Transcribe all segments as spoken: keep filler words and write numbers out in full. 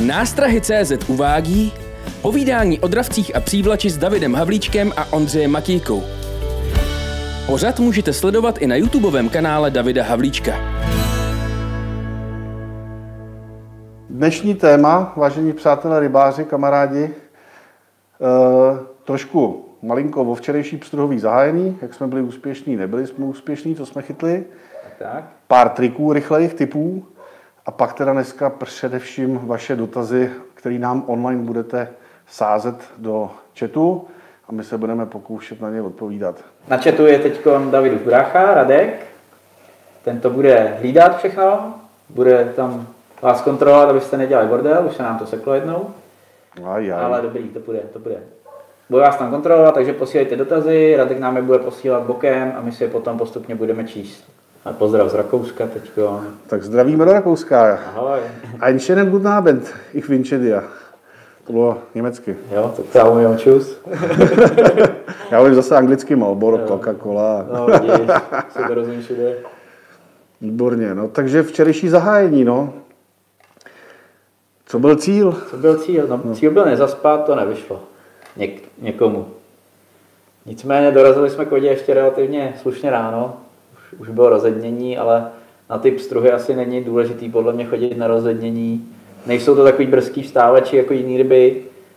Nástrahy tečka cé zet uvádí povídání o dravcích a přívlači s Davidem Havlíčkem a Ondřejem Matějkou. Pořad můžete sledovat i na YouTubeovém kanále Davida Havlíčka. Dnešní téma, vážení přátelé rybáři, kamarádi, e, trošku malinko o včerejší pstruhový zahájení, jak jsme byli úspěšní, nebyli jsme úspěšní, co jsme chytli. Tak. Pár triků, rychlejch typů a pak teda dneska především vaše dotazy, které nám online budete sázet do chatu a my se budeme pokoušet na ně odpovídat. Na chatu je teď Davidův brácha, Radek. Ten to bude hlídat všechno, bude tam vás kontrolovat, abyste nedělali bordel, už se nám to seklo jednou. Aj, aj. Ale dobrý, to bude, to bude. Bude vás tam kontrolovat, takže posílejte dotazy, Radek nám je bude posílat bokem a my si je potom postupně budeme číst. A pozdrav z Rakouska teďko. Tak zdravíme do Rakouska. Ahoj. Einen schönen guten Abend, ich wünsche dir. To bylo německy. Jo, tak já umím čus. Já umím zase anglicky Marlboro, Coca-Cola. No vidíš, si to rozumíš všude. Výborně, no takže včerejší zahájení, no. Co byl cíl? Co byl cíl? No, no. Cíl byl nezaspat, to nevyšlo. Něk, někomu. Nicméně dorazili jsme k vodě ještě relativně slušně ráno. Už, už bylo rozednění, ale na ty pstruhy asi není důležitý podle mě chodit na rozednění. Nejsou to takový brzký vstávači jako jiný ryby.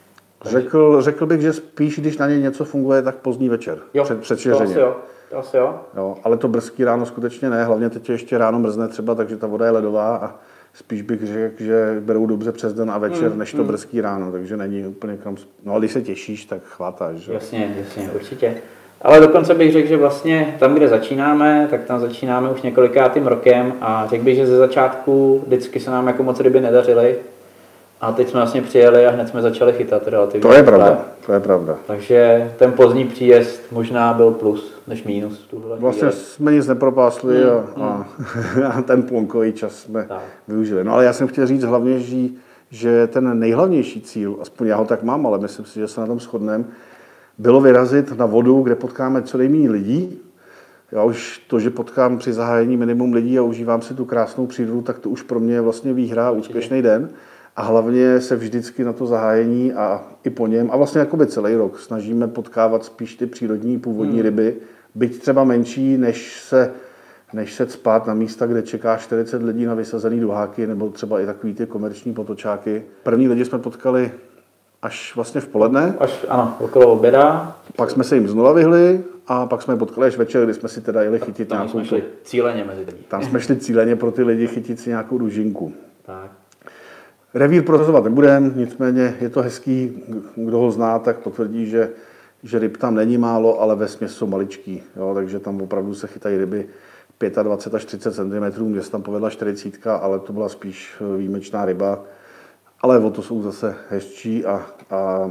Řekl, řekl bych, že spíš, když na ně něco funguje, tak pozdní večer. Jo, před, před to asi jo. To asi jo. Jo, ale to brzký ráno skutečně ne. Hlavně teď ještě ráno mrzne třeba, takže ta voda je ledová a spíš bych řekl, že berou dobře přes den a večer, mm, než to mm. brzký ráno, takže není úplně kam... No a když se těšíš, tak chvátáš, že? Jasně, jasně, určitě. Ale dokonce bych řekl, že vlastně tam, kde začínáme, tak tam začínáme už několikátým rokem a řekl bych, že ze začátku vždycky se nám jako moc ryby nedařily. A teď jsme vlastně přijeli a hned jsme začali chytat relativně. To je pravda, to je pravda. Takže ten pozdní příjezd možná byl plus než mínus v tuhle Vlastně chvíli. jsme nic nepropásli mm, a, mm. a ten plonkový čas jsme tak. využili. No ale já jsem chtěl říct hlavně, že, že ten nejhlavnější cíl, aspoň já ho tak mám, ale myslím si, že se na tom shodneme, bylo vyrazit na vodu, kde potkáme co nejméně lidí. Já už to, že potkám při zahájení minimum lidí a užívám si tu krásnou přírodu, tak to už pro mě je vlastně výhra a úspěšný den. A hlavně se vždycky na to zahájení a i po něm, a vlastně jakoby celý rok, snažíme potkávat spíš ty přírodní původní hmm. ryby, byť třeba menší, než se, než se cpát na místa, kde čeká čtyřicet lidí na vysazený duháky, nebo třeba i takový ty komerční potočáky. První lidi jsme potkali až vlastně v poledne. Až, ano, okolo oběda. Pak jsme se jim znova vyhli a pak jsme je potkali až večer, kdy jsme si teda jeli chytit tam nějakou... Tam jsme šli cíleně mezi lidi. Tam jsme šli cíleně pro ty lidi chytit si nějakou dužinku. Tak. Revír prozrazovat nebudem, nicméně je to hezký, kdo ho zná, tak potvrdí, že, že ryb tam není málo, ale vesměs jsou maličký, jo, takže tam opravdu se chytají ryby dvacet pět až třicet centimetrů, mě se tam povedla čtyřicet, ale to byla spíš výjimečná ryba, ale o to jsou zase hezčí a, a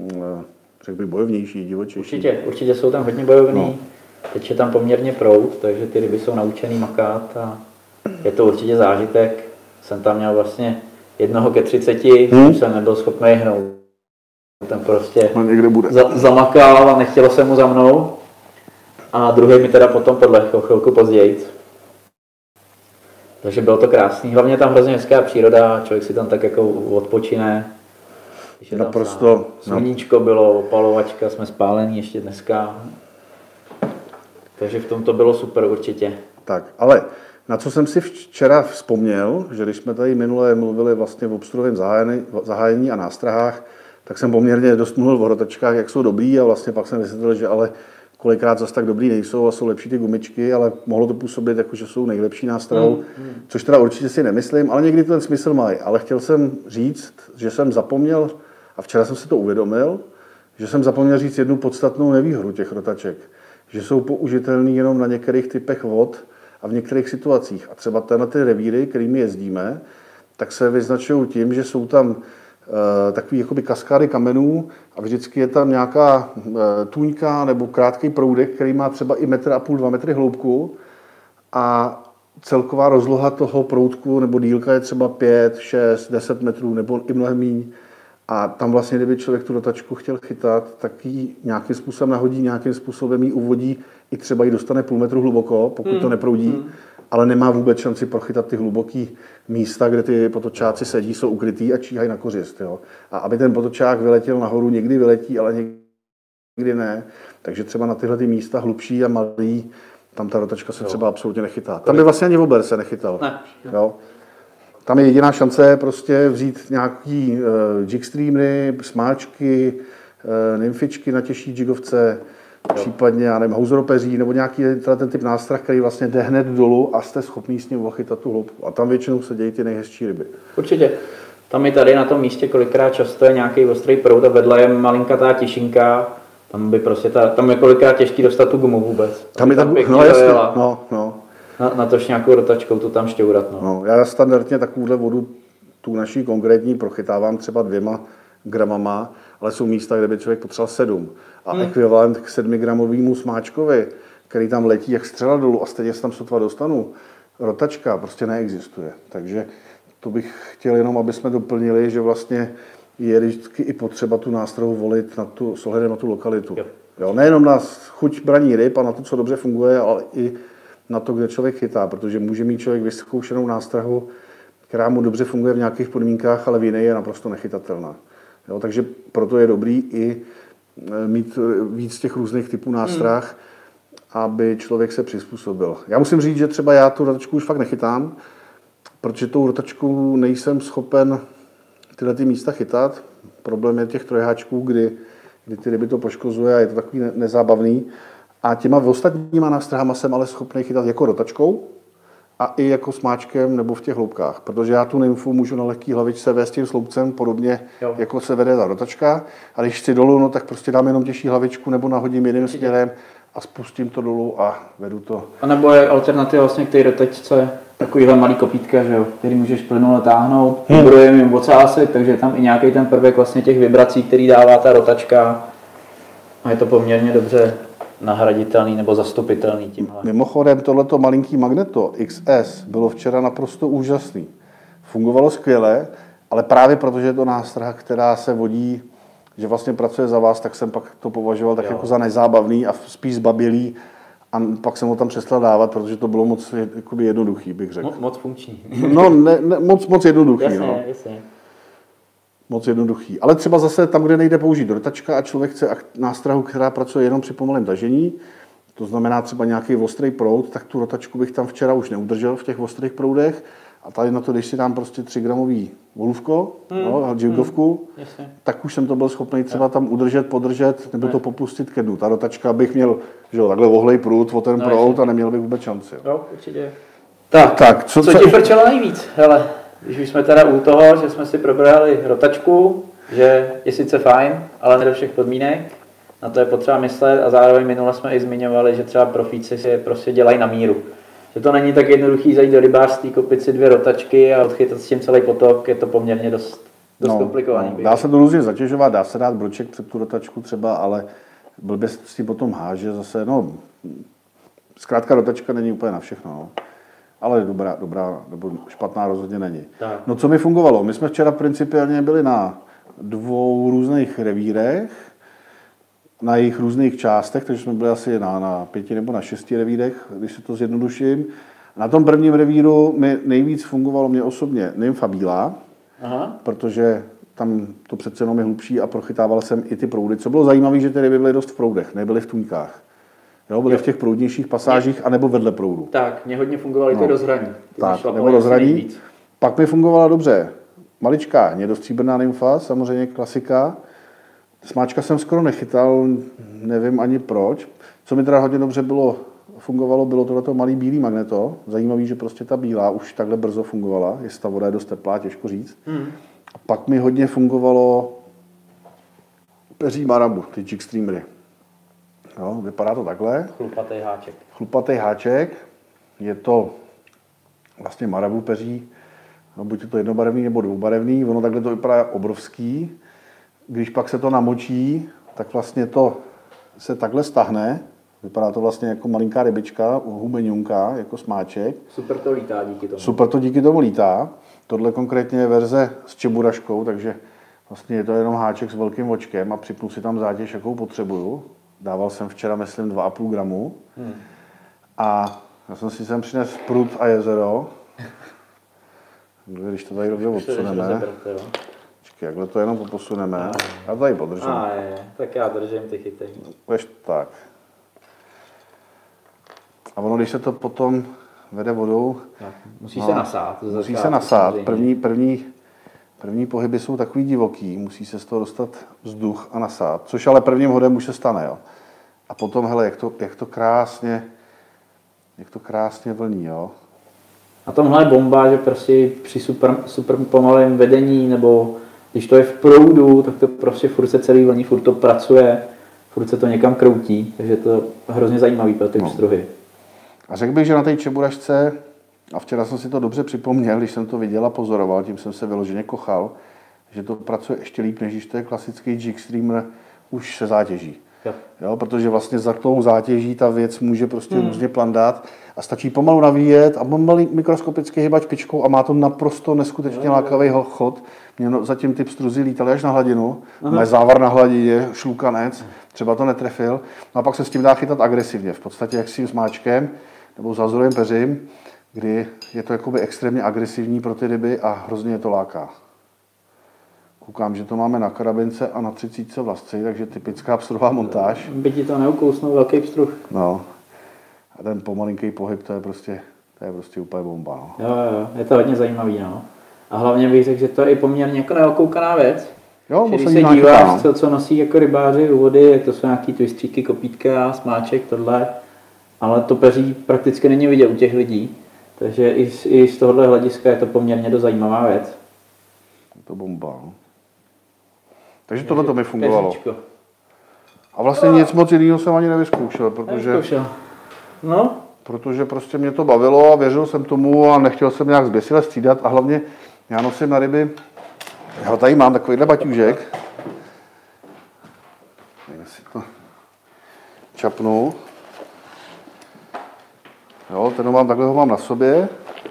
řekl bych bojovnější, divočejší. Určitě, určitě jsou tam hodně bojovní, no. Teď je tam poměrně proud, takže ty ryby jsou naučený makat a je to určitě zážitek. Jsem tam měl vlastně jednoho ke třiceti, hmm. jsem nebyl schopný hnout. Ten prostě bude. Za, zamakal a nechtělo se mu za mnou. A druhý mi teda potom podlechl chvilku později. Takže bylo to krásný. Hlavně tam hrozně hezká příroda, člověk si tam tak jako odpočine. Když je naprosto. Sluníčko bylo, opalovačka, jsme spálení ještě dneska. Takže v tom to bylo super určitě. Tak, ale na co jsem si včera vzpomněl, že když jsme tady minule mluvili vlastně o pstruhovém zahájení, zahájení a nástrahách, tak jsem poměrně dost mluvil o rotačkách, jak jsou dobrý a vlastně pak jsem vysvětlil, že ale kolikrát zase tak dobrý nejsou a jsou lepší ty gumičky, ale mohlo to působit jako, že jsou nejlepší nástrahou, mm, mm. což teda určitě si nemyslím, ale někdy to ten smysl mají. Ale chtěl jsem říct, že jsem zapomněl, a včera jsem si to uvědomil, že jsem zapomněl říct jednu podstatnou nevýhodu těch rotaček, že jsou použitelný jenom na některých typech vod, a v některých situacích. A třeba tenhle ty revíry, kterými jezdíme, tak se vyznačují tím, že jsou tam e, takové jakoby kaskády kamenů a vždycky je tam nějaká e, tůňka nebo krátký proudek, který má třeba i metr a půl, dva metry hloubku a celková rozloha toho proudku nebo dílka je třeba pět, šest, deset metrů nebo i mnohem míň. A tam vlastně, kdyby člověk tu rotačku chtěl chytat, tak ji nějakým způsobem nahodí, nějakým způsobem ji uvodí, i třeba ji dostane půl metru hluboko, pokud hmm. to neproudí. Hmm. ale nemá vůbec šanci prochytat ty hluboký místa, kde ty potočáci sedí, jsou ukrytý a číhají na kořist. Jo. A aby ten potočák vyletěl nahoru, někdy vyletí, ale někdy ne. Takže třeba na tyhle ty místa hlubší a malý, tam ta rotačka se jo. třeba absolutně nechytá. Tam by vlastně ani vůbec se nechytal. Ne. Jo. Tam je jediná šance prostě vzít nějaký uh, jigstreamery, smáčky, uh, nymfičky na těžší jigovce, jo. případně, já nevím, houseropeří nebo nějaký ten typ nástrah, který vlastně jde hned dolů a jste schopný s ním ochytat tu hloubku. A tam většinou se dějí ty nejhezčí ryby. Určitě. Tam i tady na tom místě kolikrát často je nějaký ostrý proud a vedle je malinkatá tišinka. Tam by prostě ta, tam je kolikrát těžký dostat tu gumu vůbec. Tam je tam tak, no jasně, no, no. Na, na tož nějakou rotačkou tu tam šťourat. No. No, já standardně takovouhle vodu, tu naší konkrétní, prochytávám třeba dvěma gramama, ale jsou místa, kde by člověk potřeboval sedm. A hmm. ekvivalent k sedmigramovému smáčkovi, který tam letí jak střela dolů a stejně se tam sotva dostanu, rotačka prostě neexistuje. Takže to bych chtěl jenom, aby jsme doplnili, že vlastně je vždycky i potřeba tu nástrahu volit na tu, s ohledem na tu lokalitu. Jo. Jo, nejenom na chuť braní ryb a na to, co dobře funguje, ale i na to, kde člověk chytá, protože může mít člověk vyzkoušenou nástrahu, která mu dobře funguje v nějakých podmínkách, ale v jiné je naprosto nechytatelná. Jo, takže proto je dobrý i mít víc těch různých typů nástrah, hmm. aby člověk se přizpůsobil. Já musím říct, že třeba já tu rotačku už fakt nechytám, protože tou rotačkou nejsem schopen tyhle ty místa chytat. Problém je těch trojháčků, kdy, kdy ty ryby to poškozuje a je to takový nezábavný. A těma ostatníma nástrahama jsem ale schopný chytat jako rotačkou a i jako smáčkem nebo v těch hloubkách. Protože já tu nymfu můžu na lehký hlavičce vést tím sloupcem, podobně jo. jako se vede ta rotačka. A když chci dolů, no, tak prostě dám jenom těžší hlavičku nebo nahodím jedním směrem a spustím to dolů a vedu to. A nebo je alternativa vlastně k té rotačce takovýhle malý kopítka, že jo, který můžeš plynule táhnout, vybrojem hmm. jim ocásit, takže je tam i nějaký ten prvek vlastně těch vibrací, který dává ta rotačka a je to poměrně dobře nahraditelný nebo zastupitelný tímhle. Mimochodem, tohleto malinký Magneto X S bylo včera naprosto úžasný. Fungovalo skvěle, ale právě protože je to nástrah, která se vodí, že vlastně pracuje za vás, tak jsem pak to považoval tak jo. jako za nezábavný a spíš zbabělý. A pak jsem ho tam přestal dávat, protože to bylo moc jakoby jednoduchý, bych řekl. Mo, moc funkční. No, ne, ne, moc, moc jednoduchý. Jasně, no. jasně. Moc jednoduchý. Ale třeba zase tam, kde nejde použít rotačka a člověk chce nástrahu, která pracuje jenom při pomalém tažení, to znamená třeba nějaký ostrý proud, tak tu rotačku bych tam včera už neudržel v těch ostrých proudech. A tady na to, když si dám prostě tři gramový volůvko, hmm. no, jigovku, hmm. tak už jsem to byl schopný třeba tam udržet, podržet, nebo to popustit ke dnu. Ta rotačka bych měl, že jo, takhle ohlej prut, o ten no, proud a neměl bych vůbec šanci. Jo, určitě. Tak, tak co, co, co ti frčelo nejvíc? Hele, když už jsme teda u toho, že jsme si probrali rotačku, že je sice fajn, ale ne do všech podmínek, na to je potřeba myslet a zároveň minule jsme i zmiňovali, že třeba profíci si prostě dělají na míru. Že to není tak jednoduchý zajít do rybářství, koupit si dvě rotačky a odchytat s tím celý potok, je to poměrně dost, dost no, komplikovaný. No, dá se to různě zatěžovat, dá se dát broček před tu rotačku třeba, ale blbě s tím potom háže zase, no, zkrátka rotačka není úplně na všechno, no. Ale dobrá, dobrá, nebo špatná rozhodně není. Tak. No co mi fungovalo? My jsme včera principiálně byli na dvou různých revírech, na jejich různých částech, takže jsme byli asi na, na pěti nebo na šesti revírech, když se to zjednoduším. Na tom prvním revíru mi nejvíc fungovalo mě osobně nymfa bílá, aha. protože tam to přece jenom je hlubší a prochytával jsem i ty proudy. Co bylo zajímavé, že ty ryby byly dost v proudech, nebyly v tůňkách. Jo, byly jo. v těch proudnějších pasážích anebo vedle proudu. Tak, mě hodně fungovaly no. ty rozhraní. Ty tak, nebo rozhraní. Pak mi fungovala dobře maličká hnědostříbrná nymfa, samozřejmě klasika. Smáčka jsem skoro nechytal, nevím ani proč. Co mi teda hodně dobře bylo, fungovalo, bylo tohleto malý bílý Magneto. Zajímavý, že prostě ta bílá už takhle brzo fungovala, jestli ta voda je dost teplá, těžko říct. Hmm. A pak mi hodně fungovalo peří marabu, ty jigstreamery. No, vypadá to takhle. Chlupatý háček. Chlupatý háček. Je to vlastně marabu peří, no, buď je to jednobarevný nebo dvoubarevný. Ono takhle to vypadá obrovský. Když pak se to namočí, tak vlastně to se takhle stahne. Vypadá to vlastně jako malinká rybička, hubeňunka, jako smáček. Super to lítá díky tomu. Super to díky tomu lítá. Tohle konkrétně je verze s čeburaškou, takže vlastně je to jenom háček s velkým očkem a připnu si tam zátěž, jakou potřebuju. Dával jsem včera, myslím, dva a půl gramu. Hmm. A Já jsem si sem přinesl prut a jezero. Když to tady dobře odsuneme. Počkej, jakhle to jenom posuneme. Já tady podržím. A je, tak já držím ty chyty. Budeš tak. A ono, když se to potom vede vodou... Tak, musí no, se nasát. Musí se nasát. První, první, první pohyby jsou takový divoký. Musí se z toho dostat vzduch a nasát. Což ale prvním hodem už se stane. Jo. A potom, hele, jak to, jak to krásně... Jak to krásně vlní, jo. A tomhle je bomba, že prostě při super, super pomalém vedení, nebo když to je v proudu, tak to prostě furt se celý vlní, furt to pracuje, furt se to někam kroutí, takže to je hrozně zajímavý pro ty pstruhy. No. A řekl bych, že na té čeburašce, a včera jsem si to dobře připomněl, když jsem to viděl a pozoroval, tím jsem se vyloženě kochal, že to pracuje ještě líp, než když to je klasický jig streamer už se zátěží. Jo, protože vlastně za tou zátěží ta věc může prostě hmm. různě plandát a stačí pomalu navíjet a malý mikroskopický hybat špičkou a má to naprosto neskutečně lákavý chod. Mě no, zatím ty pstruzy lítaly až na hladinu, má závar na hladině, šlukanec, třeba to netrefil. No a pak se s tím dá chytat agresivně, v podstatě jak s tím smáčkem nebo s azurovým peřím, kdy je to jakoby extrémně agresivní pro ty ryby a hrozně je to láká. Koukám, že to máme na karabince a na třicítce vlasci, takže typická pstruhová montáž. By ti to neukousnul velký pstruh. No. A ten pomalinký pohyb, to je prostě, to je prostě úplně bomba. No. Jo, jo, je to hodně zajímavý, no. A hlavně bych řekl, že to je i poměrně jako neokoukaná věc. Jo, když se díváš, co, co nosí jako rybáři u vody, jak to jsou nějaký twistříky, kopítka, smáček, tohle. Ale to peří prakticky není vidět u těch lidí. Takže i z, i z tohohle hlediska je to poměrně dost zajímavá věc. Je to bomba, no. Takže tohle to mi fungovalo. Peříčko. A vlastně nic moc jiného jsem ani nevyzkoušel, protože, nevyzkoušel. No. protože prostě mě to bavilo a věřil jsem tomu a nechtěl jsem nějak zběsile střídat a hlavně já nosím na ryby, já ho tady mám, takovýhle baťůžek. Nevím, si to čapnu. Jo, ten ho mám, takhle ho mám na sobě.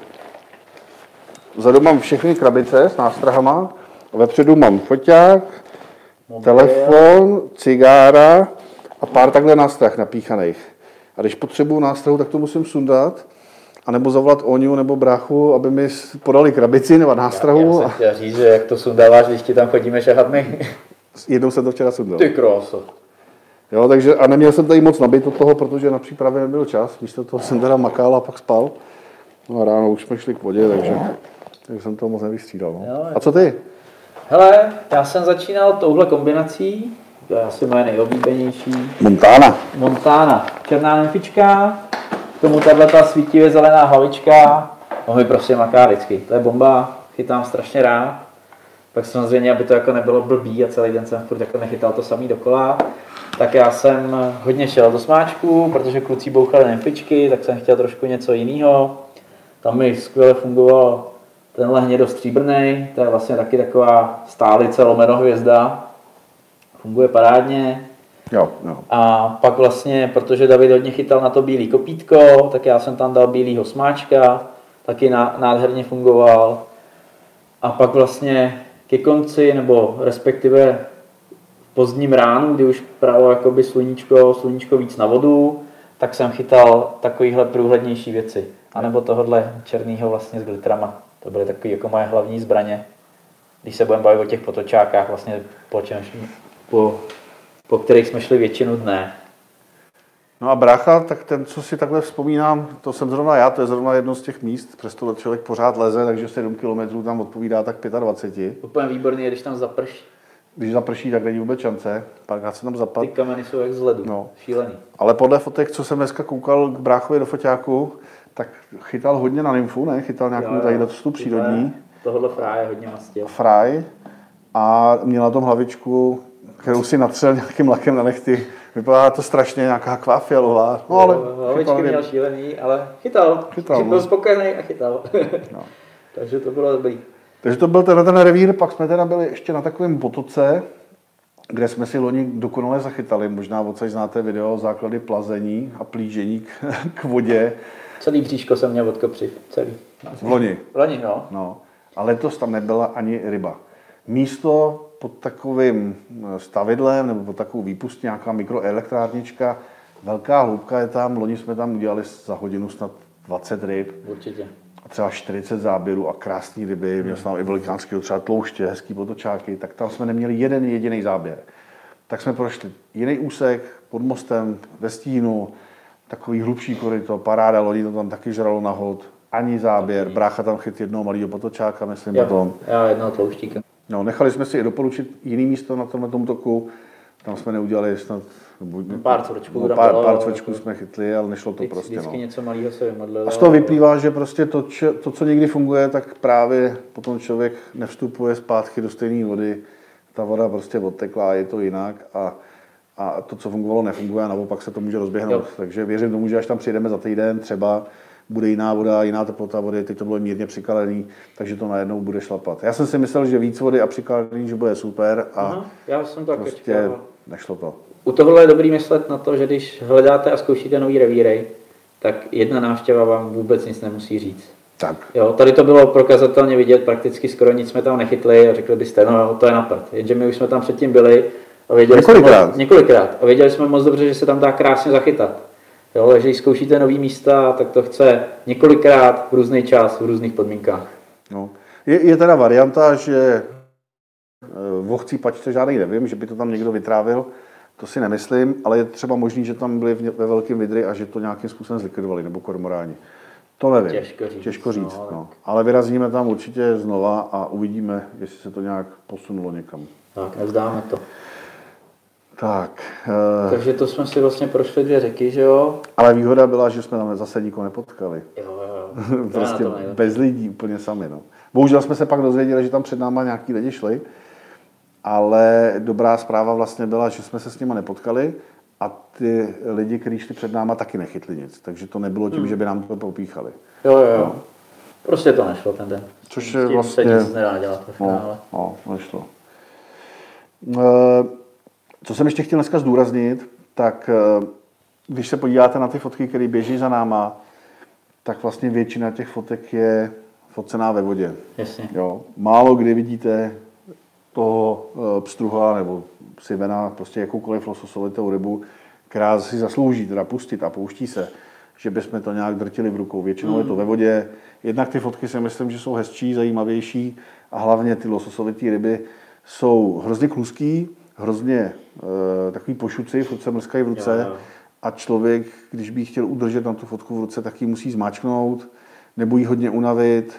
Vzadu mám všechny krabice s nástrahama. Vepředu mám foťák, mobil, telefon, cigára a pár takhle nástrah napíchaných. A když potřebuju nástrahu, tak to musím sundat, anebo zavolat Oňu nebo bráchu, aby mi podali krabici nebo nástrahu. Já, já jsem chtěl říct, že jak to sundáváš, když ti tam chodíme šahat my. Jednou jsem to včera sundal. Ty kráso. Jo, takže a neměl jsem tady moc nabít od toho, protože na přípravě nebyl čas. Místo toho jsem teda makal a pak spal. No a ráno už jsme šli k vodě, takže, takže jsem to moc nevystřídal. No. Jo, a co ty? Hele, já jsem začínal touhle kombinací, to je asi moje nejoblíbenější. Montana. Montana. Černá nymfička, k tomu tato svítivě zelená hlavička. No mi prostě maká vždycky, to je bomba, chytám strašně rád. Pak samozřejmě, aby to jako nebylo blbý a celý den jsem furt jako nechytal to samý dokola, tak já jsem hodně šel do smáčku, protože kluci bouchali nymfičky, tak jsem chtěl trošku něco jiného. Tam mi skvěle fungovalo tenhle hnědostříbrnej, to je vlastně taky taková stálice lomeno hvězda. Funguje parádně. Jo, jo. A pak vlastně, protože David hodně chytal na to bílý kopítko, tak já jsem tam dal bílýho smáčka, taky nádherně fungoval. A pak vlastně ke konci, nebo respektive v pozdním ránu, kdy už pralo jakoby sluníčko, sluníčko víc na vodu, tak jsem chytal takovýhle průhlednější věci. A nebo tohohle černýho vlastně s glitrama. To byly takové jako moje hlavní zbraně. Když se budeme bavit o těch potočákách, vlastně po, čem, po, po kterých jsme šli většinu dne. No a brácha, tak ten, co si takhle vzpomínám, to jsem zrovna já, to je zrovna jedno z těch míst, přesto člověk pořád leze, takže sedm kilometrů tam odpovídá tak dvacet pět. Úplně výborný, když tam zaprší. Když zaprší, tak není vůbec šance, párkrát se tam zapad. Ty kameny jsou jak z ledu, no. Šílený. Ale podle fotek, co jsem dneska koukal k bráchovi do foťáku, tak chytal hodně na nymfu, ne? Chytal nějakou tady tu přírodní. Tohle fráje hodně mastil. Fraj a měl na tom hlavičku, kterou si natřel nějakým lakem na nechty. Vypadá to strašně, nějaká taková fialová. No, ale hlavičky měl šílený, ale chytal. chytal byl spokojený a chytal. No. Takže to bylo dobrý. Takže to byl tenhle ten revír, pak jsme teda byli ještě na takovém potoce, kde jsme si loni dokonale zachytali. Možná odsaď znáte video základy plazení a plížení k, k vodě. Celý bříško jsem měl od kopřiv, celý. V loni. V loni, no. no. A letos tam nebyla ani ryba. Místo pod takovým stavidlem nebo pod takovou výpustí, nějaká mikroelektrárnička, velká hloubka je tam. Loni jsme tam udělali za hodinu snad dvacet ryb. Určitě. A třeba čtyřicet záběrů a krásné ryby, měl jsem tam i velikánský, třeba tlouště, hezký potočáky, tak tam jsme neměli jeden jediný záběr. Tak jsme prošli jiný úsek pod mostem ve stínu, takový hlubší koryto, paráda lodí, to tam taky žralo na hod, ani záběr, brácha tam chyt jednoho malého potočáka, myslím, jo, potom. Já jednoho tlouštíka. No, nechali jsme si i doporučit jiný místo na tomhle tom toku, tam jsme neudělali snad... Pár cvrčků, no, pár, pár cvrčků jsme chytli, ale nešlo to vždycky, prostě. Vždycky no. něco malého se vymodlilo. A z toho vyplývá, že prostě to, to, co někdy funguje, tak právě potom člověk nevstupuje zpátky do stejné vody. Ta voda prostě odtekla a je to jinak a, a to, co fungovalo, nefunguje a naopak se to může rozběhnout. Jo. Takže věřím tomu, že až tam přijdeme za týden, třeba bude jiná voda, jiná teplota vody, teď to bylo mírně přikalený, takže to najednou bude šlapat. Já jsem si myslel, že víc vody a přikalený, že bude super a Aha, já jsem to prostě nešlo to. U tohohle je dobrý myslet na to, že když hledáte a zkoušíte nový revíry, tak jedna návštěva vám vůbec nic nemusí říct. Tak. Jo, tady to bylo prokazatelně vidět, prakticky skoro nic jsme tam nechytli a řekli byste, no to je napad. Jenže my už jsme tam předtím byli a věděli několikrát. Jsme, několikrát a věděli jsme moc dobře, že se tam dá krásně zachytat. Jo, takže když zkoušíte nový místa, tak to chce několikrát v různý čas, v různých podmínkách. No. Je, je teda varianta, že v Ohcí pačce žádný nevím, že by to tam někdo vytrávil, to si nemyslím, ale je třeba možný, že tam byli ve velkém vidry a že to nějakým způsobem zlikvidovali, nebo kormoráni. To nevím. Těžko říct. Těžko říct no, no. Ale vyrazíme tam určitě znova a uvidíme, jestli se to nějak posunulo někam. Tak, nevzdáme to. Tak. Uh, Takže to jsme si vlastně prošli dvě řeky, že jo? Ale výhoda byla, že jsme tam zase nikoho nepotkali. Jo, jo. Prostě bez lidí, úplně sami. No. Bohužel jsme se pak dozvěděli, že tam před náma nějaký lidi šli, ale dobrá zpráva vlastně byla, že jsme se s nimi nepotkali a ty lidi, kteří šli před náma, taky nechytli nic. Takže to nebylo tím, hmm. že by nám to popíchali. Jo, jo, jo. No. Prostě to nešlo ten den. Což je vlastně... se nic nedá dělat ve finále. No, no, nešlo. Co jsem ještě chtěl dneska zdůraznit, tak když se podíváte na ty fotky, které běží za náma, tak vlastně většina těch fotek je focená ve vodě. Jasně. Jo. Málo kdy vidíte toho pstruha nebo sivena, prostě jakoukoliv lososovitou rybu, která si zaslouží teda pustit a pouští se, že bychom to nějak drtili v rukou. Většinou mm. je to ve vodě. Jednak ty fotky si myslím, že jsou hezčí, zajímavější a hlavně ty lososovité ryby jsou hrozně kluský, hrozně e, takový pošuci, furt se mrskají v ruce jo, jo. A člověk, když by chtěl udržet na tu fotku v ruce, tak ji musí zmáčknout, nebo ji hodně unavit,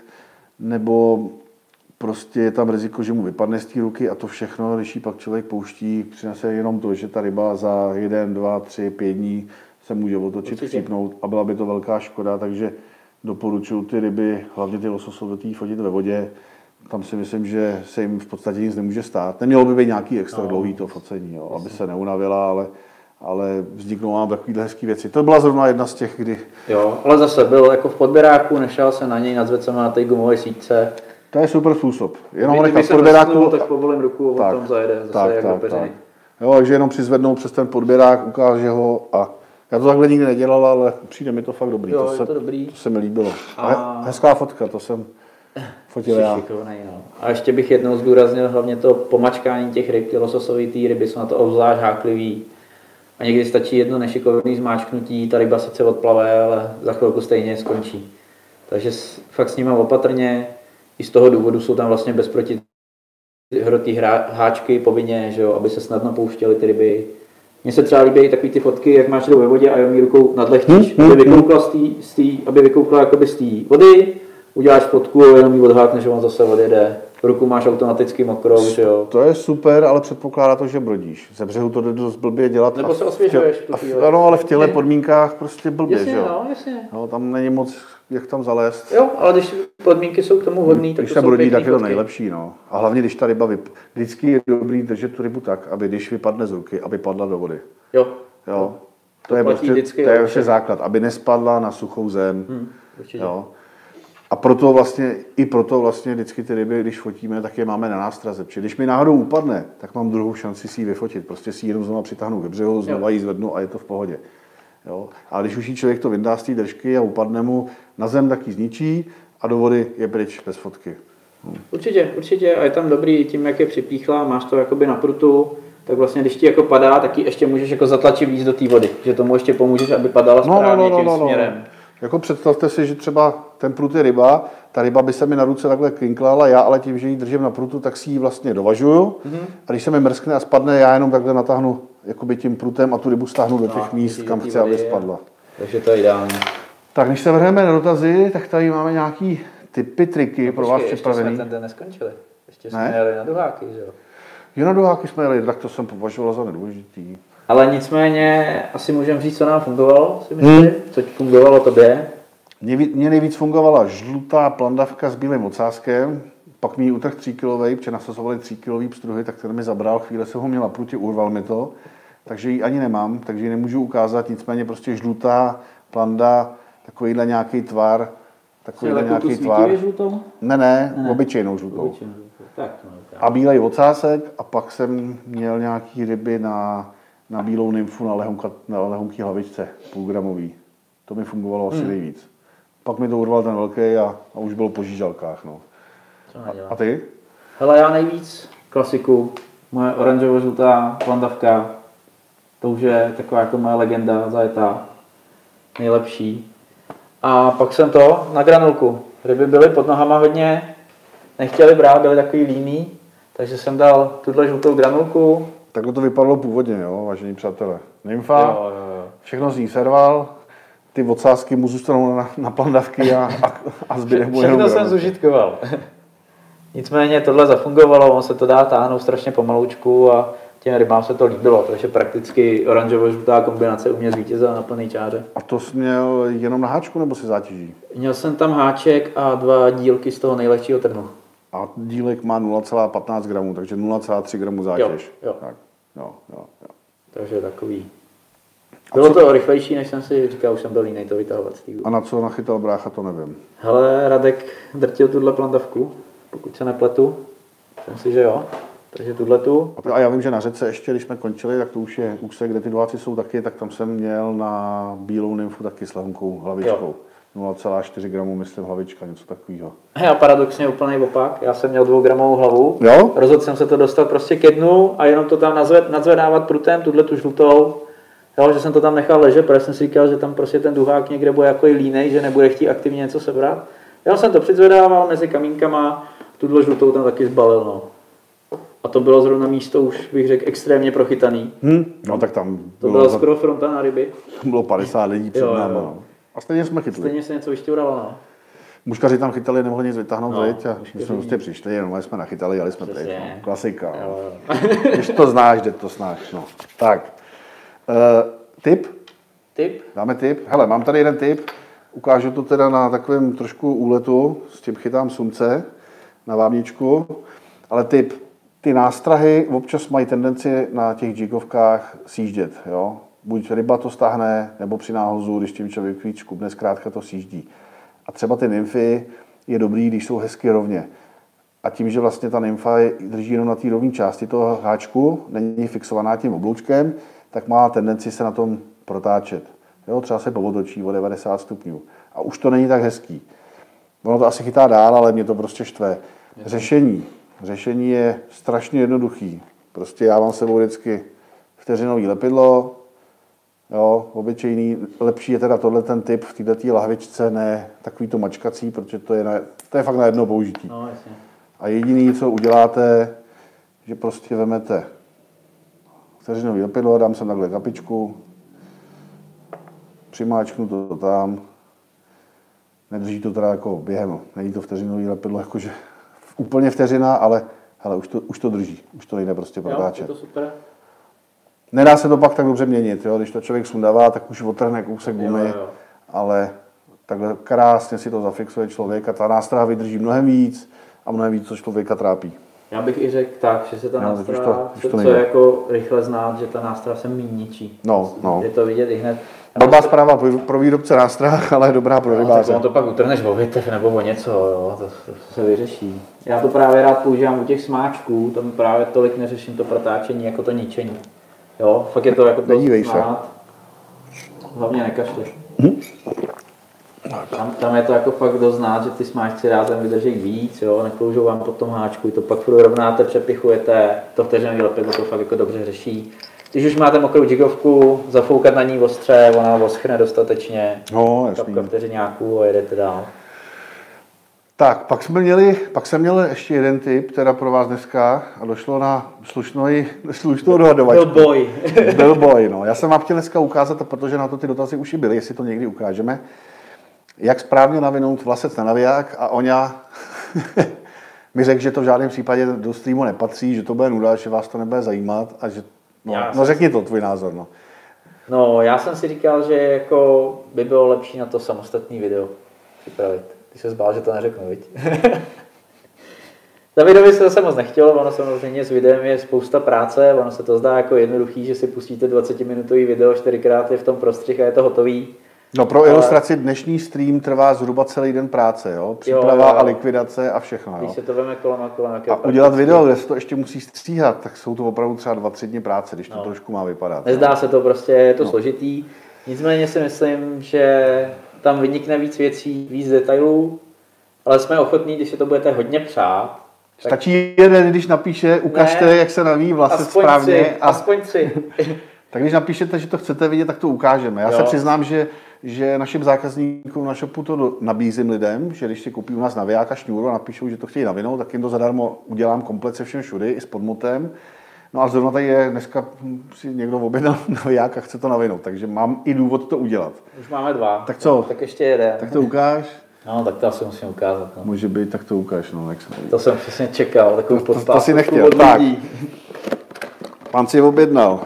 nebo prostě je tam riziko, že mu vypadne z té ruky a to všechno, když ji pak člověk pouští, přinese jenom to, že ta ryba za jeden, dva, tři, pět dní se může otočit, chcípnout a byla by to velká škoda, takže doporučuji ty ryby, hlavně ty lososovitý, fotit ve vodě. Tam si myslím, že se jim v podstatě nic nemůže stát. Nemělo by být nějaký extra no, dlouhý to focení, jo, aby se neunavila, ale, ale vzniknou vám takovýhle hezký věci. To byla zrovna jedna z těch, kdy... Jo, ale zase byl jako v podběráku, nešel se na něj, nadzvět se na té gumové síťce. To je super způsob. Jenom Kdyby v podběráku, tak povolím ruku a potom zajede zase tak, jak tak, opeřený. Jo, takže jenom přizvednout přes ten podběrák, ukáže ho a já to takhle nikdy nedělal, ale přijde mi to fakt dobrý. Jo, to, se, to, dobrý. to se mi líbilo. A... Hezká fotka, to jsem fotil já. Šikovnej, no. A ještě bych jednou zdůraznil hlavně to pomačkání těch ryb, ty lososovitý ryby jsou na to obzvlášť háklivý. A někdy stačí jedno nešikovné zmáčknutí, ta ryba sice odplave, ale za chvilku stejně skončí. Takže fakt s nimi opatrně, i z toho důvodu jsou tam vlastně bezprotihrotý háčky povinně, že jo, aby se snadno pouštěly ty ryby. Mně se třeba líbí takový ty fotky, jak máš rybu ve vodě a jenom ji rukou nadlehčíš, hmm, aby vykoukla z tý, z tý, aby vykoukla jakoby z té vody, uděláš fotku a jenom ji odhátneš, že on zase odjede. Ruku máš automaticky mokrou, že jo. To je super, ale předpokládá to, že brodíš. Ze břehu to jde dost blbě dělat. Nebo se osvěžuješ. Ano, ale v těchto podmínkách prostě blbě, jasně, že jo. No, jasně. No, tam není moc, jak tam zalézt. Jo, ale když podmínky jsou k tomu vhodné, tak když to se brodí, tak je to nejlepší, no. A hlavně, když ta ryba vyp... Vždycky je dobrý držet tu rybu tak, aby když vypadne z ruky, aby padla do vody. Jo. Jo. To, to je prostě, vždycky, to je prostě základ, aby nespadla na suchou zem. Hmm, určitě. Jo. A proto vlastně, i proto vlastně vždycky ty ryby, když fotíme, tak je máme na nástraze. Protože když mi náhodou upadne, tak mám druhou šanci si ji vyfotit. Prostě si ji jenom znovu přitáhnu ke břehu, znovu ji zvednu a je to v pohodě. Jo? A když už jí člověk to vyndá z té držky a upadne mu na zem, tak ji zničí a do vody je pryč bez fotky. Hm. Určitě, určitě. A je tam dobrý tím, jak je připíchlá, máš to jakoby na prutu, tak vlastně když ti jako padá, tak ji ještě můžeš jako zatlačit víc do té vody. Že tomu ještě pomůžeš, aby padala správně no, no, no, tím no, no. směrem. Jako představte si, že třeba ten prut je ryba, ta ryba by se mi na ruce takhle krinklala, já ale tím, že ji držím na prutu, tak si ji vlastně dovažuju. Mm-hmm. A když se mi mrskne a spadne, já jenom takhle natáhnu jakoby tím prutem a tu rybu stáhnu do těch no, míst, kam chci, aby spadla. Takže to je ideální. Tak když se vrhneme na dotazy, tak tady máme nějaký tipy, triky no, pro vás připravený. Ještě jsme ten den neskončili. Ještě jsme ne? jeli na duháky, že jo? Jo, na duháky jsme jeli, tak to jsem považoval za nedůležitý. Ale nicméně asi můžeme říct, co nám fungovalo, si myslím, hmm. co fungovalo tobě. Mně nejvíc fungovala žlutá plandavka s bílým ocáskem, pak mi ji utrhl tříkilovej, protože nasazovali tříkilový pstruhy, tak ten mi zabral, chvíli jsem ho měl na prutě, urval mi to, takže ji ani nemám, takže ji nemůžu ukázat, nicméně prostě žlutá planda, takovýhle nějaký tvar, takovýhle jako nějaký tvar. Žlutou? Ne, ne, ne, obyčejnou žlutou. Obyčejnou žlutou. Tak, no, a bílej ocásek a pak jsem měl nějaký ryby na, na bílou nymfu na, lehonka, na lehonký hlavičce, půlgramový. To mi fungovalo asi hmm. nejvíc. Pak mi to urval ten velký a, a už bylo po žížalkách. No. A, a ty? Hele, já nejvíc klasiku. Moje oranžovo-žlutá plandavka. To už je taková jako moje legenda zajetá. Nejlepší. A pak jsem to na granulku. Ryby byly pod nohama hodně, nechtěli brát, byly takový líný, takže jsem dal tuhle žlutou granulku. Takhle to vypadalo původně, jo, vážení přátelé. Nymfa, jo, jo, jo. Všechno z ní serval, ty ocásky mu zůstanou na, na plandavky a, a, a zbytek mu jenom Všechno jsem zužitkoval. Nicméně tohle zafungovalo, on se to dá táhnout strašně pomaloučku a těm rybám se to líbilo, takže prakticky oranžovo-žlutá kombinace u mě zvítězila na plný čáře. A to jsi měl jenom na háčku nebo si zátěží? Měl jsem tam háček a dva dílky z toho nejlehčího trnu. A dílek má nula celá patnáct gramů, takže nula celá tři gramů zátěž. Jo, jo. Tak, jo, jo, jo. Takže takový. Bylo to rychlejší, než jsem si říkal, už jsem byl línej to vytahovat z týlu. A na co nachytal brácha, to nevím. Hele, Radek drtil tuhle plandavku, pokud se nepletu. Myslím si, že jo. Takže tuhletu. A já vím, že na řece ještě, když jsme končili, tak to už je úsek, kde ty duháci jsou taky, tak tam jsem měl na bílou nymfu taky s lehonkou hlavičkou. nula celá čtyři gramů, myslím, hlavička, něco takového. Já paradoxně úplný opak. Já jsem měl dvougramovou hlavu. Jo? Rozhodl jsem se to dostat prostě ke dnu a jenom to tam nazved, nadzvedávat prutem, tuhle tu žlutou. Jo, že jsem to tam nechal ležet, protože jsem si říkal, že tam prostě ten duhák někde bude jako línej, že nebude chtít aktivně něco sebrat. Já jsem to přidzvedával mezi kamínkama, tuhle žlutou tam taky zbalil. No. A to bylo zrovna místo, už bych řekl, extrémně prochytaný. Hmm. No tak tam to bylo byla skoro fronta na ryby. Tam bylo padesát lidí před námi. No. A stejně jsme chytli. Stejně se něco vyšťouralo, no. Muškaři tam chytali, nemohli nic vytáhnout no, zeď a my jsme prostě přišli, jenom jsme nachytali, jeli jsme pryč. No. Klasika. No. Když to znáš, kde to znáš. No. Tak. Uh, tip? Tip? Dáme tip? Hele, mám tady jeden tip. Ukážu to teda na takovém trošku úletu, s tím chytám sumce na vábničku. Ale tip. Ty nástrahy občas mají tendenci na těch jigovkách sjíždět. Jo? Buď ryba to stáhne, nebo při náhozu, když tím člověk víc škubne, zkrátka to sjíždí. A třeba ty nymfy je dobrý, když jsou hezky rovně. A tím, že vlastně ta nymfa drží jenom na té rovné části toho háčku, není fixovaná tím obloučkem, tak má tendenci se na tom protáčet. Jo? Třeba se povotočí o devadesát stupňů. A už to není tak hezký. Ono to asi chytá dál, ale mě to prostě štve. Řešení. Řešení je strašně jednoduchý. Prostě já mám s sebou vždycky vteřinový lepidlo, jo, obyčejný. Lepší je teda tohle ten typ v této lahvičce, ne takový to mačkací, protože to je, na, to je fakt na jedno použití. No, jasně. A jediný, co uděláte, že prostě vemete vteřinový lepidlo, dám sem takhle kapičku, přimáčknu to tam, nedrží to teda jako během, není to vteřinový lepidlo, jakože úplně vteřina, ale hele, už, to, už to drží, už to nejde prostě protáčet. Jo, je to super. Nedá se to pak tak dobře měnit, jo? Když to člověk sundává, tak už odtrhne kousek gumy, jo, jo. Ale takhle krásně si to zafixuje člověk a ta nástraha vydrží mnohem víc a mnohem víc, co člověka trápí. Já bych i řekl tak, že se ta no, nástraha, to, to co je jako rychle znát, že ta nástraha se méně ničí. No, no. Je to vidět i hned. Blbá zpráva pro výrobce nástrah, ale dobrá pro rybáře. No, tak on to pak utrhneš o větev nebo o něco, jo, to, to, to se vyřeší. Já to právě rád používám u těch smáčků, tam právě tolik neřeším to protáčení jako to ničení. Jo, fakt je to jako to znát. Hlavně nekašli. Hm? Tam, tam je to jako fakt dost znát, že ty smáčci rázem vydrží víc, jo, nekloužou vám po tom háčku, to pak furt rovnáte, přepichujete, to vteřinový lepidlo to fakt jako dobře řeší. když už máte mokrou jigovku, zafoukat na ní ostře, ona oschne dostatečně, no, kapka vteřiňáků a jedete dál. Tak, pak jsme měli, pak jsem měl ještě jeden tip, teda pro vás dneska, a došlo na slušnou, slušnou dohadovačku. Byl boj. Byl boj, no. Já jsem vám chtěl dneska ukázat, protože na to ty dotazy už i byly, jestli to někdy ukážeme, jak správně navinout vlasec na naviják a Oňa mi řekl, že to v žádném případě do streamu nepatří, že to bude nuda, že vás to nebude zajímat a že, no, no řekni to, tvůj názor, no. No, já jsem si říkal, že jako by bylo lepší na to samostatný video připravit. Ty se zbál, že to neřeknu, viď? Davidovi se zase moc nechtělo, ono samozřejmě s videem je spousta práce, ono se to zdá jako jednoduchý, že si pustíte dvacetiminutový video, čtyřikrát je v tom prostřih a je to hotový. No pro ale... ilustraci dnešní stream trvá zhruba celý den práce, jo? Příprava jo, jo, jo. a likvidace a všechno, jo? Když se to veme kolem a kolem. A udělat video, kde se to ještě musí stříhat, tak jsou to opravdu třeba dva, tři dny práce, když to no. trošku má vypadat. Nezdá no. se to prostě, je to no. složitý. Nicméně si myslím, že tam vynikne víc věcí, víc detailů, ale jsme ochotní, když se to budete hodně přát. Tak... Stačí jeden, když napíše, ukažte, ne, jak se navíjí vlasec správně. Tři, a... Aspoň tři. Tak když napíšete, že to chcete vidět, tak to ukážeme. Já jo. se přiznám, že, že našim zákazníkům na shopu to nabízím lidem, že když si koupí u nás naviják a šňůru a napíšou, že to chtějí navinout, tak jim to zadarmo udělám komplet se všem všudy, i s podmotem. No a zrovna tady je, dneska si někdo objednal naviják a chce to navinout, takže mám i důvod to udělat. Už máme dva. Tak co? Tak ještě jeden. Tak to ukáž. No, tak to asi musím ukázat. No. Může být, tak to ukáž. No, jak se to jsem přesně čekal, takovou to, to, to si nechtěl. Tak. Pán si objednal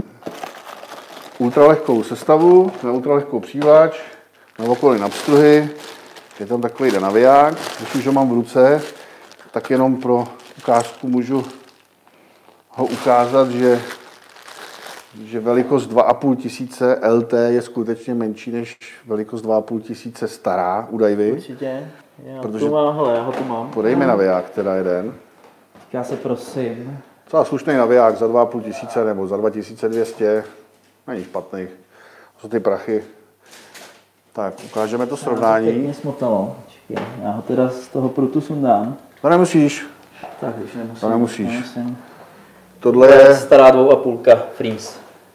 ultralehkou sestavu, na ultralehkou přívač, na okolí napstruhy, je tam takový naviják. Když už ho mám v ruce, tak jenom pro ukázku můžu ho ukázat, že, že velikost dva a půl tisíce L T je skutečně menší než velikost dva a půl tisíce stará u Divey. Určitě. Já protože tu mám, hele, já ho tu mám. Podej mi naviják teda jeden. Já se prosím. Celá slušný naviják za dva a půl tisíce nebo za dva tisíce dvě stě. Není špatný. To jsou ty prachy. Tak, ukážeme to srovnání. Já to pěkně smotalo. Počkej, já ho teda z toho prutu sundám. To nemusíš. Tak, když nemusím. To nemusíš. Nemusím. Tohle je stará dvou a půlka Freems.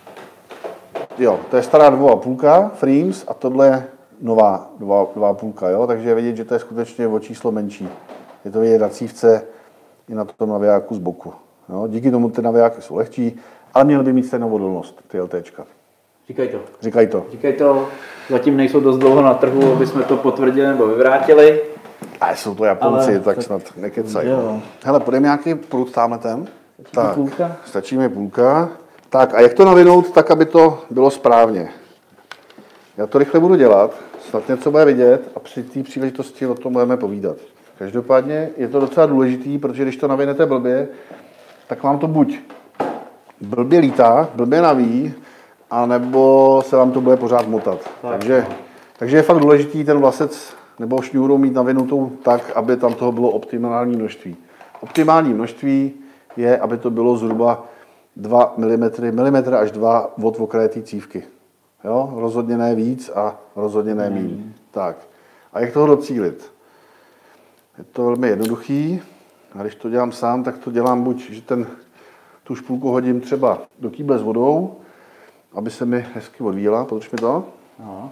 Jo, to je stará dvou a půlka Freems a tohle je nová dva, dva a půlka, jo, takže je vidět, že to je skutečně o číslo menší. Je to vidět na cívce i na tom navijáku z boku. Jo. Díky tomu ty navijáky jsou lehčí, ale měly by mít stejnou odolnost, ty LTčka. Říkaj to. Říkaj to. Říkaj to. Zatím nejsou dost dlouho na trhu, aby jsme to potvrdili nebo vyvrátili. A jsou to Japonci, ale tak, tak snad nekecají. Hele, podej mi nějaký prut tamhle ten. Stačí tak, půlka? Stačí mi půlka. Tak a jak to navinout, tak aby to bylo správně. Já to rychle budu dělat, snad něco bude vidět a při té příležitosti o tom budeme povídat. Každopádně je to docela důležitý, protože když to navinete blbě, tak vám to buď blbě lítá, blbě naví, anebo se vám to bude pořád motat. Tak. Takže, takže je fakt důležitý ten vlasec nebo šňůru mít navinutou tak, aby tam toho bylo optimální množství. Optimální množství je, aby to bylo zhruba dva milimetry, milimetr až dva od okraje té cívky. Jo? Rozhodně ne víc a rozhodně ne míň. Tak. A jak toho docílit? Je to velmi jednoduchý. A když to dělám sám, tak to dělám buď, že ten, tu špůlku hodím třeba do kýble s vodou, aby se mi hezky odvíjela, podrž mi to. No.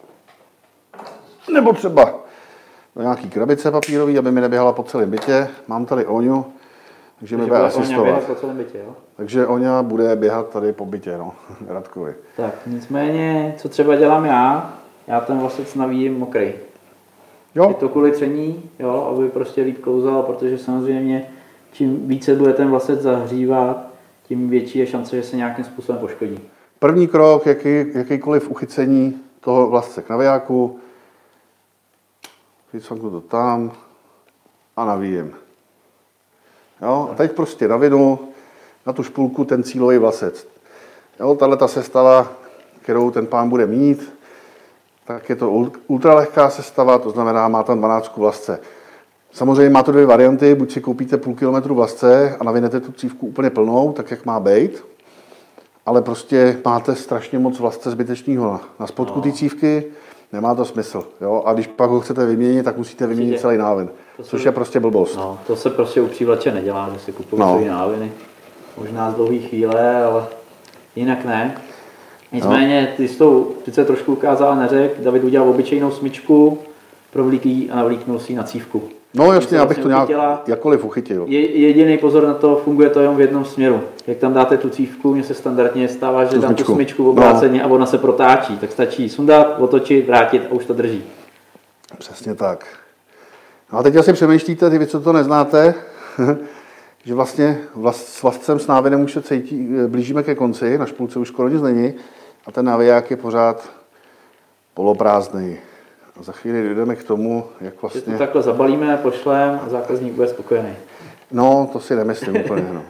Nebo třeba do nějaký krabice papírový, aby mi neběhala po celém bytě. Mám tady Oňu, takže mi bude asistovat. Po celém bytě, jo? Takže Oňa bude běhat tady po bytě, no, Radkovi. Tak, nicméně, co třeba dělám já, já ten vlasec navíjím mokrý. Jo. Je to kvůli tření, jo, aby prostě líp klouzal, protože samozřejmě čím více bude ten vlasec zahřívat, tím větší je šance, že se nějakým způsobem poškodí. První krok, jaký, jakýkoliv uchycení toho vlasce k navijáku, vycvaknu to tam a navíjem. Jo, a teď prostě navinu na tu špulku ten cílový vlasec. Jo, tahle ta sestava, kterou ten pán bude mít, tak je to ultralehká sestava, to znamená, má tam dvanáct vlasce. Samozřejmě má to dvě varianty, buď si koupíte půl kilometru vlasce a navinete tu cívku úplně plnou, tak jak má být, ale prostě máte strašně moc vlasce zbytečného na spodku no. té cívky, nemá to smysl. Jo? A když pak ho chcete vyměnit, tak musíte vyměnit Určitě. celý návin, to což se... je prostě blbost. No, to se prostě u přívlače nedělá, že si kupují no. celý náviny. Možná z dlouhý chvíle, ale jinak ne. Nicméně ty s tou, ty se trošku ukázal neřek, David udělal obyčejnou smyčku, provlík jí a navlíknul si ji na cívku. No jasně, abych to nějak jakkoliv uchytil. Je, jediný pozor na to, funguje to jenom v jednom směru. Jak tam dáte tu cívku, mně se standardně stává, že tu dám smyčku. tu smyčku v obráceně no. a ona se protáčí. Tak stačí sundat, otočit, vrátit a už to drží. Přesně tak. No a teď asi přemýšlíte, ty vy, co to neznáte, že vlastně s vlastcem s návinem už se cítí, blížíme ke konci, na špulce už skoro nic není a ten náviják je pořád poloprázdný. A za chvíli jdeme k tomu, jak vlastně... Že to takhle zabalíme, pošleme a zákazník bude spokojený. No, to si nemyslím úplně. No.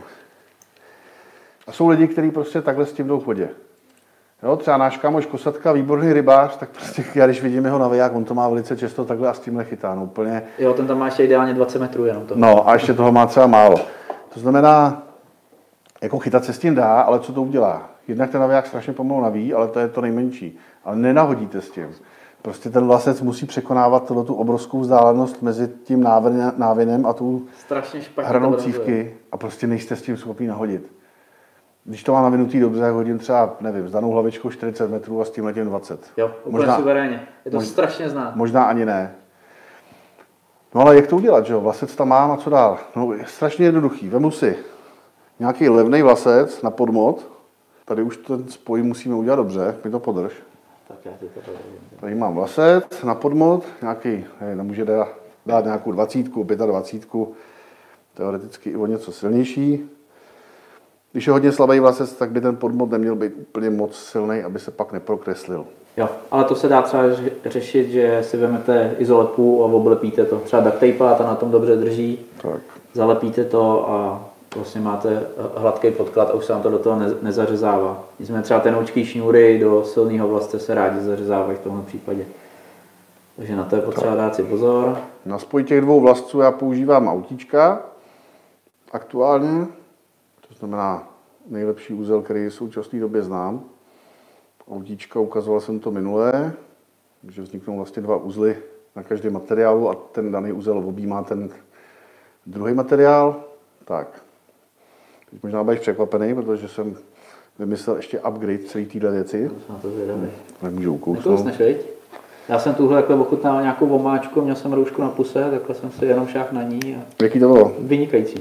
A jsou lidi, kteří prostě takhle s tím jdou v vodě. Jo, třeba náš kámoš Kosatka, výborný rybář, tak prostě já když vidím jeho naviják, on to má velice často takhle a s tímhle chytá. No, úplně... Jo, ten tam má ještě ideálně dvacet metrů jenom to. No a ještě toho má třeba málo. To znamená, jako chytat se s tím dá, ale co to udělá? Jednak ten naviják strašně pomalu naví, ale to je to nejmenší. Ale nenahodíte s tím. Prostě ten vlasec musí překonávat tu obrovskou vzdálenost mezi tím návinem a tou hranou cívky a prostě nejste s tím schopni nahodit. Když to má navinutý dobře, tak hodím třeba, nevím, s danou hlavičkou čtyřicet metrů a s tím letím dvacet. Jo, úplně možná, suverénně. Je to mož, strašně znát. Možná ani ne. No ale jak to udělat, že jo? Vlasec tam mám a co dál? No je strašně jednoduchý. Vemu si nějaký levný vlasec na podmot. Tady už ten spoj musíme udělat dobře, mi to podrž. Tak já ti to podržím. Tady mám vlasec na podmot, nějaký, nevím, může dát, dát nějakou dvacítku, pětadvacítku, teoreticky i o něco silnější. Když je hodně slabý vlasec, tak by ten podmot neměl být úplně moc silný, aby se pak neprokreslil. Jo, ale to se dá třeba řešit, že si vezmete izolepku a oblepíte to. Třeba duct tape, ta na tom dobře drží. Tak. Zalepíte to a vlastně máte hladký podklad a už se vám to do toho nezařezává. Nicméně třeba tenoučký šňůry do silného vlasce se rádi zařezávají v tomhle případě. Takže na to je potřeba dát si pozor. Na spoj těch dvou vlasců já používám autíčka aktuálně. To znamená nejlepší úzel, který v současné době znám. Autíčka, ukazoval jsem to minulé, že vzniknou vlastně dva uzly na každém materiálu a ten daný úzel objímá ten druhý materiál. Tak. Teď možná budeš překvapený, protože jsem vymyslel ještě upgrade celé téhle věci. Na to zvědavý. Nemůžu ukousnout. Nekousneš, viď? Já jsem tuhle takhle ochutnal nějakou omáčku, měl jsem roušku na puse, takhle jsem si jenom šáhl na ní. A... Jaký to bylo? Vynikající.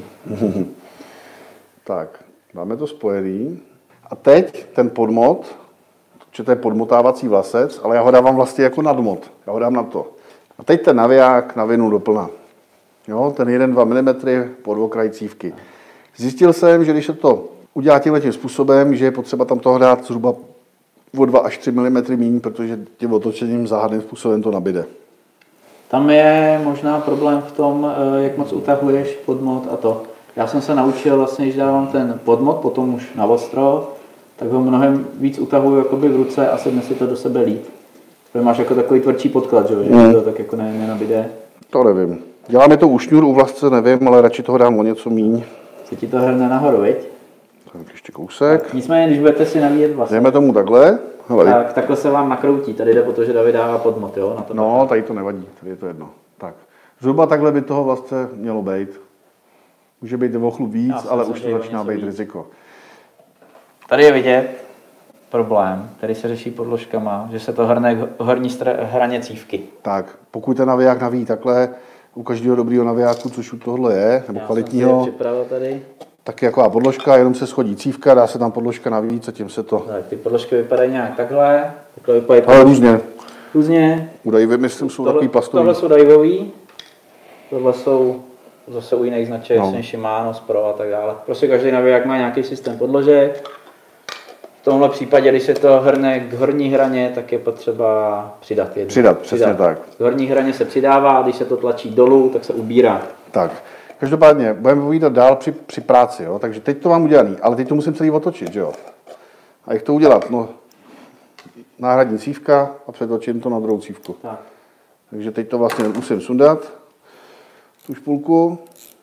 Tak, máme to spojený. A teď ten podmot, že to je podmotávací vlasec, ale já ho dávám vlastně jako nadmot. Já ho dám na to. A teď ten naviják navinu doplna. Jo, ten jeden až dva milimetry pod okraj cívky. Zjistil jsem, že když se to udělá tímhle způsobem, že je potřeba tam toho dát zhruba o dva až tři milimetry méně, protože tím otočením záhadným způsobem to nabide. Tam je možná problém v tom, jak moc utahuješ podmot a to. Já jsem se naučil vlastně, když dávám ten podmot, potom už na ostro, tak ho mnohem víc utahuju jakoby v ruce a sedne si to do sebe líp. Protože máš jako takový tvrdší podklad, že, mm. že to tak jako ne, nenabide. To nevím. Děláme to u šňůr, u vlasce nevím, ale radši toho dám o něco míň. Se ti to hrne nahoru, viď? Tak ještě kousek. Tak, nicméně, když budete si navíjet vlasce. Jdeme tomu takhle. Hele, tak, takhle se vám nakroutí. Tady jde o to, že David dává podmot, jo? Na to no, tak. Tady to nevadí, tady je to jedno. Tak. Zhruba takhle by toho vlastně mělo být. Může být o chlup víc, ale už to začíná být víc. Riziko. Tady je vidět problém, který se řeší podložkama, že se to hrne k horní hraně cívky. Tak, pokud ten naviják navíjí takhle, u každého dobrýho navijáku, což u tohle je, nebo já kvalitního, tady. Tak je taková podložka, jenom se schodí cívka, dá se tam podložka navíc a tím se to... Tak, ty podložky vypadají nějak takhle, takhle vypadají... Ale různě. Různě. U dajvy, myslím, jsou takový plastový. Tohle jsou dajvový, tohle jsou zase u jiných značek, no. Shimano, Pro a tak dále. Prostě každý naviják má nějaký systém podložek. V tomhle případě, když se to hrne k horní hraně, tak je potřeba přidat jedno. Přidat, přesně přidat. Tak. K horní hraně se přidává a když se to tlačí dolů, tak se ubírá. Tak. Každopádně, budeme povídat dál při, při práci, jo? Takže teď to mám udělaný, ale teď to musím celý otočit, že jo? A jak to udělat? No, náhradní cívka a přetočím to na druhou cívku. Tak. Takže teď to vlastně musím sundat, tu špulku,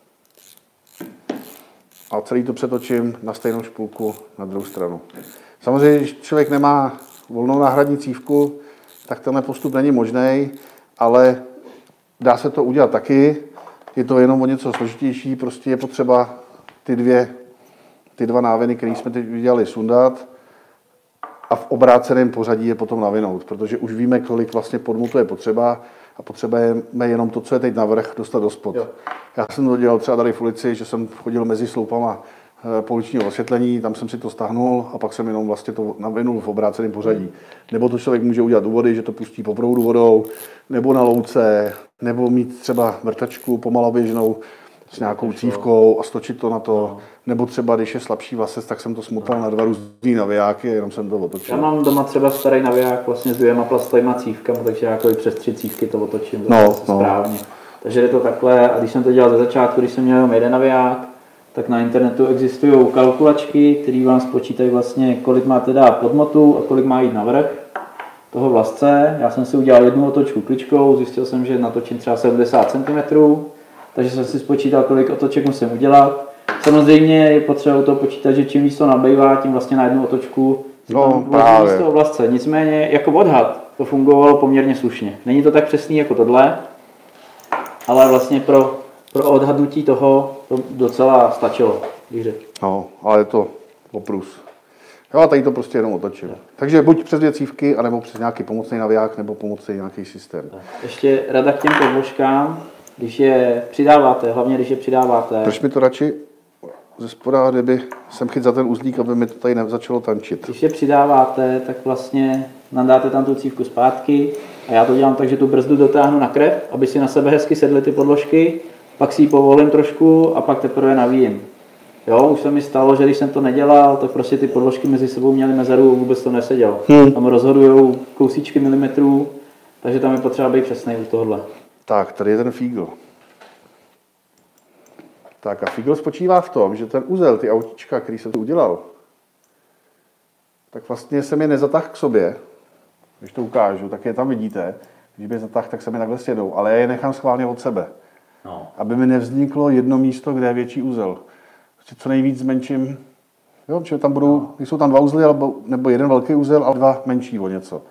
a celý to přetočím na stejnou špulku na druhou stranu. Samozřejmě, když člověk nemá volnou náhradní cívku, tak tenhle postup není možný, ale dá se to udělat taky. Je to jenom o něco složitější, prostě je potřeba ty dvě, ty dva náviny, které jsme teď udělali, sundat a v obráceném pořadí je potom navinout, protože už víme, kolik vlastně podmotu je potřeba a potřebujeme jenom to, co je teď navrch, dostat do spod. Jo. Já jsem to dělal třeba tady v ulici, že jsem chodil mezi sloupama pouličního osvětlení, tam jsem si to stáhnul a pak jsem jenom vlastně to navinul v obráceném pořadí. Nebo to člověk může udělat u vody, že to pustí po proudu vodou, nebo na louce, nebo mít třeba vrtačku pomaloběžnou s nějakou cívkou a stočit to na to. No. Nebo třeba, když je slabší vlasec, tak jsem to smotal no. na dva různý navijáky a jenom jsem to otočil. Já mám doma třeba starý naviják vlastně s dvěma plastovými cívkami, takže jako i přes tři cívky to otočím no, no. správně. Takže je to takhle a když jsem to dělal ze začátku, když jsem měl jenom jeden naviják, tak na internetu existují kalkulačky, které vám spočítají vlastně, kolik máte dát podmotu a kolik má jít navrch toho vlasce. Já jsem si udělal jednu otočku kličkou, zjistil jsem, že natočím třeba sedmdesát centimetrů, takže jsem si spočítal, kolik otoček musím udělat. Samozřejmě je potřeba to počítat, že čím víc to nabývá, tím vlastně na jednu otočku no, z toho vlasce. Nicméně jako odhad to fungovalo poměrně slušně. Není to tak přesný jako tohle, ale vlastně pro Pro odhadnutí toho to docela stačilo, když řekl. No, ale je to oprus. Jo, a tady to prostě jenom otočím. Tak. Takže buď přes dvě cívky, anebo přes nějaký pomocný naviják, nebo pomocný nějaký systém. Tak. Ještě rada k těm podložkám, když je přidáváte, hlavně když je přidáváte. Proč mi to radši ze spoda, kdyby jsem chyt za ten uzlík, aby mi to tady nezačalo tančit. Když je přidáváte, tak vlastně nadáte tam tu cívku zpátky a já to dělám tak, že tu brzdu dotáhnu na krev, aby si na sebe hezky sedly ty podložky. Pak si ji povolím trošku a pak teprve navíjím. Jo, už se mi stalo, že když jsem to nedělal, tak prostě ty podložky mezi sebou měly mezeru, vůbec to nesedělo. Hmm. Tam rozhodujou kousíčky milimetrů, takže tam je potřeba být přesnej u tohohle. Tak, tady je ten fígl. Tak a fígl spočívá v tom, že ten uzel, ty autíčka, který jsem tu udělal, tak vlastně jsem je nezatáhl k sobě. Když to ukážu, tak je tam vidíte. Když by je zatáhl, tak se mi takhle sjedou, ale já je nechám schválně od sebe. No. Aby mi nevzniklo jedno místo, kde je větší uzel. Prostě co nejvíc zmenším, jo, že tam budou, no. Jsou tam dva uzly, nebo jeden velký uzel a dva menší o něco.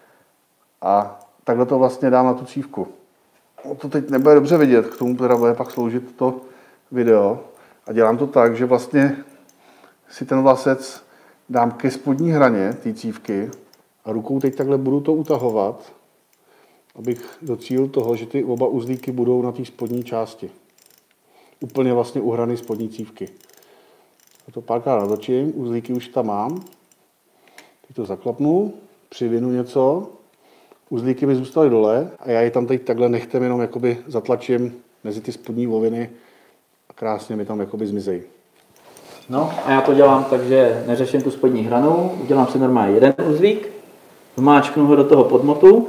A takhle to vlastně dám na tu cívku. O to teď nebude dobře vidět, k tomu teda bude pak sloužit to video. A dělám to tak, že vlastně si ten vlasec dám ke spodní hraně té cívky a rukou teď takhle budu to utahovat, abych docílil toho, že ty oba uzlíky budou na té spodní části. Úplně vlastně u hrany spodní cívky. A to párkrát natočím, uzlíky už tam mám. Teď to zaklapnu, přivinu něco, uzlíky mi zůstaly dole a já je tam teď takhle nechtem jenom jakoby zatlačím mezi ty spodní voviny a krásně mi tam jakoby zmizejí. No a já to dělám tak, že neřeším tu spodní hranu, udělám si normálně jeden uzlík, vmáčknu ho do toho podmotu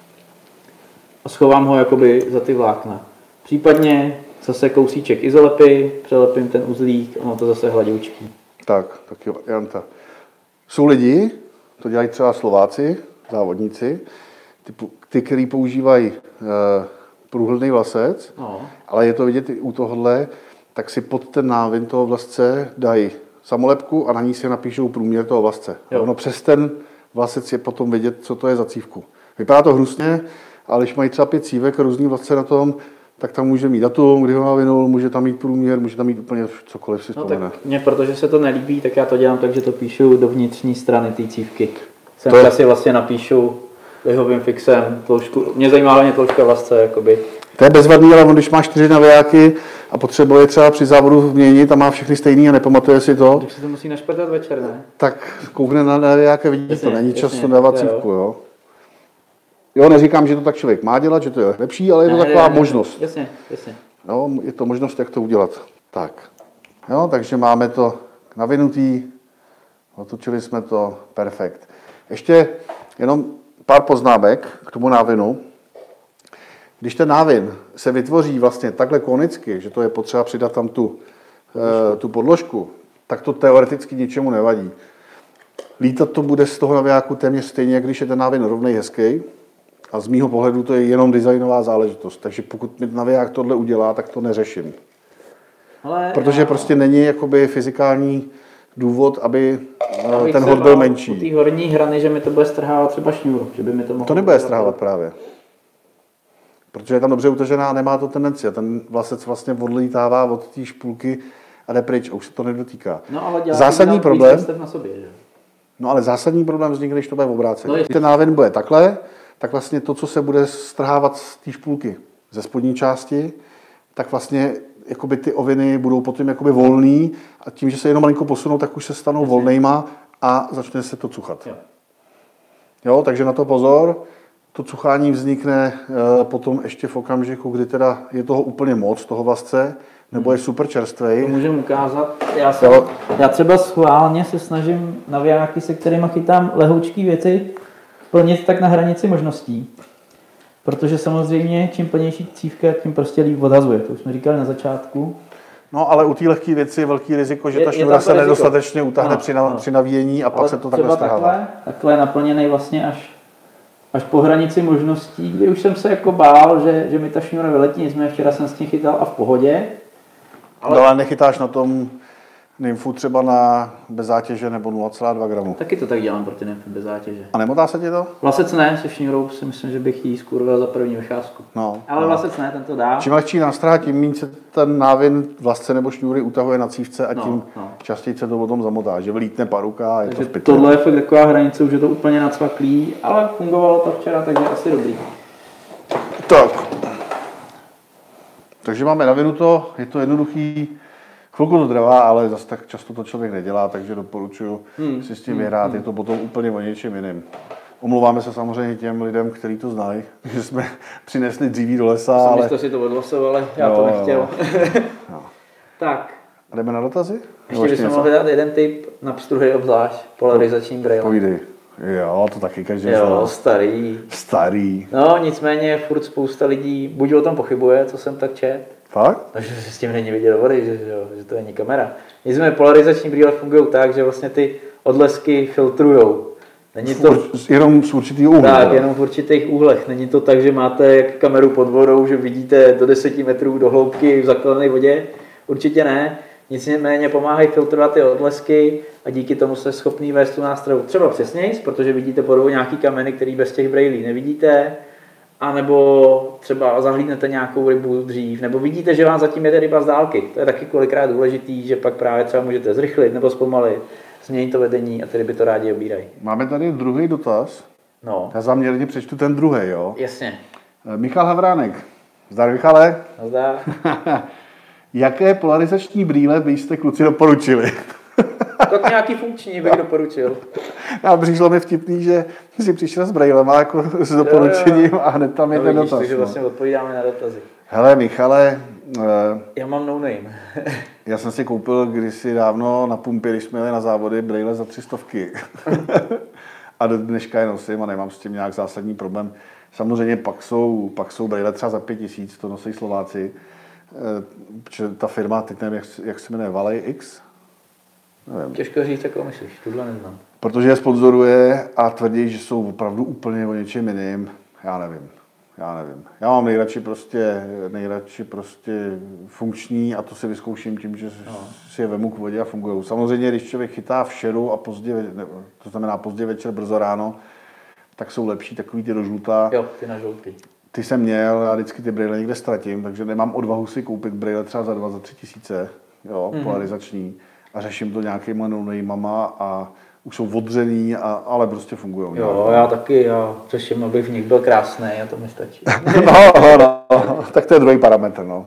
a schovám ho jakoby za ty vlákna. Případně zase kousíček izolepy, přelepím ten uzlík a ono to zase hladoučký. Tak, tak jo, Janta. Jsou lidi, to dělají třeba Slováci, závodníci, ty, ty kteří používají e, průhledný vlasec, no. Ale je to vidět i u tohohle, tak si pod ten návin toho vlasce dají samolepku a na ní si napíšou průměr toho vlasce. A ono přes ten vlasec je potom vidět, co to je za cívku. Vypadá to hnusně, ale když mají třeba pět cívek, různý vlasce na tom, tak tam může mít datum, kdy ho navinul, může tam mít průměr, může tam mít úplně cokoliv si vzpomene. No tak mě, protože se to nelíbí, tak já to dělám tak, že to píšu do vnitřní strany té cívky. Semka si vlastně napíšu lihovým fixem tloušku. Mě zajímá hlavně tloušťka vlasce, jakoby. To je bezvadný, ale on, když má čtyři navijáky a potřebuje třeba při závodu změnit a má všechny stejný a nepamatuje si to. Tak si to musí našprtat večer, ne? Tak koukne na navijáky, vidí jasně, to, není jasně, čas to dávat cívku, jo. Jo, neříkám, že to tak člověk má dělat, že to je lepší, ale je to ne, taková ne, ne, možnost. Jasně, jasně. No, je to možnost, jak to udělat. Tak. Jo, takže máme to navinutý, otočili jsme to, perfekt. Ještě jenom pár poznámek k tomu návinu. Když ten návin se vytvoří vlastně takhle konicky, že to je potřeba přidat tam tu, e, tu podložku, tak to teoreticky ničemu nevadí. Lítat to bude z toho navijáku téměř stejně, jak když je ten návin rovnej, hezký. A z mýho pohledu to je jenom designová záležitost. Takže pokud mi naviják tohle udělá, tak to neřeším. Ale Protože já... prostě není jakoby fyzikální důvod, aby ten hod byl menší. U té horní hrany, že mi to bude strhávat třeba šňůru. Že by mi to, mohlo to nebude strhávat právě. Protože je tam dobře utažená a nemá to tendenci. A ten vlasec vlastně odlítává od té špulky a jde pryč. A už se to nedotýká. No, ale zásadní problém, na sobě, že? No ale zásadní problém vznikne, když to bude v obráceně. No, když ten návěn bude takhle, tak vlastně to, co se bude strhávat z té špulky ze spodní části, tak vlastně jakoby ty oviny budou potom jakoby volný a tím, že se jenom malinko posunou, tak už se stanou Jasně. volnejma a začne se to cuchat. Jo. jo, takže na to pozor. To cuchání vznikne e, potom ještě v okamžiku, kdy teda je toho úplně moc, toho vlasce, nebo je super čerstvej. To můžeme ukázat. Já, jsem, já třeba schválně se snažím navijáky, se kterými chytám lehoučký věci, plnit tak na hranici možností. Protože samozřejmě, čím plnější cívka, tím prostě líp odhazuje. To už jsme říkali na začátku. No, ale u té lehké věci je velký riziko, že je, ta šňůra se nedostatečně utáhne no, při, na, no. při navíjení a pak ale se to takhle strhává. Takhle, takhle je naplněný vlastně až, až po hranici možností, kdy už jsem se jako bál, že, že mi ta šňůra vyletí, nicméně včera jsem s tím chytal a v pohodě. Ale, no, ale nechytáš na tom nymfu třeba na bez zátěže nebo nula celá dva gramu. Taky to tak dělám pro ty nymfy bez zátěže. A nemotá se ti to? Vlasec ne, se šňůrou si myslím, že bych jí skurvil za první vycházku. No, ale no. vlasec ne, ten to dá. Čím lehčí nástraha, tím méně se ten návin vlasce nebo šňůry utahuje na cívce a tím no, no. častěji se to potom zamotá, že vylítne paruka a je takže to zbytné. Tohle je fakt taková hranice, už je to úplně nacvaklý, ale fungovalo to včera, takže asi dobrý. Tak. Takže máme navinuto, je to jednoduchý. Chvilku to trvá, ale zase tak často to člověk nedělá, takže doporučuji hmm. si s tím vyhrát. Hmm. Je to potom úplně o něčem jiným. Omlouváme se samozřejmě těm lidem, kteří to znají, že jsme přinesli dříví do lesa. Jsem ale... myslel, si to odlosovali, já jo, to nechtěl. Jo. Tak. A jdeme na dotazy? Ještě bychom mohli dát jeden tip na pstruhy obzvlášť, polarizační brýle. Povídej. Jo, to taky každý Jo, zná. starý. Starý. No, nicméně furt spousta lidí buď o tom pochybuje, co jsem tak čet. Fakt? Takže se s tím není vidět do vody, že, že, že to není kamera. Nicméně polarizační brýle fungují tak, že vlastně ty odlesky filtrujou. Není to jenom z určitých úhlů. Tak, jenom v určitých úhlech. Není to tak, že máte jak kameru pod vodou, že vidíte do deseti metrů do hloubky v zakalené vodě. Určitě ne. Nicméně pomáhají filtrovat ty odlesky a díky tomu jste schopný vést tu nástrahu třeba přesněji, protože vidíte pod vodou nějaký kameny, který bez těch brejlí nevidíte. A nebo třeba zahlídnete nějakou rybu dřív, nebo vidíte, že vám zatím jede ryba z dálky. To je taky kolikrát důležitý, že pak právě třeba můžete zrychlit nebo zpomalit, změnit to vedení a ty ryby to rádi obírají. Máme tady druhý dotaz. No. Já záměrně přečtu ten druhý, jo? Jasně. Michal Havránek. Zdar, Michale. Zdar. Jaké polarizační brýle byste kluci doporučili? Tak nějaký funkční bych doporučil. A přišlo mi vtipný, že jsi přišel s brejlema jako s doporučením jo, jo. a hned tam je no, ten vidíš, dotaz. Takže vlastně odpovídáme na dotazy. Hele, Michale. Uh, Já mám no name. Já jsem si koupil kdysi dávno na pumpě, když jsme jeli na závody, brejle za tři stovky. A do dneška je nosím a nemám s tím nějak zásadní problém. Samozřejmě pak jsou, pak jsou brejle třeba za pět tisíc, to nosí Slováci. Uh, ta firma, teď nevím, jak, jak se jmenuje, Valley X? Nevím. Těžko říct, jakou myslíš, tuhle neznám. Protože je sponzoruje a tvrdí, že jsou opravdu úplně o něčem jiným. Já nevím. Já nevím. Já mám nejradši prostě, nejradši prostě funkční a to si vyzkouším tím, že no. si je vemu k vodě a fungují. Samozřejmě, když člověk chytá v šeru a pozdě, to znamená pozdě večer, brzo ráno, tak jsou lepší takový ty do žlutá. Jo, ty na žlutý. Ty jsem měl, já vždycky ty brejle někde ztratím, takže nemám odvahu si koupit brejle třeba za dva, za tři tisíce, jo, mm-hmm. polarizační. A řeším to nějakýma no-nameama a už jsou odřený, a, ale prostě fungují. Jo, já taky, já řeším, aby v nich byl krásný a to mi stačí. no, no, no, tak to je druhý parametr, no.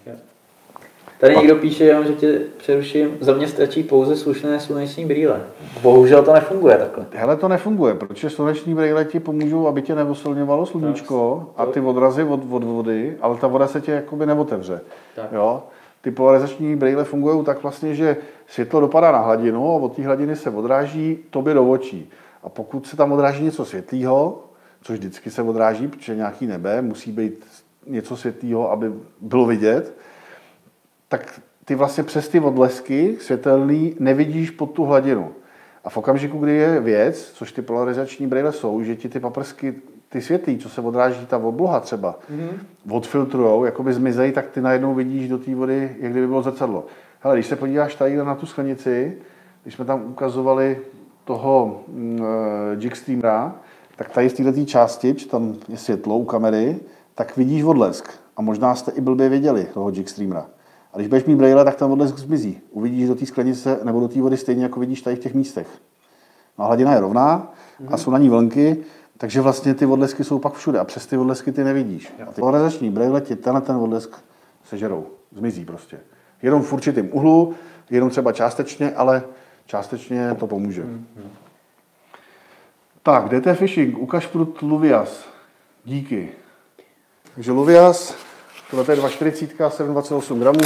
Tady no. Někdo píše, že tě přeruším, za mě stačí pouze slušné sluneční brýle. Bohužel to nefunguje takhle. Hele, to nefunguje, protože sluneční brýle ti pomůžou, aby tě neosilňovalo sluníčko a ty odrazy od, od vody, ale ta voda se tě jakoby neotevře. Tak. Jo? Ty polarizační brýle fungují tak vlastně, že světlo dopadá na hladinu a od té hladiny se odráží tobě do očí. A pokud se tam odráží něco světlého, což vždycky se odráží, protože nějaký nebe musí být něco světlého, aby bylo vidět, tak ty vlastně přes ty odlesky světelný nevidíš pod tu hladinu. A v okamžiku, kdy je věc, což ty polarizační brýle jsou, že ti ty paprsky, ty světlý, co se odráží, ta obloha třeba, mm-hmm. odfiltrujou, jakoby zmizejí, tak ty najednou vidíš do té vody, jak kdyby bylo zrcadlo. Hele, když se podíváš tady na tu sklenici, když jsme tam ukazovali toho uh, Jigstreamera, tak tady z této části, tam je světlo u kamery, tak vidíš odlesk. A možná jste i blbě viděli toho Jigstreamera. A když budeš mít brejle, tak ten odlesk zmizí. Uvidíš do té sklenice nebo do té vody stejně, jako vidíš tady v těch místech. A hladina je rovná mm-hmm. a jsou na ní vlnky, takže vlastně ty odlesky jsou pak všude a přes ty odlesky ty nevidíš. A ty polarizační brejle ti tenhle ten odlesk sežerou, zmizí prostě. Jenom v určitém úhlu, jenom třeba částečně, ale částečně to pomůže. Mm-hmm. Tak, D T Fishing, ukaž prut Luvias. Díky. Takže Luvias, tohle je dva čtyřicet, sedm dvacet osm gramů.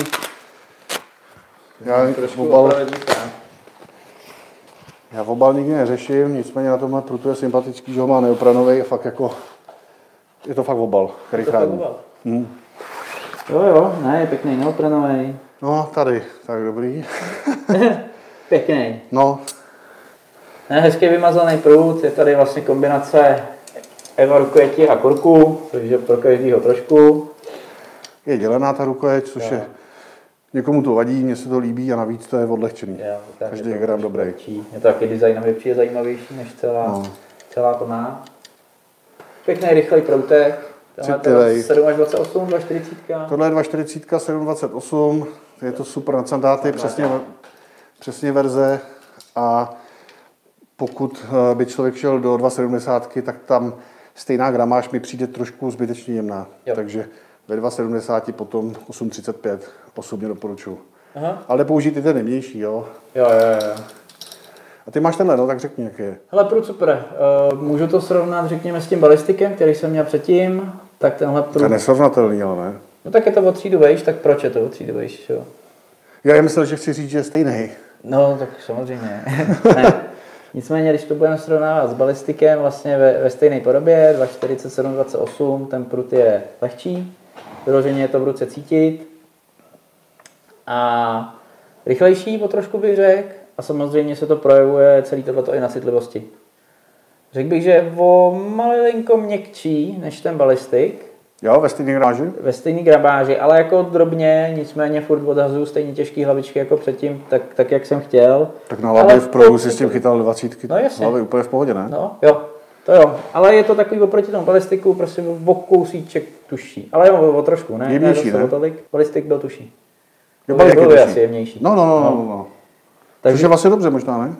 Já obal, já obal nikdy neřeším, nicméně na tomhle prutu je sympatický, že ho má neopranovej a fakt jako, je to fakt obal, který chrání. Hmm. Jo, jo, ne, je pěkný, neopranovej. No, tady, tak dobrý. Pěkný. No. Ne, hezky vymazaný prut, je tady vlastně kombinace Eva rukojeti a korku, takže pro každýho trošku. Je dělená ta rukojeť, což jo. je, někomu to vadí, mně se to líbí a navíc to je odlehčený. Jo, každý je gram dobrý. Lepší. Je to taky designově přijde zajímavější než celá, no. celá plná. Pěkný rychlej proutek. sedm až dvacet osm, dva čtyřicet. Tohle je dva čtyřicet, sedm dvacet osm, je to super na sandáty, přesně, přesně verze a pokud by člověk šel do dva sedmdesát, tak tam stejná gramáž mi přijde trošku zbytečně jemná. Jo. Takže ve dva sedmdesát potom osm třicet pět osobně doporučuji. Aha. Ale použijte ten nejmější, jo? Jo, jo, jo. A ty máš tenhle, no, tak řekni, jaký je. Hele, prut super. Uh, můžu to srovnat, řekněme, s tím balistikem, který jsem měl předtím, tak tenhle prut... To je nesrovnatelný, ale ne? No tak je to o třídu vejš, tak proč je to o třídu vejš, jo? Já já myslel, že chci říct, že je stejný. No, tak samozřejmě. Ne. Nicméně, když to budeme srovnávat s balistikem vlastně ve, ve stejné podobě, dva čtyřicet, sedm dvacet osm, ten prut je lehčí, vyloženě je to v ruce cítit a rychlejší po trošku bych řekl a samozřejmě se to projevuje celý tohleto i na citlivosti. Řekl bych, že je o malinko měkčí než ten balistik. Jo, ve stejné grabáži? Ve stejné grabáži, ale jako drobně, nicméně furt odhazuju stejně těžký hlavičky jako předtím, tak, tak jak jsem chtěl. Tak na hlavě v prohu si s tím chytal dvacítky, no jasně. Hlavě úplně v pohodě, ne? No, jo, to jo, ale je to takový oproti tomu balistiku, prostě o kousíček tuší, ale jo, o trošku, ne? Jemnější, ne? O tolik, balistik byl tuší. Jo, balistik byl tuší. asi jemnější. No, no, no, no, no. no. Takže... Což je vlastně dobře možná, ne?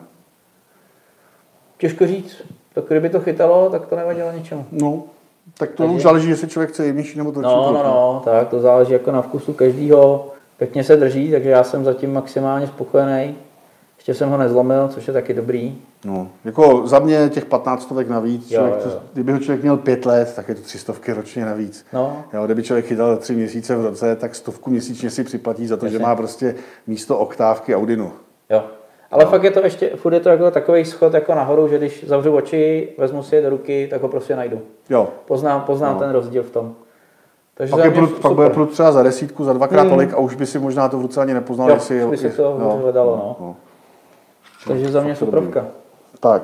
Těžko říct, tak kdyby to chytalo, tak to nevadilo ničemu. No. Tak to Takže... už záleží, jestli člověk chce jemnější nebo to. No, no, no, tak to záleží jako na vkusu každýho. Pěkně se drží, takže já jsem zatím maximálně spokojený. Ještě jsem ho nezlomil, což je taky dobrý. No, jako za mě těch patnáct stovek navíc. Jo, člověk, jo. To, kdyby ho člověk měl pět let, tak je to tři stovky ročně navíc. No. Jo, kdyby člověk chytal tři měsíce v roce, tak stovku měsíčně si připlatí za to, Jasně. že má prostě místo oktávky Audinu. Jo. Ale no. fakt je to ještě, furt je to jako takový schod jako nahoru, že když zavřu oči, vezmu si je do ruky, tak ho prostě najdu. Jo. Poznám, poznám no. ten rozdíl v tom. Takže pak, je prut, pak bude prut třeba za desítku, za dvakrát hmm. tolik a už by si možná to v ruce ani nepoznal, jo, jestli by si to no, hledalo. No. No. Takže no, za mě suprovka. Tak.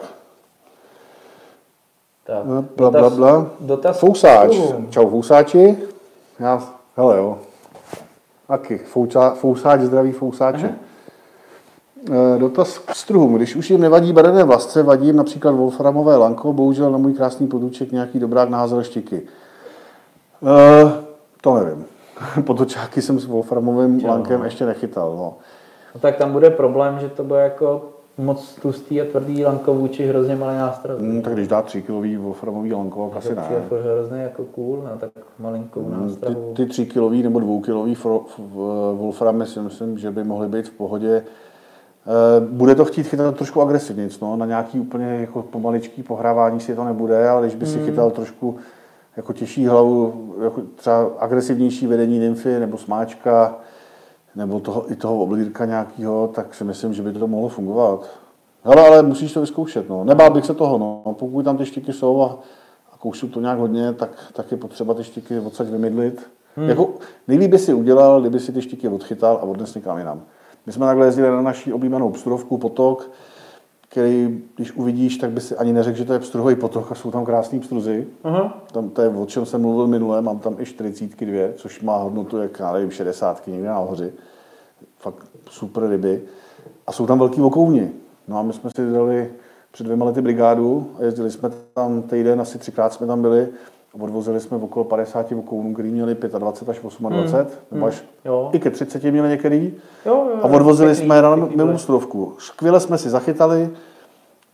tak. Bla, bla, bla. Dotaz. Fousáč. Čau fousáči. Já, hele jo. Taky. Fouča, fousáč, zdraví fousáče. Aha. Dotaz k struhům. Když už jim nevadí barevné vlasce, vadí jim například wolframové lanko, bohužel na můj krásný podůček nějaký dobrák naházel štiky. Uh, to nevím. Potočáky jsem s wolframovým Čo, lankem no. ještě nechytal. No. No tak tam bude problém, že to bude jako moc tlustý a tvrdý lanko vůči hrozně malý nástroj. Hmm, tak když dá tři kilový wolframový lanko, tak asi ne. To je hrozně jako cool, no, tak malinkou hmm, nástrahu. Ty, ty tři kilový nebo dvoukilový wolframy si myslím, že by mohly být v pohodě. Bude to chtít chytat trošku agresivně, no? Na nějaký úplně jako pomaličký pohrávání si to nebude, ale když by si hmm. chytal trošku jako těžší hlavu, jako třeba agresivnější vedení nymfy nebo smáčka, nebo toho, i toho oblírka nějakého, tak si myslím, že by to mohlo fungovat. Hele, ale musíš to vyzkoušet, no. Nebál bych se toho, no. Pokud tam ty štiky jsou a, a koušu to nějak hodně, tak, tak je potřeba ty štiky odsaď vymydlit. Hmm. Jako, nejlíp by si udělal, kdyby si ty štiky odchytal a odnes někam jinam. My jsme takhle jezdili na naší oblíbenou pstruhovku Potok, který, když uvidíš, tak by si ani neřekl, že to je pstruhový potok a jsou tam krásný pstruzy. Uh-huh. Tam, to je, o čem jsem mluvil minule, mám tam i čtyřicítky dvě, což má hodnotu, jak já nevím, šedesátky někde nahoře. Fakt super ryby. A jsou tam velký vokouni. No a my jsme si dali před dvěma lety brigádu a jezdili jsme tam týden, asi třikrát jsme tam byli. A odvozili jsme okolo padesát vokounů, který měli dvacet pět až dvacet osm, nebo až mm, i ke třiceti měli některý. Jo, jo, a odvozili pěkný, jsme je na milou strovku. Skvěle jsme si zachytali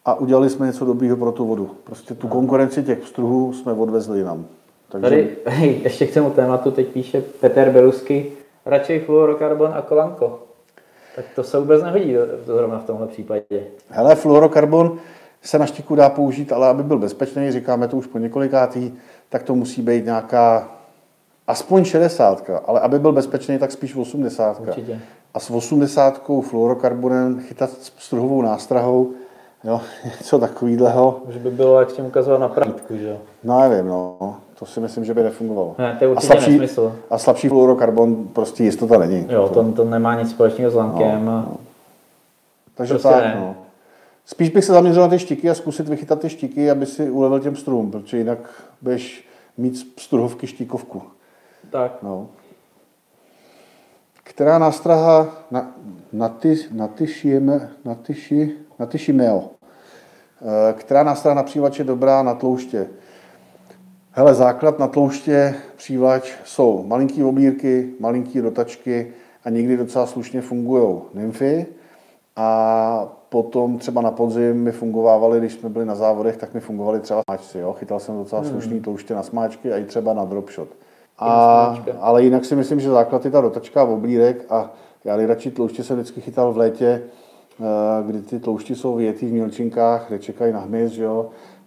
a udělali jsme něco dobrýho pro tu vodu. Prostě tu konkurenci těch pstruhů jsme odvezli jinam. Takže... Tady hej, ještě k tomu tématu teď píše Petr Belusky, radši fluorokarbon a kolanko. Tak to se vůbec nehodí zrovna v tomhle případě. Hele, fluorokarbon se na štiku dá použít, ale aby byl bezpečný, říkáme to už po několikátý, tak to musí být nějaká aspoň šedesátka, ale aby byl bezpečný, tak spíš osmdesátka. Určitě. A s osmdesátkou fluorokarbonem chytat s pstruhovou nástrahou, jo, něco takovýhleho. Už by bylo, jak jsem ukazoval na pravítku, že jo? No nevím, no, to si myslím, že by nefungovalo. Ne, to je určitě a slabší, nesmysl. A slabší fluorokarbon prostě jistota není. Jo, to, to nemá nic společného s lankem. No, no. Takže prostě tak, ne. no. Spíš bych se zaměřil na ty štiky a zkusit vychytat ty štiky, aby si ulevil těm strům, protože jinak budeš mít z pstruhovky štíkovku. Tak. No. Která nástraha na, na ty, na ty šijeme, na ty ši, na ty šimeo. Která nástraha na přívlač je dobrá na tlouště? Hele, základ na tlouště přívlač jsou malinký oblírky, malinký rotačky a někdy docela slušně fungují nymfy. A potom třeba na podzim mi fungovaly, když jsme byli na závodech, tak mi fungovaly třeba smáčci. Jo? Chytal jsem docela hmm. slušný tlouště na smáčky a i třeba na dropshot. A, ale jinak si myslím, že základ je ta rotačka a oblírek a já nejradši tlouště jsem vždycky chytal v létě, kdy ty tloušti jsou vyjetý v mělčinkách, kde čekají na hmyz, že jo?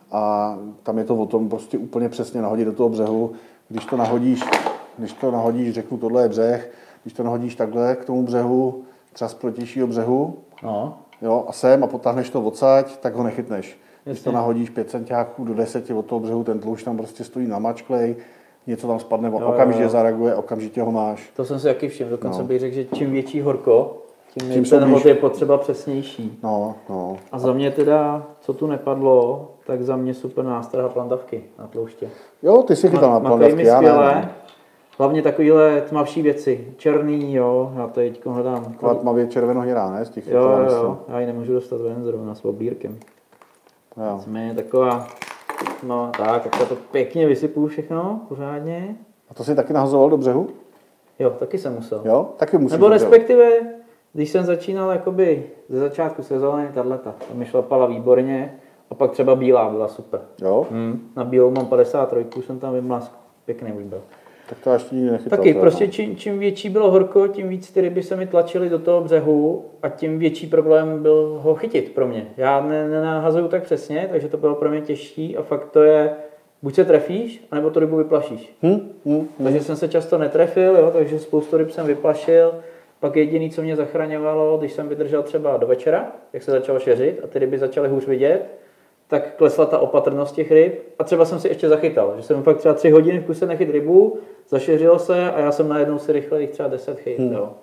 A tam je to o tom prostě úplně přesně nahodit do toho břehu. Když to nahodíš, když to nahodíš, řeknu, tohle je břeh, když to nahodíš takhle k tomu břehu, třeba z protějšího břehu, no. jo, a sem a potáhneš to odsaď, tak ho nechytneš. Když to nahodíš pět centiáků do deseti od toho břehu, ten tloušť tam prostě stojí na mačklej, něco tam spadne, jo, okamžitě jo. zareaguje, okamžitě ho máš. To jsem si taky všiml, dokonce no. bych řekl, že čím větší horko, tím, tím ten hod blíž... je potřeba přesnější. No, no. A za mě teda, co tu nepadlo, tak za mě super nástraha plantavky na tlouště. Jo, ty si chytal na plantavky, já ne. Hlavně takovýhle tmavší věci, černý, jo, já to teď hledám. Taková tmavě červenohněrá, ne? Z těch jo, jo, jo, já ji nemůžu dostat ven zrovna s oblírkem. Jo. Jsme taková, no tak, tak já to pěkně vysypuju všechno, pořádně. A to jsi taky nahazoval do břehu? Jo, taky jsem musel. Jo, taky musíš. Nebo respektive, když jsem začínal jakoby ze začátku sezóny, tato, tam mi šlapala výborně a pak třeba bílá byla super. Jo? Hmm. Na bílou mám padesát tři, jsem tam vymlask, pěkný už byl. Tak to ještě nikdy nechytal. Taky, prostě čím, čím větší bylo horko, tím víc ty ryby se mi tlačily do toho břehu a tím větší problém byl ho chytit pro mě. Já ne, nenahazuju tak přesně, takže to bylo pro mě těžší a fakt to je, buď se trefíš, anebo tu rybu vyplašíš. Hmm, hmm, hmm. Takže jsem se často netrefil, jo, takže spoustu ryb jsem vyplašil. Pak jediné, co mě zachraňovalo, když jsem vydržel třeba do večera, jak se začalo šeřit a ty ryby začaly hůř vidět, tak klesla ta opatrnost těch ryb a třeba jsem si ještě zachytal, že jsem fakt třeba tři hodiny v kuse nechyt rybu, zašeřilo se a já jsem najednou si rychle jich třeba deset chyt. Hmm. Jo.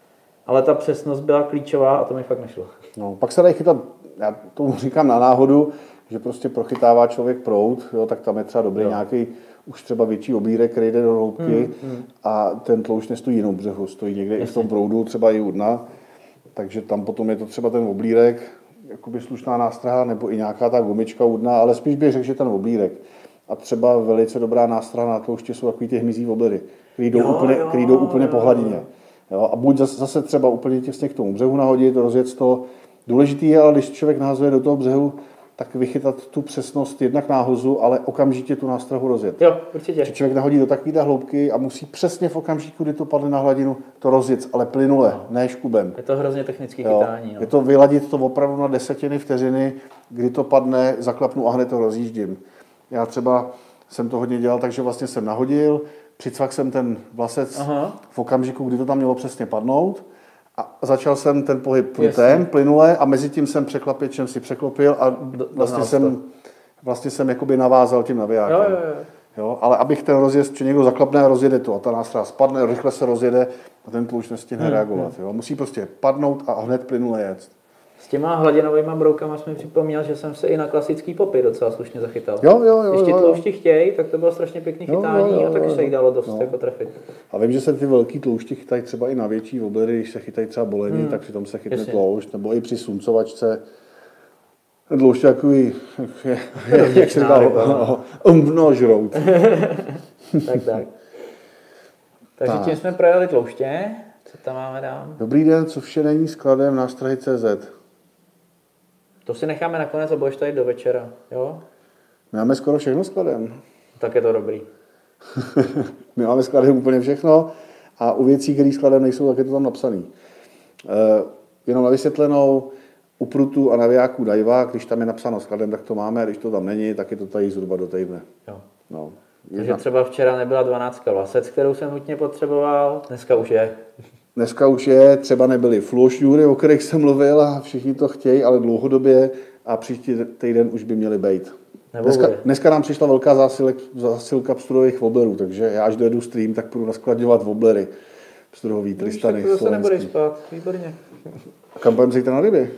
Ale ta přesnost byla klíčová a to mi fakt nešlo. No, pak se dají chytat, já tomu říkám na náhodu, že prostě prochytává člověk proud, jo, tak tam je třeba dobrý jo. nějaký už třeba větší oblírek, který jde do hloubky hmm, hmm. a ten tloušť nestojí jenom v břehu, stojí někde Jasně. i v tom proudu, třeba i u dna, takže tam potom je to třeba ten oblírek, jakoby slušná nástraha, nebo i nějaká ta gumička u dna, ale spíš bych řekl, že ten oblírek. A třeba velice dobrá nástraha na tlouště jsou takový ty hmyzí obledy, který jdou, jo, úplně, jo, který jdou úplně jo, po hladině. Jo, a buď zase třeba úplně těsně k tomu břehu nahodit, rozjet to. Důležitý je, ale když člověk nahazuje do toho břehu, tak vychytat tu přesnost jednak náhozu, ale okamžitě tu nástrahu rozjet. Jo, určitě. Že člověk nahodí do takovéhle hloubky a musí přesně v okamžiku, kdy to padne na hladinu, to rozjet, ale plynule, no. ne škubem. Je to hrozně technické chytání. No. Je to vyladit to opravdu na desetiny vteřiny, kdy to padne, zaklapnu a hned to rozjíždím. Já třeba jsem to hodně dělal, takže vlastně jsem nahodil, přicvak jsem ten vlasec Aha. v okamžiku, kdy to tam mělo přesně padnout. A začal jsem ten pohyb prutem, plynule a mezi tím jsem překlapěčem si překlopil a vlastně jsem, vlastně jsem jakoby navázal tím navijákem. Jo, jo, jo. Jo, ale abych ten rozjezd, či někdo zaklapne a rozjede to a ta nástraha spadne, rychle se rozjede a ten tloušť nestihne hmm, reagovat. Jo. Musí prostě padnout a hned plynule jet. S těma hladinovými broukama jsem mi připomněl, že jsem se i na klasický popy docela slušně zachytal. Jo, jo, jo. Když ti jo, tloušti chtějí, tak to bylo strašně pěkný chytání jo, jo, jo, a taky se jich dalo dost no. jako trefit. A vím, že se ty velký tloušti chytají třeba i na větší obledy, když se chytají třeba bolení, hmm. tak přitom se chytne Jasně. tloušť, nebo i při suncovačce. Ten tloušť takový, jak, jak, jak se dá množrout. tak, tak. Takže tak. tím jsme projeli tlouště. Co tam máme dál? Dobrý den, co vše není skladem nástrahy tečka cé zet. To si necháme nakonec a budeš tady do večera, jo? My máme skoro všechno skladem. Tak je to dobrý. My máme skladem úplně všechno a u věcí, které skladem nejsou, tak je to tam napsaný. E, jenom na vysvětlenou, u prutu a navijáků dajva, když tam je napsáno skladem, tak to máme, a když to tam není, tak je to tady zhruba do týdne. Jo. No. Takže třeba včera nebyla dvanáctka vlasec, kterou jsem nutně potřeboval, dneska už je. Dneska už je, třeba nebyly fluošňůry, o kterých jsem mluvil a všichni to chtějí, ale dlouhodobě a příští týden už by měly být. Dneska, dneska nám přišla velká zásilek, zásilka pstruhových woblerů, takže já až dojedu stream, tak půjdu naskladňovat woblery. Pstruhový, Tristany, slovenský. To se nebudeš slovenský. spát, výborně. A kam půjdeme zítra na ryby?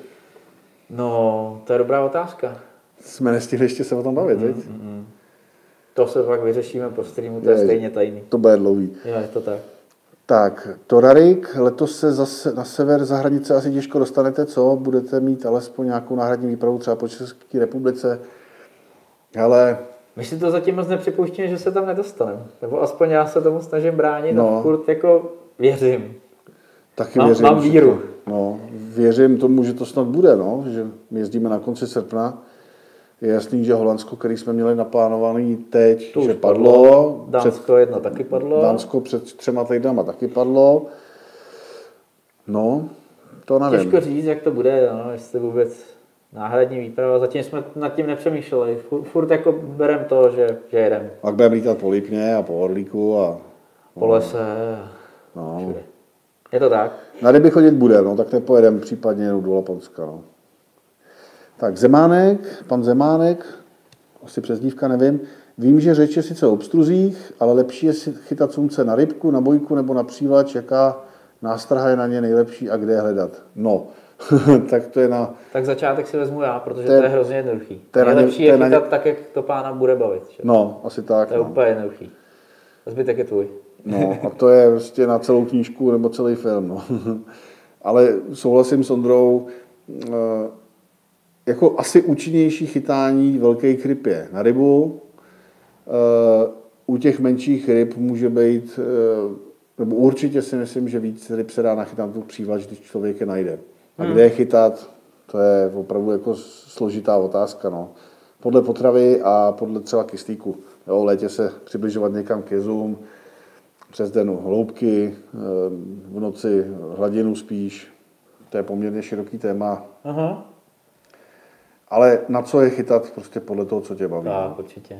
No, to je dobrá otázka. Jsme nestihli ještě se o tom bavit, mm, viď? mm, mm. To se pak vyřešíme po streamu, to je, je stejně tajný. To bude dlouhý. Jo, je to tak. Tak, Torarik, letos se zase na sever za hranice asi těžko dostanete, co? Budete mít alespoň nějakou náhradní výpravu třeba po České republice. Ale... My si to zatím moc nepřipouštíme, že se tam nedostaneme. Nebo aspoň já se tomu snažím bránit no. A furt jako věřím. Taky mám, věřím. Mám víru. To, no, věřím tomu, že to snad bude, no, že my jezdíme na konci srpna. Je jasný, že Holandsko, který jsme měli naplánovaný teď, to že padlo. padlo. Dánsko před, jedno taky padlo. Dánsko před třema týdnama taky padlo. No, to nevím. Těžko říct, jak to bude, no, jestli vůbec náhradní výprava. Zatím jsme nad tím nepřemýšleli. Furt, furt jako berem to, že, že jedem. Pak budeme lítat po Lipně a po Orlíku a... Po lese. No. Všude. Je to tak? Na ryby chodit bude, no, tak nepojedeme případně jenom do Laponska, no. Tak Zemánek, pan Zemánek, asi přezdívka, nevím. Vím, že řeč je sice o obstruzích, ale lepší je si chytat sumce na rybku, na bojku nebo na přívlač, jaká nástraha je na ně nejlepší a kde je hledat. No, tak to je na... Tak začátek si vezmu já, protože to je, to je hrozně jednoduchý. To je nejlepší ně, je to chytat ně... tak, jak to pána bude bavit. Že? No, asi tak. To je no. úplně jednoduchý. Zbytek je tvůj. No, a to je prostě na celou knížku nebo celý film. No. Ale souhlasím s Ondrou, jako asi účinnější chytání velké kryb je na rybu. U těch menších ryb může být, nebo určitě si myslím, že víc ryb se dá nachytat tu přívlač, když člověk je najde. A kde je chytat, to je opravdu jako složitá otázka. No. Podle potravy a podle třeba kyslíku. Jo, v létě se přibližovat někam k jezům, přes den hloubky, v noci hladinu spíš. To je poměrně široký téma. Aha. Ale na co je chytat prostě podle toho, co tě baví. Tak, určitě.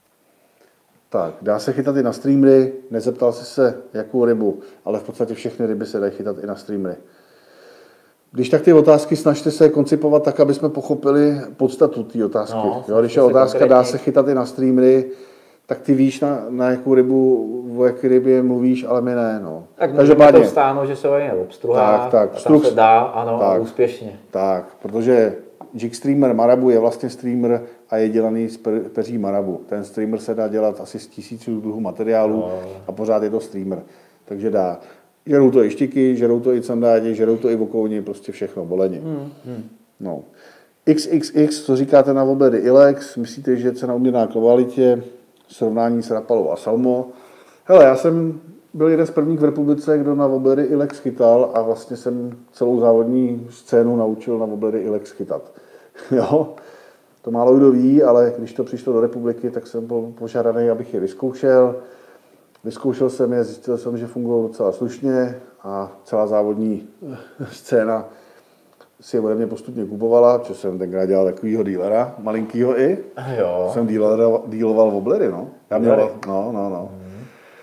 Tak, dá se chytat i na streamery, nezeptal jsi se, jakou rybu, ale v podstatě všechny ryby se dají chytat i na streamery. Když tak ty otázky snažte se koncipovat tak, aby jsme pochopili podstatu té otázky. No, jo, když je otázka, konkrétně. Dá se chytat i na streamery, tak ty víš, na, na jakou rybu, o jaké rybě mluvíš, ale my ne. No. Tak můžeme to stáhnout, že se bavíme o obstruhách, tak, tak. Tam se dá, ano, tak, úspěšně. Tak, protože jig streamer marabu je vlastně streamer a je dělaný z peří marabu. Ten streamer se dá dělat asi z tisíců druhů materiálu no. A pořád je to streamer. Takže dá. Žerou to i štiky, žerou to i sandádi, žerou to i vokouni, prostě všechno, boleni. Hmm, hmm. No. iks iks iks, co říkáte na woblery Ilex? Myslíte, že je cena uměrná kvalitě, srovnání s Rapalou a Salmo? Hele, já jsem byl jeden z prvních v republice, kdo na woblery Ilex chytal a vlastně jsem celou závodní scénu naučil na woblery Ilex chytat. Jo? To málo kdo ví, ale když to přišlo do republiky, tak jsem byl požádaný, abych je vyzkoušel. Vyzkoušel jsem je, zjistil jsem, že fungují docela slušně a celá závodní scéna si je ode mě postupně kupovala, protože jsem tenkrát dělal takovýho dílera, malinkýho i. Jo. Jsem dílera, díloval woblery, no. Já měl, no, no, no. Mm.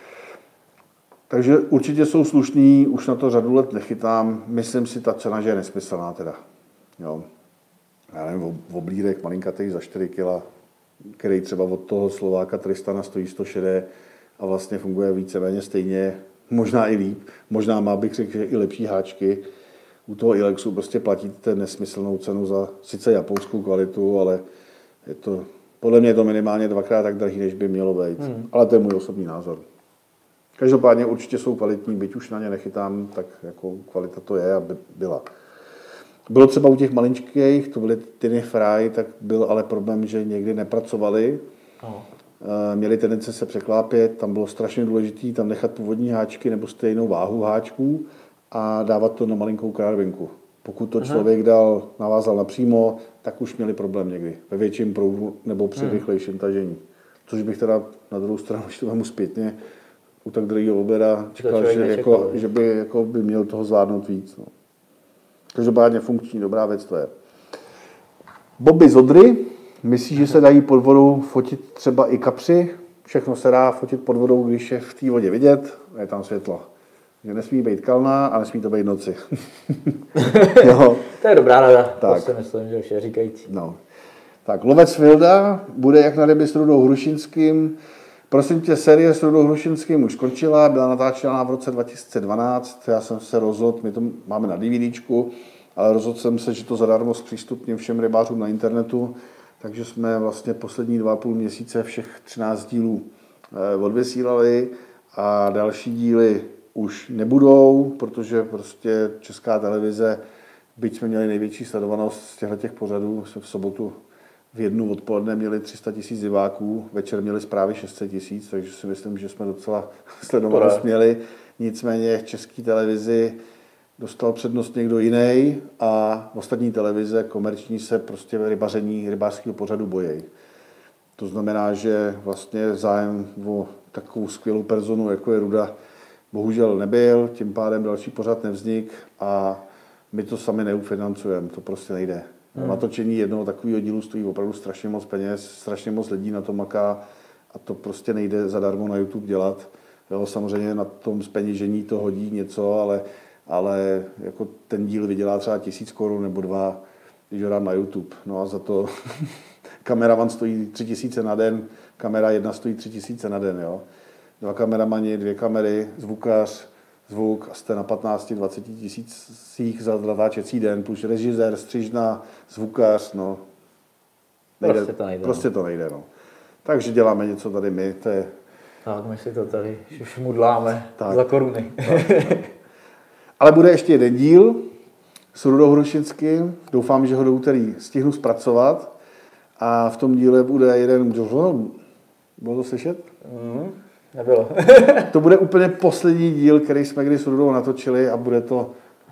Takže určitě jsou slušný, už na to řadu let nechytám. Myslím si, ta cena, že je nesmyslná teda. Jo. Já nevím, oblírek malinkatý za čtyři kila, který třeba od toho Slováka Tristana stojí sto šedesát a vlastně funguje víceméně stejně, možná i líp, možná má bych řekl, že i lepší háčky. U toho Ilexu prostě platíte nesmyslnou cenu za sice japonskou kvalitu, ale je to, podle mě je to minimálně dvakrát tak drahý, než by mělo být. Hmm. Ale to je můj osobní názor. Každopádně určitě jsou kvalitní, byť už na ně nechytám, tak jako kvalita to je a by byla. Bylo třeba u těch malinčkých, to byly Tiny Fry, tak byl ale problém, že někdy nepracovali. Oh. Měli tendence se překlápět, tam bylo strašně důležité tam nechat původní háčky nebo stejnou váhu háčků a dávat to na malinkou krávinku. Pokud to člověk dal, navázal napřímo, tak už měli problém někdy. Ve větším proudu nebo při hmm. rychlejším tažení. Což bych teda na druhou stranu, když to vemu zpětně, u tak druhého oběda čekal, že, jako, že by, jako by měl toho zvládnout víc. No. Každopádně funkční, dobrá věc to je. Boby z Odry. Myslíš, že se dají pod vodou fotit třeba i kapři? Všechno se dá fotit pod vodou, když je v té vodě vidět, je tam světlo. Že nesmí být kalná a nesmí to být noci. Jo. To je dobrá rada, tak. To si myslím, že už je říkající. No. Tak, lovec Vilda bude jak na ryby s Rudou Hrušinským. Prosím tě, série s Rudou Hrušinským už skončila, byla natáčena v roce dva tisíce dvanáct. Já jsem se rozhodl, my to máme na DVDčku, ale rozhodl jsem se, že to zadarmo zpřístupním všem rybářům na internetu. Takže jsme vlastně poslední dva a půl měsíce všech třináct dílů odvysílali a další díly už nebudou, protože prostě Česká televize, byť jsme měli největší sledovanost z těchto pořadů, v sobotu v jednu odpoledne měli tři sta tisíc diváků, večer měli zprávy šest set tisíc, takže si myslím, že jsme docela sledovanost měli. Nicméně v České televizi dostal přednost někdo jiný a ostatní televize komerční se prostě rybaření, rybářského pořadu bojí. To znamená, že vlastně zájem o takovou skvělou personu, jako je Ruda, bohužel nebyl, tím pádem další pořad nevznik a my to sami neufinancujeme, to prostě nejde. Hmm. Natočení jednoho takového dílu stojí opravdu strašně moc peněz, strašně moc lidí na to maká a to prostě nejde zadarmo na YouTube dělat. Jo, samozřejmě na tom zpeněžení to hodí něco, ale ale jako ten díl vydělá třeba tisíc korun nebo dva, když ho dám na YouTube. No a za to kameraman stojí tři tisíce na den, kamera jedna stojí tři tisíce na den. Jo. Dva kameramani, dvě kamery, zvukař, zvuk a jste na patnáct dvacet tisících za natáčecí den, plus režisér, střižna, zvukař, no. Nejde, prostě to nejde. Prostě to nejde, no. Takže děláme něco tady my, to je... Tak, my si to tady šmudláme za koruny. Tak. Ale bude ještě jeden díl s Rudou Hrušinským. Doufám, že ho do úterý stihnu zpracovat. A v tom díle bude jeden... Bylo to slyšet? Mm, nebylo. To bude úplně poslední díl, který jsme kdy s Rudou natočili a bude to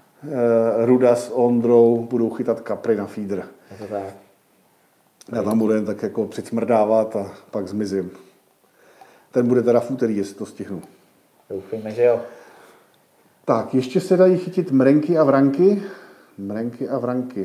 eh, Ruda s Ondrou, budou chytat kapry na feeder. Je to tak. Já tam budu jen tak jako přicmrdávat a pak zmizím. Ten bude teda v úterý, jestli to stihnu. Doufejme, že jo. Tak, ještě se dají chytit mrenky a vranky. Mrenky a vranky.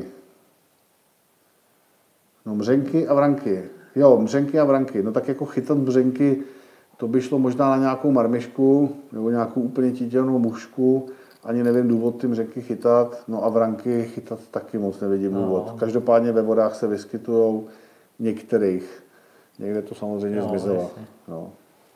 No, mřenky a vranky. Jo, mřenky a vranky. No tak jako chytat mřenky, to by šlo možná na nějakou marmišku, nebo nějakou úplně títěnou mušku. Ani nevím důvod ty mřenky chytat. No a vranky chytat taky moc nevidím no. důvod. Každopádně ve vodách se vyskytují některých. Někde to samozřejmě no, zmizelo. No.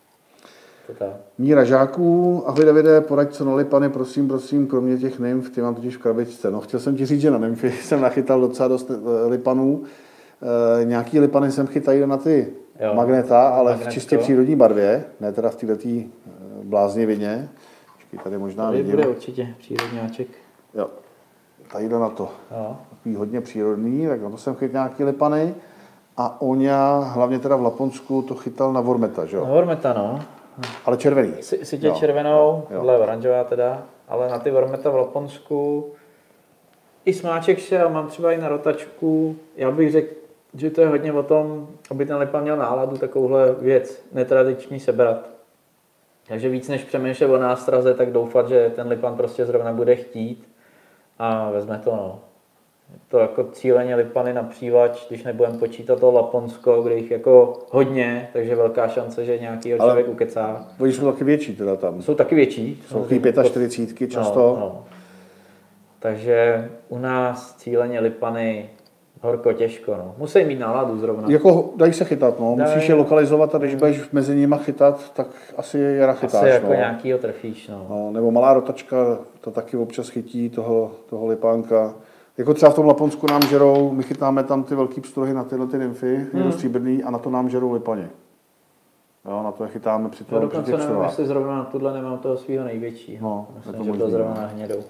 Míra Žáků, ahoj Davide, poraď co na lipany, prosím, prosím, kromě těch nymf, ty mám totiž v krabičce. No, chtěl jsem ti říct, že na nymfy jsem nachytal docela dost lipanů. E, nějaký lipany jsem chytají na ty jo, magneta, ale magnetko. V čistě přírodní barvě, ne teda v této bláznivině. Počkej, tady možná tady vidím. Bude určitě přírodňáček. Jo, tady jde na to. Jo. Takový hodně přírodný, tak na to jsem chytil nějaký lipany. A Oňa, hlavně teda v Laponsku, to chytal na vormeta, že jo? Na vormeta, no. Ale červený. Sitě jo. červenou, tohle je oranžová teda, ale na ty vormeta v Laponsku i smáček šel, mám třeba i na rotačku. Já bych řekl, že to je hodně o tom, aby ten lipan měl náladu, takovouhle věc netradiční sebrat. Takže víc než přemýšlet o nástraze, tak doufat, že ten lipan prostě zrovna bude chtít a vezme to, no. To jako cíleně lipany na přívač, když nebudeme počítat to Laponsko, kde jich jako hodně, takže velká šance, že nějaký člověk ukecá. Oni jsou taky větší teda tam. Jsou taky větší. Jsou taky čtyřicítky často. No, no. Takže u nás cíleně lipany horko těžko, no. Musí mít náladu zrovna. Jako dají se chytat, no. Musíš je lokalizovat a když budeš mezi nimi chytat, tak asi je chytáš. Asi jako no. nějakýho trefíš, no. no. Nebo malá rotačka, to taky občas chytí toho, toho lipánka. Jako třeba v tom Laponsku nám žerou, my chytáme tam ty velký pstruhy na tyhle ty nymfy, hmm. stříbrný, a na to nám žerou lipani. Jo, na to je chytáme při tom, dokonce nevím, jestli zrovna na tohle nemám toho svého největšího. No, myslím, že to zrovna na hnědou.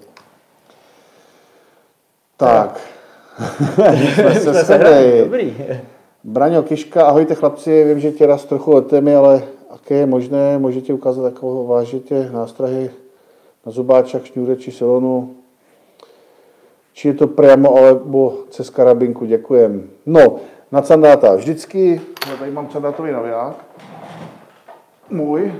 Tak. Jsme se shodli. Braňo Kiška, ahojte chlapci, vím, že tě raz trochu letemi, ale jaké je možné, můžete ukázat takovou vážitě nástrahy na zubáček, šňůre či silonu. či je to priamo, alebo cez karabinku, děkujem. No, na sandáta vždycky, já tady mám sandátový naviják, můj,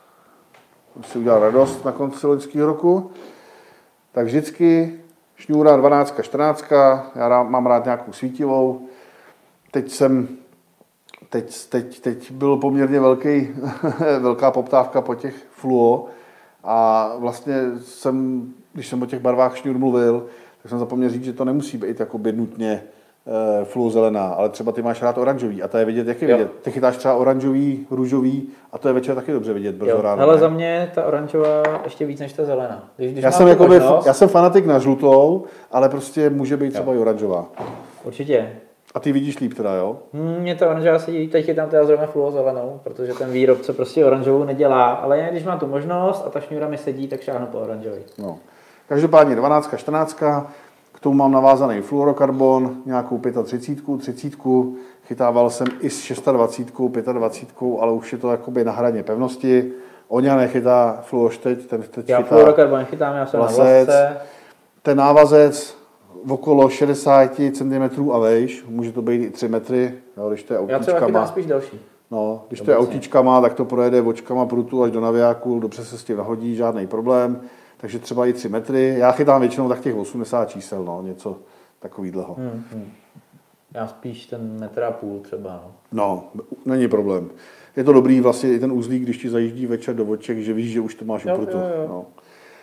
si udělal radost na konci loňského roku, tak vždycky šňůra dvanáct čtrnáct, já mám rád nějakou svítivou, teď jsem, teď, teď, teď byl poměrně velký, velká poptávka po těch fluo a vlastně jsem, když jsem o těch barvách šňůr mluvil, tak jsem zapomněl říct, že to nemusí být jakoby nutně e, fluo zelená, ale třeba ty máš rád oranžový a to je vidět, jak je jo. vidět. Ty chytáš třeba oranžový, růžový a to je večer taky dobře vidět brzo ráno. Ale za mě ta oranžová ještě víc než ta zelená. Když, když já, jsem jakoby, možnost, já jsem fanatik na žlutou, ale prostě může být třeba jo. i oranžová. Určitě. A ty vidíš líp teda, jo? Mně ta oranžová sedí, teď je tam teda zrovna fluo zelenou, protože ten výrobce prostě oranžovou nedělá, ale jen když mám tu možnost a ta šňůra mi sedí, tak šáhnu po oranžový. No. Každopádně dvanáct čtrnáct, k tomu mám navázaný fluorokarbon, nějakou třicet pět, třicet, chytával jsem i s dvacet šest, dvacet pět, ale už je to jakoby na hraně pevnosti. Oňa nechytá fluošteď, ten teď já chytá fluorokarbon chytám, já jsem vlasec. Na vlasce. Ten návazec okolo šedesát centimetrů a vejš, může to být i tři metry, jo, když to je autíčkama. Já třeba chytám spíš delší. No, když to je autíčkama, tak to projede očkama prutu až do navijáku, dobře se s tím nahodí, žádný problém. Takže třeba i tři metry. Já chytám většinou tak těch osmdesát čísel, no, něco takovýhleho. Hmm, hmm. Já spíš ten metr a půl třeba. No. no, není problém. Je to dobrý vlastně i ten uzlík, když ti zajíždí večer do oček, že víš, že už to máš u prutu. Jo, jo. No.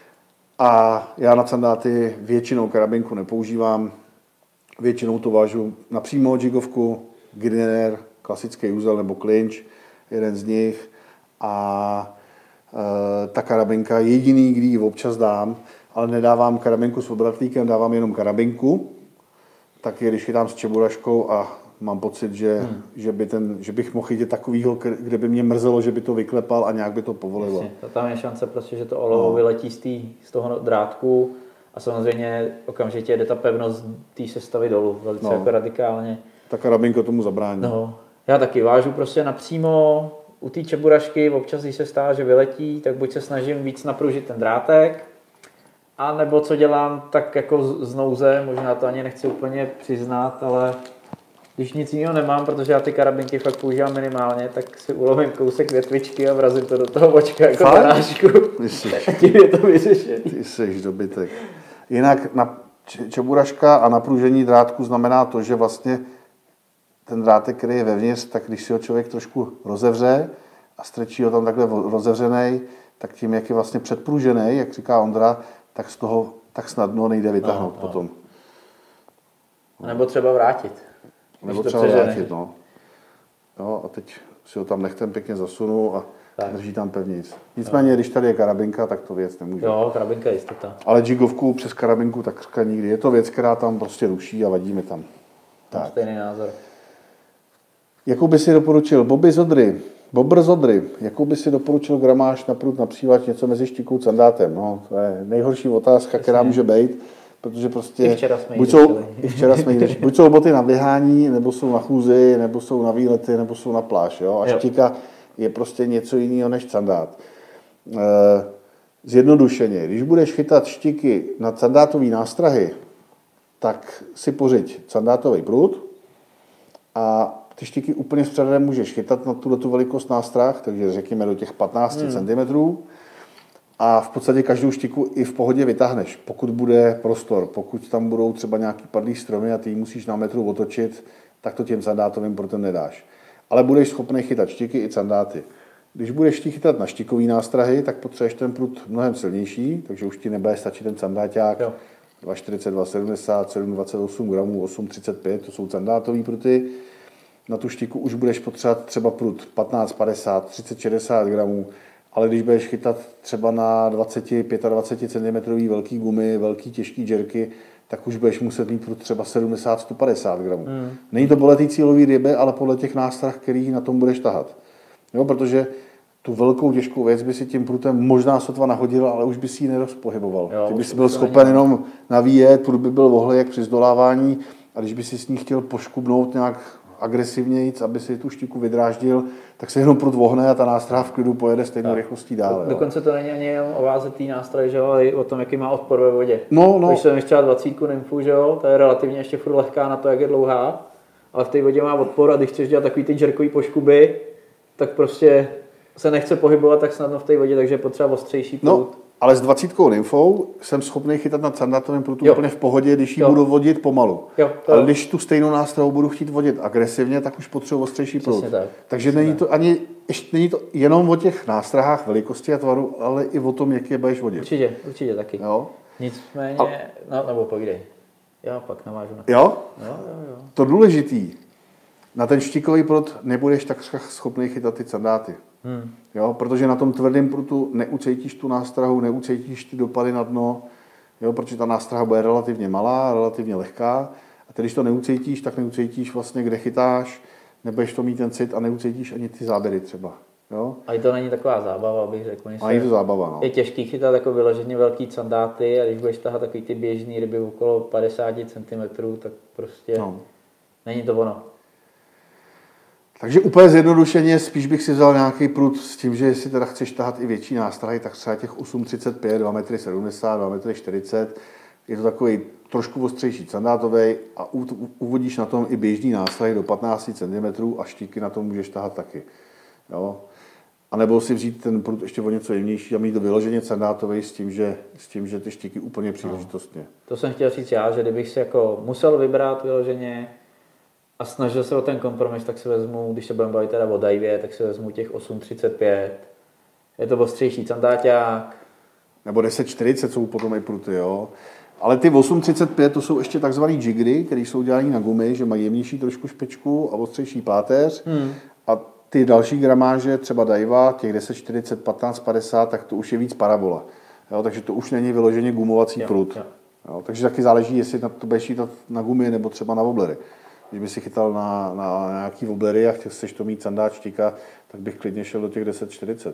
A já na sandáty většinou karabinku nepoužívám. Většinou to vážu napřímo jigovku, Griner, klasický úzel nebo clinch, jeden z nich. A ta karabinka jediný, kdy ji občas dám, ale nedávám karabinku s obratlíkem, dávám jenom karabinku, tak je, když chytám s čeburaškou a mám pocit, že, hmm. že, by ten, že bych mohl chytit takovýho, kde by mě mrzelo, že by to vyklepal a nějak by to povolilo. Jasně, tam je šance prostě, že to olovo no. vyletí z, tý, z toho drátku a samozřejmě okamžitě jde ta pevnost té sestavy dolů, velice no. jako radikálně. Ta karabinka tomu zabrání. No. Já taky vážu prostě napřímo. U té čeburašky občas, když se stává, že vyletí, tak buď se snažím víc napružit ten drátek, a nebo co dělám tak jako z nouze, možná to ani nechci úplně přiznat, ale když nic jiného nemám, protože já ty karabinky fakt používám minimálně, tak si ulovím kousek větvičky a vrazím to do toho očka jako narážku. A tím je to vyřešený. Ty jsi dobytek. Jinak na čeburaška a napružení drátku znamená to, že vlastně ten drátek, který je vevnitř, tak když si ho člověk trošku rozevře a strčí ho tam takhle rozevřenej, tak tím, jak je vlastně předpružený, jak říká Ondra, tak z toho tak snadno nejde vytáhnout no, no. potom. A nebo třeba vrátit. Nebo třeba vrátit, no. Jo, a teď si ho tam nechtem pěkně zasunu a tak. drží tam pevnic. Nicméně, no. když tady je karabinka, tak to věc nemůže. Jo, karabinka je jistota. Ale jigovku přes karabinku takřka nikdy. Je to věc, která tam prostě ruší a vadí mi tam. Tak. Stejný názor. Jakou by si doporučil Bobby Zodry, Bobr Zodry, jakou by si doporučil gramáž na prut, na přívač, něco mezi štikou a sandátem? No, to je nejhorší otázka, Přesně. která může být, protože prostě I včera jsme buď jsou, i včera jsme jí buď jsou boty na běhání, nebo jsou na chůzi, nebo jsou na výlety, nebo jsou na pláž. Jo? A jo. štika je prostě něco jiného než sandát. E, zjednodušeně, když budeš chytat štiky na sandátové nástrahy, tak si pořiď sandátový prut a ty štiky úplně s předem můžeš chytat na tuto tu velikost nástrah, takže řekněme do těch patnáct hmm. centimetrů a v podstatě každou štiku i v pohodě vytáhneš, pokud bude prostor, pokud tam budou třeba nějaký padlý stromy a ty ji musíš na metru otočit, tak to těm sandátovým prutem nedáš. Ale budeš schopný chytat štiky i sandáty. Když budeš ti chytat na štikový nástrahy, tak potřebuješ ten prut mnohem silnější, takže už ti nebude stačit ten sandáťák dva čtyřicet, dva sedmdesát, sedm dvacet osm gramů, osm třicet pět, to jsou sandátový pruty. Na tu štiku už budeš potřebovat třeba prut patnáct padesát, třicet šedesát gramů, ale když budeš chytat třeba na dvacet dvacet pět centimetrů velký gumy, velký těžký džerky, tak už budeš muset mít prut třeba sedmdesát sto padesát gramů. Hmm. Není to podle té cílové ryby, ale podle těch nástrah, který na tom budeš tahat. Jo, protože tu velkou těžkou věc by si tím prutem možná sotva nahodil, ale už by si ji nerozpohyboval. Jo, Ty bys byl schopen jenom navíjet, prut by byl vohlej jak při zdolávání a když by si s ní chtěl poškubnout nějak agresivnějc, aby si tu štiku vydráždil, tak se jenom prut vohne a ta nástraha v klidu pojede stejnou rychlostí dál. Do, dokonce to není ani jenom o váze té nástrahy, že jo, ale i o tom, jaký má odpor ve vodě. No, no. Když jsem ještě dvacítku nymfu, že jo, ta je relativně ještě furt lehká na to, jak je dlouhá, ale v té vodě má odpor a když chceš dělat takový ty jerkový poškuby, tak prostě se nechce pohybovat tak snadno v té vodě, takže je potřeba ostřejší proud. No, ale s dvacítkou nymfou jsem schopný chytat na sandátovém prutu jo. úplně v pohodě, když ji jo. budu vodit pomalu. Jo, ale když tu stejnou nástrahu budu chtít vodit agresivně, tak už potřebuji ostřejší proud. Tak. Takže není to ani ještě není to jenom o těch nástrahách velikosti a tvaru, ale i o tom, jak je budeš vodit. Určitě, určitě taky. Jo? Nicméně, a... no, nebo povídej. Já pak navážu na to. Jo? Jo, jo, jo. To důležitý, na ten štíkový prut nebudeš tak schopný chytat ty sandáty. Hmm. Jo, protože na tom tvrdém prutu neucítíš tu nástrahu, neucítíš ty dopady na dno, jo, protože ta nástraha bude relativně malá, relativně lehká. A teď, když to neucítíš, tak neucítíš vlastně, kde chytáš, nebudeš to mít ten cit a neucítíš ani ty záběry třeba. Jo? A i to není taková zábava, abych řekl. A je to zábava, no. Je těžký chytat jako vyloženě velký sandáty a když budeš tahat takový ty běžný ryby okolo padesát centimetrů, tak prostě no. Není to ono. Takže úplně zjednodušeně, spíš bych si vzal nějaký prut s tím, že jestli teda chceš tahat i větší nástrahy, tak třeba těch osm třicet pět, dva metry sedmdesát, dva metry čtyřicet. Je to takový trošku ostřejší sandátový a uvodíš na tom i běžný nástrahy do patnáct centimetrů a štíky na tom můžeš tahat taky. Jo? A nebo si vzít ten prut ještě o něco jemnější a mít to vyloženě sandátový s tím, že, s tím, že ty štíky úplně příležitostně. No. To jsem chtěl říct já, že kdybych si jako musel vybrat vyloženě a snažil se o ten kompromis, tak si vezmu, když se budeme bavit teda o divě, tak si vezmu těch osm třicet pět. Je to ostřejší sandáťák. Nebo deset čtyřicet jsou potom i pruty, jo. Ale ty osm třicet pět to jsou ještě takzvaný jigry, které jsou dělané na gumy, že mají jemnější trošku špičku a ostřejší páteř. Hmm. A ty další gramáže, třeba diva, těch deset čtyřicet, patnáct padesát, tak to už je víc parabola. Jo, takže to už není vyloženě gumovací jo, prut. Jo. Jo, takže taky záleží, jestli na to budeš jít na gumy nebo třeba na woblery. Když by si chytal na, na nějaký woblery a chceš to mít sandáč štíka, tak bych klidně šel do těch deset čtyřicet.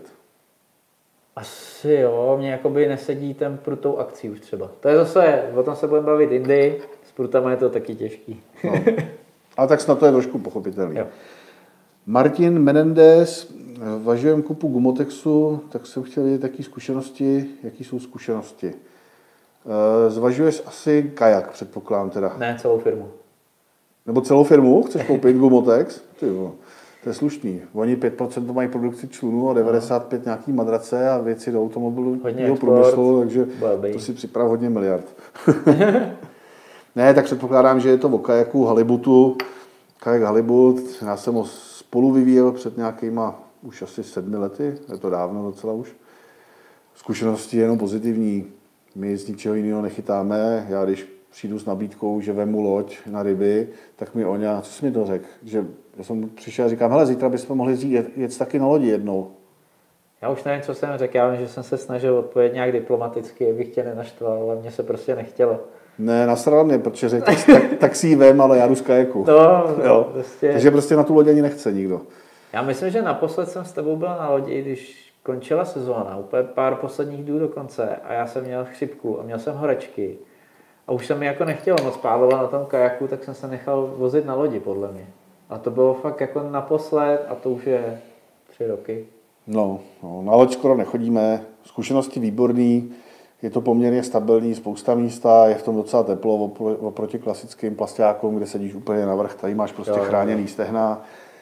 Asi jo, mě jakoby nesedí ten prutou akcí už třeba. To je zase, o tom se budeme bavit jindy, s prutama je to taky těžký. No. Ale tak snad to je trošku pochopitelný. Jo. Martin Menendez, važujem kupu Gumotexu, tak jsem chtěl vědět, jaký zkušenosti, jaký jsou zkušenosti. Zvažuješ asi kajak, předpokládám teda. Ne, celou firmu. Nebo celou firmu? Chceš koupit Gumotex? Ty jo, to je slušný. Oni pět procent mají produkci člunů a devadesát pět nějaký madrace a věci do automobilu, do průmyslu, takže to si připrav hodně miliard. Ne, tak předpokládám, že je to o kajaku Halibutu. Kajak Halibut, já jsem ho spolu vyvíjel před nějakýma už asi sedmi lety, je to dávno docela už. Zkušenosti jenom pozitivní, my z ničeho jiného nechytáme, já když přijdu s nabídkou, že vemu loď na ryby, tak mi Oňa, co jsi mi to řekl, že já jsem přišel a říkám, hele, zítra bychom mohli jet, jet taky na lodi jednou. Já už nevím, co jsem řekl, já vím, že jsem se snažil odpovědět nějak diplomaticky, abych tě nenaštval, ale mně se prostě nechtělo. Ne, nasral mě, protože řekl, tak, tak si ji vem, ale já jdu z kajaku. No, no prostě. Takže prostě na tu loď ani nechce nikdo. Já myslím, že naposled jsem s tebou byl na lodi, když končila sezóna, úplně pár posledních dnů dokonce a já jsem měl chřipku a měl jsem horečky. A už se mi jako nechtělo moc pádlovat na tom kajaku, tak jsem se nechal vozit na lodi, podle mě. A to bylo fakt jako naposled a to už je tři roky. No, no na loď skoro nechodíme, zkušenosti výborný, je to poměrně stabilní, spousta místa, je v tom docela teplo oproti klasickým plasťákům, kde sedíš úplně na vrch, tady máš prostě jo, chráněný jo. stehna.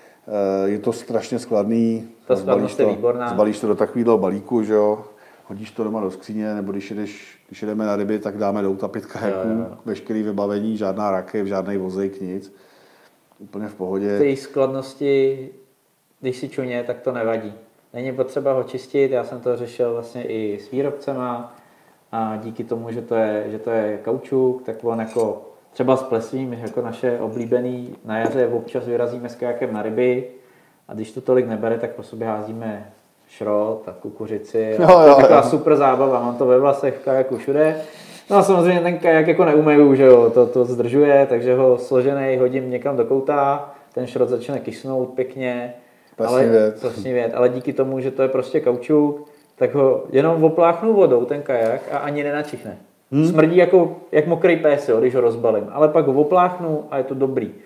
Je to strašně skladný. Ta skladnost je výborná. Zbalíš to do takového balíku, že jo, hodíš to doma do skříně, nebo když, jedeš, když jedeme na ryby, tak dáme do auta pět kajaků, veškerý vybavení, žádná rakev, žádný vozejk, nic. Úplně v pohodě. V té skladnosti, když si čuně, tak to nevadí. Není potřeba ho čistit, já jsem to řešil vlastně i s výrobcema a díky tomu, že to je, že to je kaučuk, tak on jako třeba s plesvím, jako naše oblíbený na jaře, občas vyrazíme s kajakem na ryby a když to tolik nebere, tak po sobě házíme šrot a kukuřici. A jo, jo, to je taková jo. super zábava, mám to ve vlasech v kajaku všude. No a samozřejmě ten kajak jako neumeju, že jo, to, to zdržuje, takže ho složený hodím někam do kouta, ten šrot začne kysnout pěkně, ale, vět, ale díky tomu, že to je prostě kaučuk, tak ho jenom opláchnu vodou ten kajak a ani nenačichne. Hmm. Smrdí jako jak mokrý pes, jo, když ho rozbalím, ale pak ho opláchnu a je to dobrý.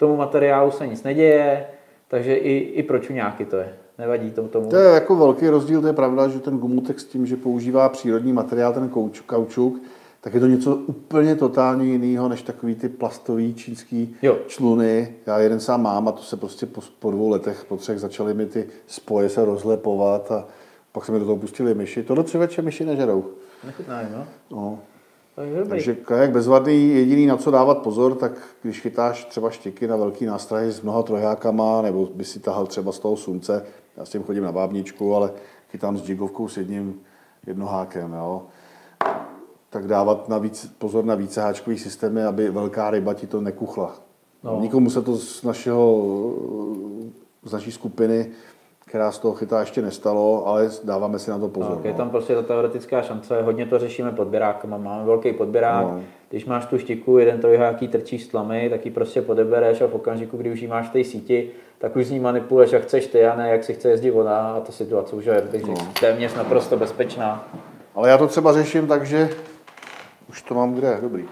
tomu materiálu se nic neděje, takže i, i pro čuňáky to je. Nevadí tomu tomu. To je jako velký rozdíl, to je pravda, že ten Gumutex tím, že používá přírodní materiál, ten kaučuk, kaučuk tak je to něco úplně totálně jiného, než takový ty plastový čínský jo. čluny. Já jeden sám mám a to se prostě po, po dvou letech, po třech začaly mi ty spoje se rozlepovat a pak se mi do toho pustili myši. Tohle člověče myši nežerou. Nechutná, no. no. Takže kajak bezvadný, jediný na co dávat pozor, tak když chytáš třeba štěky na velký nástrahy s mnoha trojhákama, nebo by si tahal třeba z toho Sunce, já s tím chodím na bábničku, ale chytám s jigovkou s jedním jednohákem, jo. Tak dávat navíc, pozor na víceháčkový systémy, aby velká ryba ti to nekuchla. No. Nikomu se to z, našeho, z naší skupiny, která z toho chytá, ještě nestalo, ale dáváme si na to pozor. No, je tam prostě ta teoretická šance, hodně to řešíme podběrákama, máme velký podběrák, no. Když máš tu štiku, jeden trojháký trčí z tlamy, tak ji prostě podebereš a v okamžiku, kdy už ji máš v té síti, tak už z ní manipuluješ, jak chceš ty, a ne jak si chce jezdit ona, a ta situace už je no. téměř naprosto bezpečná. Ale já to třeba řeším tak, že už to mám kde, dobrý.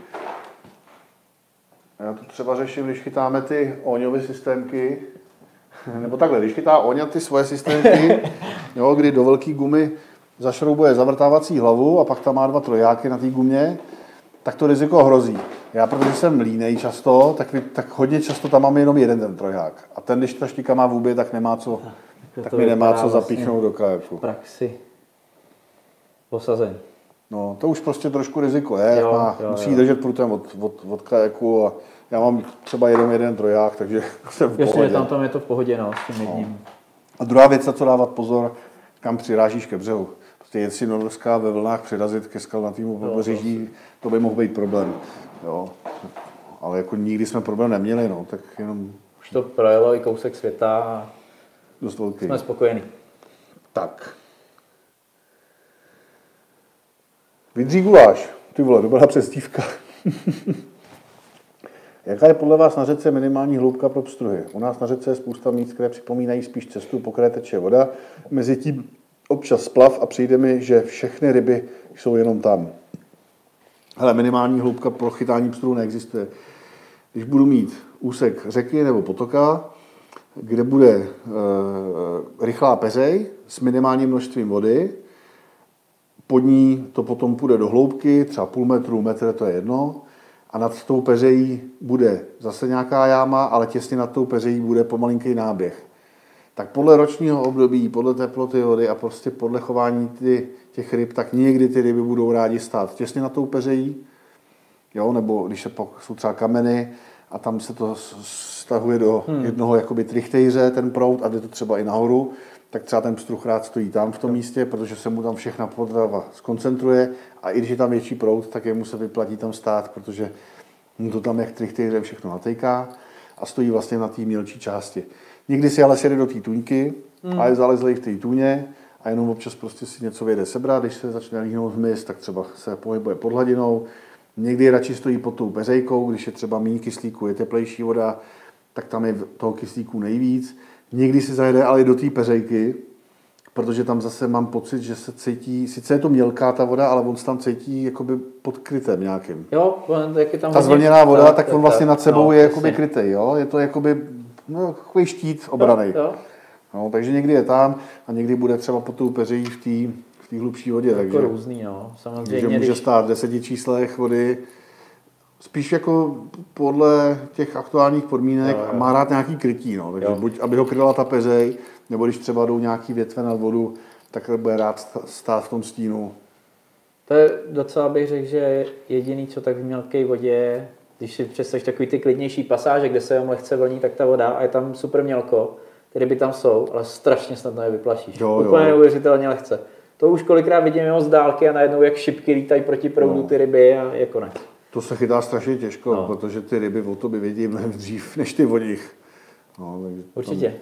Já to třeba řeším, když chytáme ty Oňovy systémky, nebo takhle, když chytá Oňa ty svoje systémky, jo, kdy do velký gumy zašroubuje zavrtávací hlavu a pak tam má dva trojáky na té gumě, tak to riziko hrozí. Já, protože jsem línej často, tak, tak hodně často tam mám jenom jeden ten troják. A ten, když ta štika má v hubě, tak nemá co, tak mi nemá co zapíchnout do kajaku. Praxi. Posazení. No, to už prostě trošku riziko je, jo, má, jo, musí jo. držet prutem od, od, od kajaku a já mám třeba jeden jeden troják, takže jsem v pohodě. Ještě tam, tam je to v pohodě, no, s tím jedním. No. A druhá věc, na co dávat pozor, kam přirážíš ke břehu. Prostě jet si norská ve vlnách přirazit ke skalnatýmu pobřeží, to by mohl být problém. Jo. Ale jako nikdy jsme problém neměli, no, tak jenom... Už to projelo i kousek světa a dost velký. Jsme spokojení. Tak. Vydří guláš. Ty vole, dobrá přestívka. Jaká je podle vás na řece minimální hloubka pro pstruhy? U nás na řece je spousta míst, které připomínají spíš cestu, po které teče voda. Mezitím občas splav a přijde mi, že všechny ryby jsou jenom tam. Hele, minimální hloubka pro chytání pstruhů neexistuje. Když budu mít úsek řeky nebo potoka, kde bude e, rychlá peřej s minimálním množstvím vody, pod ní to potom půjde do hloubky, třeba půl metru, metr, to je jedno, a nad tou peřejí bude zase nějaká jáma, ale těsně nad tou peřejí bude pomalinký náběh. Tak podle ročního období, podle teploty vody a prostě podle chování ty, těch ryb, tak někdy ty ryby budou rádi stát těsně nad tou peřejí, jo, nebo když se jsou třeba kameny a tam se to stahuje do hmm. jednoho jakoby trichtejře, ten proud, a jde to třeba i nahoru, tak třeba ten pstruh rád stojí tam v tom místě, protože se mu tam všechna potrava skoncentruje a i když je tam větší proud, tak jemu se vyplatí tam stát, protože mu to tam jak trichtejře všechno natejká a stojí vlastně na té mělčí části. Někdy si ale sjede do té tuňky hmm. a je zalezlej v té tuně a jenom občas prostě si něco vyjede sebrat, když se začne líhnout hmyz, tak třeba se pohybuje pod hladinou. Někdy radši stojí pod tou peřejkou, když je třeba méně kyslíku, je teplejší voda, tak tam je toho kyslíku nejvíc. Někdy si zajede ale i do té peřejky, protože tam zase mám pocit, že se cítí, sice je to mělká ta voda, ale on se tam cítí jakoby pod krytem nějakým. Jo, jak je tam ta zvlněná voda, ta, tak on vlastně nad sebou no, je jakoby krytej, jo? Je to jakoby no, takový štít obranej. Jo, jo. No, takže někdy je tam a někdy bude třeba pod tou peřejí v té v té hlubší vodě. Jako takže, různý, no. Samozřejmě. Takže může když... stát v deseti číslech vody. Spíš jako podle těch aktuálních podmínek jo, jo. má rád nějaký krytí, no. Takže jo. buď aby ho kryla ta peřej, nebo když třeba jdou nějaký větve nad vodu, tak bude rád stát v tom stínu. To je docela, bych řekl, že jediný, co tak v mělké vodě, když si představíš takový ty klidnější pasáže, kde se jenom lehce vlní, tak ta voda a je tam super mělko, které by tam jsou, ale strašně snadno je vyplašíš. Jo, úplně jo. neuvěřitelně lehce. To už kolikrát vidím jenom z dálky a najednou jak šipky lítají proti proudu no. ty ryby a je konec. To se chytá strašně těžko, no. protože ty ryby o tobě vědí mnohem dřív než ty o nich. No, určitě.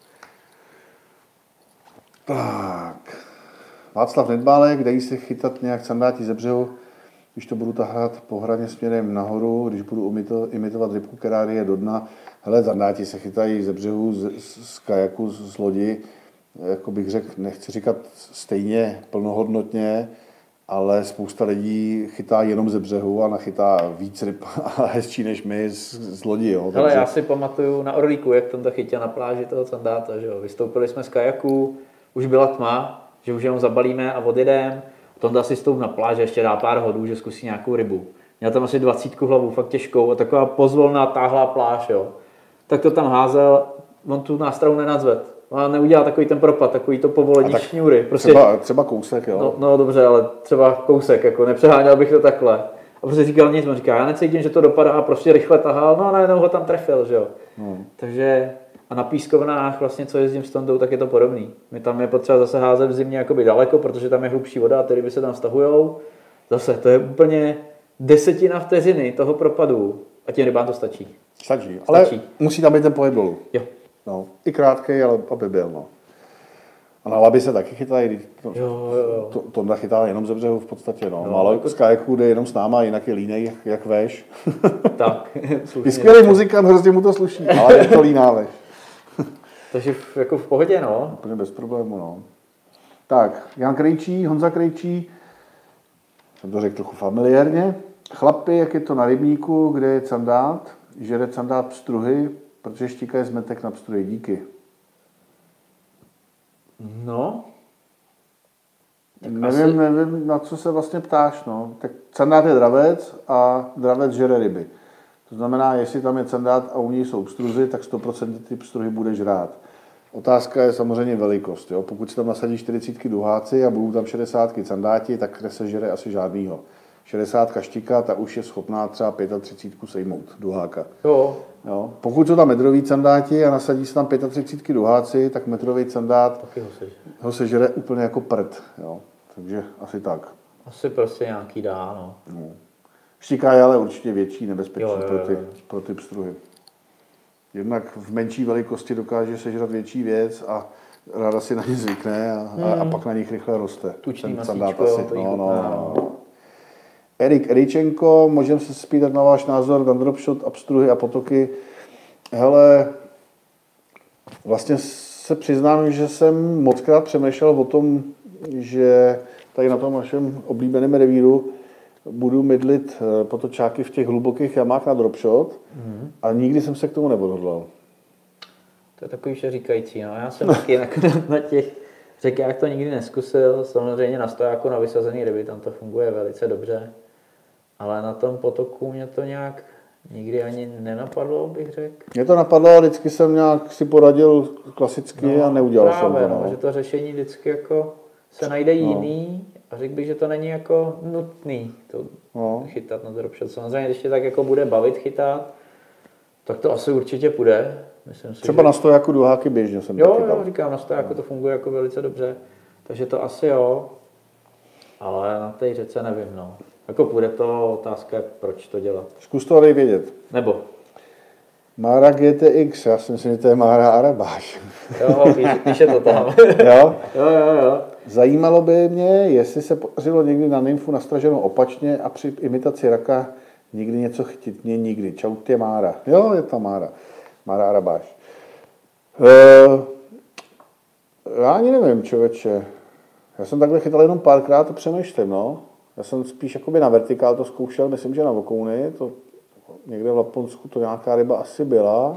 Tam... Tak. Václav Nedbálek, dají se chytat nějak sandáti ze břehu, když to budu tahat po hraně směrem nahoru, když budu imitovat rybku, která je do dna. Hele, sandáti se chytají ze břehu, z, z kajaku, z lodi, jako bych řekl, nechci říkat stejně plnohodnotně, ale spousta lidí chytá jenom ze břehu a nachytá víc ryb a hezčí než my z, z lodi. Jo. Ale Takže... já si pamatuju na Orlíku, jak Tonda chytil na pláži toho sandáta. Že jo. Vystoupili jsme z kajaku, už byla tma, že už jenom zabalíme a odjedeme. Tonda si stoup na pláži, ještě dá pár hodů, že zkusí nějakou rybu. Měl tam asi dvacítku hlavu, fakt těžkou a taková pozvolná táhlá pláž. Jo. Tak to tam házel, on tu nástrahu nenadzved. A neudělal takový ten propad, takový to povolení šňůry. Prostě, třeba, třeba kousek, jo? No, no dobře, ale třeba kousek, jako nepřeháněl bych to takhle. A prostě říkal nic, on říká, já necítím, že to dopadá a prostě rychle tahal, no a najednou ho tam trefil, že jo. Hmm. Takže a na pískovnách vlastně, co jezdím s Tondou, tak je to podobný. My tam je potřeba zase házet v zimě jakoby daleko, protože tam je hlubší voda a ty ryby se tam stahujou. Zase, to je úplně desetina vteřiny toho propadu a těm rybám to stačí. Stačí, ale stačí. Musí tam být ten pohyb dolů. Jo. No, i krátkej, ale aby byl, no. A na laby se taky chytají, to, jo, jo. to, Tonda chytá jenom ze břehu v podstatě, no. no ale jako... z kajaku jde jenom s náma, jinak je línej, jak, jak veš. Tak, je skvělý muzikant, hrozně mu to sluší, ale je to líná veš. Takže v, jako v pohodě, no. Úplně bez problému, no. Tak, Jan Krejčí, Honza Krejčí, jsem to řekl trochu familiárně. Chlapi, jak je to na rybníku, kde je candát, žere candát pstruhy, protože štíka je zmetek na pstruhy, díky. No. Nevím, asi... nevím, na co se vlastně ptáš, no. Tak candát je dravec a dravec žere ryby. To znamená, jestli tam je candát a u něj jsou pstruhy, tak sto procent ty pstruhy bude žrát. Otázka je samozřejmě velikost. Jo? Pokud si tam nasadí čtyřicítky duháci a budou tam šedesátky candáti, tak nesežere asi žádnýho. šedesátka štika, ta už je schopná třeba třicet pět sejmout duháka. Jo. Jo? Pokud jsou tam metrový candáti a nasadí se tam třicet pět duháci, tak metrový candát taky ho sežere. ho sežere úplně jako prd. Jo? Takže asi tak. Asi prostě nějaký dá, no. no. Štika je ale určitě větší nebezpečí jo, jo, jo. pro ty, pro ty pstruhy. Jednak v menší velikosti dokáže sežrat větší věc a ráda si na ně zvykne a, hmm. a, a pak na nich rychle roste. Tučný masíčko, jo, to no, no, no. Erik Eričenko, můžeme se spýtat na váš názor na dropshot a pstruhy a potoky. Hele, vlastně se přiznám, že jsem mockrát přemýšlel o tom, že tady na tom našem oblíbeném revíru budu mydlit potočáky v těch hlubokých jamách na dropshot mm. a nikdy jsem se k tomu neodhodlal. To je takový vše říkající. No. Já jsem taky na těch řekách to nikdy neskusil. Samozřejmě na stojáku na vysazený ryby, tam to funguje velice dobře. Ale na tom potoku mě to nějak nikdy ani nenapadlo, bych řekl. Mě to napadlo, ale vždycky jsem nějak si poradil klasicky no, a neudělal právě, jsem to. No, že to řešení vždycky jako se najde jiný no. a řekl bych, že to není jako nutný to no. chytat na dropshot. Samozřejmě, když tě tak jako bude bavit chytat, tak to asi určitě půjde. Myslím si, třeba že... na stojáku duháky běžně jsem jo, to chytal. Jo, říkám, na stojáku no. to funguje jako velice dobře. Takže to asi jo, ale na té řece nevím, no. Jako půjde to, otázka je, proč to dělat. Zkus to ale vědět. Nebo? Mára G T X, já si myslím, že to je Mára Arabáš. Jo, píše, píše to tam. jo? Jo, jo, jo. Zajímalo by mě, jestli se podařilo někdy na nymfu nastraženou opačně a při imitaci raka nikdy něco chytit. Mě nikdy. Čau tě Mára. Jo, je to Mára. Mára Arabáš. Uh, já ani nevím, člověče. Já jsem takhle chytal jenom párkrát a přemýšlím, no. Já jsem spíš jakoby na vertikál to zkoušel, myslím, že na vokouny, to někde v Laponsku to nějaká ryba asi byla,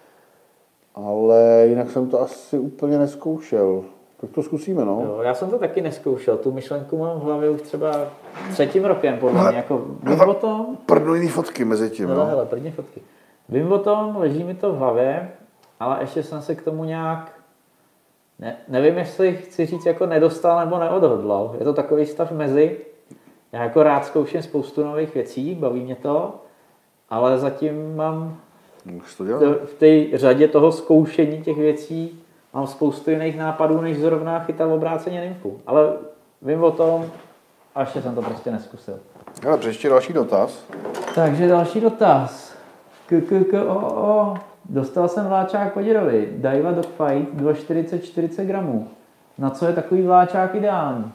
ale jinak jsem to asi úplně neskoušel. Tak to zkusíme, no. Jo, já jsem to taky neskoušel, tu myšlenku mám v hlavě už třeba třetím rokem, podle mě, jako vím o tom. Prdnu jiný fotky mezi tím, no. no. Hele, první fotky. Vím o tom, leží mi to v hlavě, ale ještě jsem se k tomu nějak, ne, nevím, jestli chci říct, jako nedostal nebo neodhodlal. Je to takový stav mezi. Já jako rád zkouším spoustu nových věcí, baví mě to, ale zatím mám v té řadě toho zkoušení těch věcí mám spoustu jiných nápadů, než zrovna chytat obráceně nymfu. Ale vím o tom a ještě jsem to prostě neskusil. Ale příště další dotaz. Takže další dotaz. K, k, k, o, o. Dostal jsem vláčák po děrovi. Daiwa Dogfight dva čtyřicet čtyřicet gramů. Na co je takový vláčák ideální?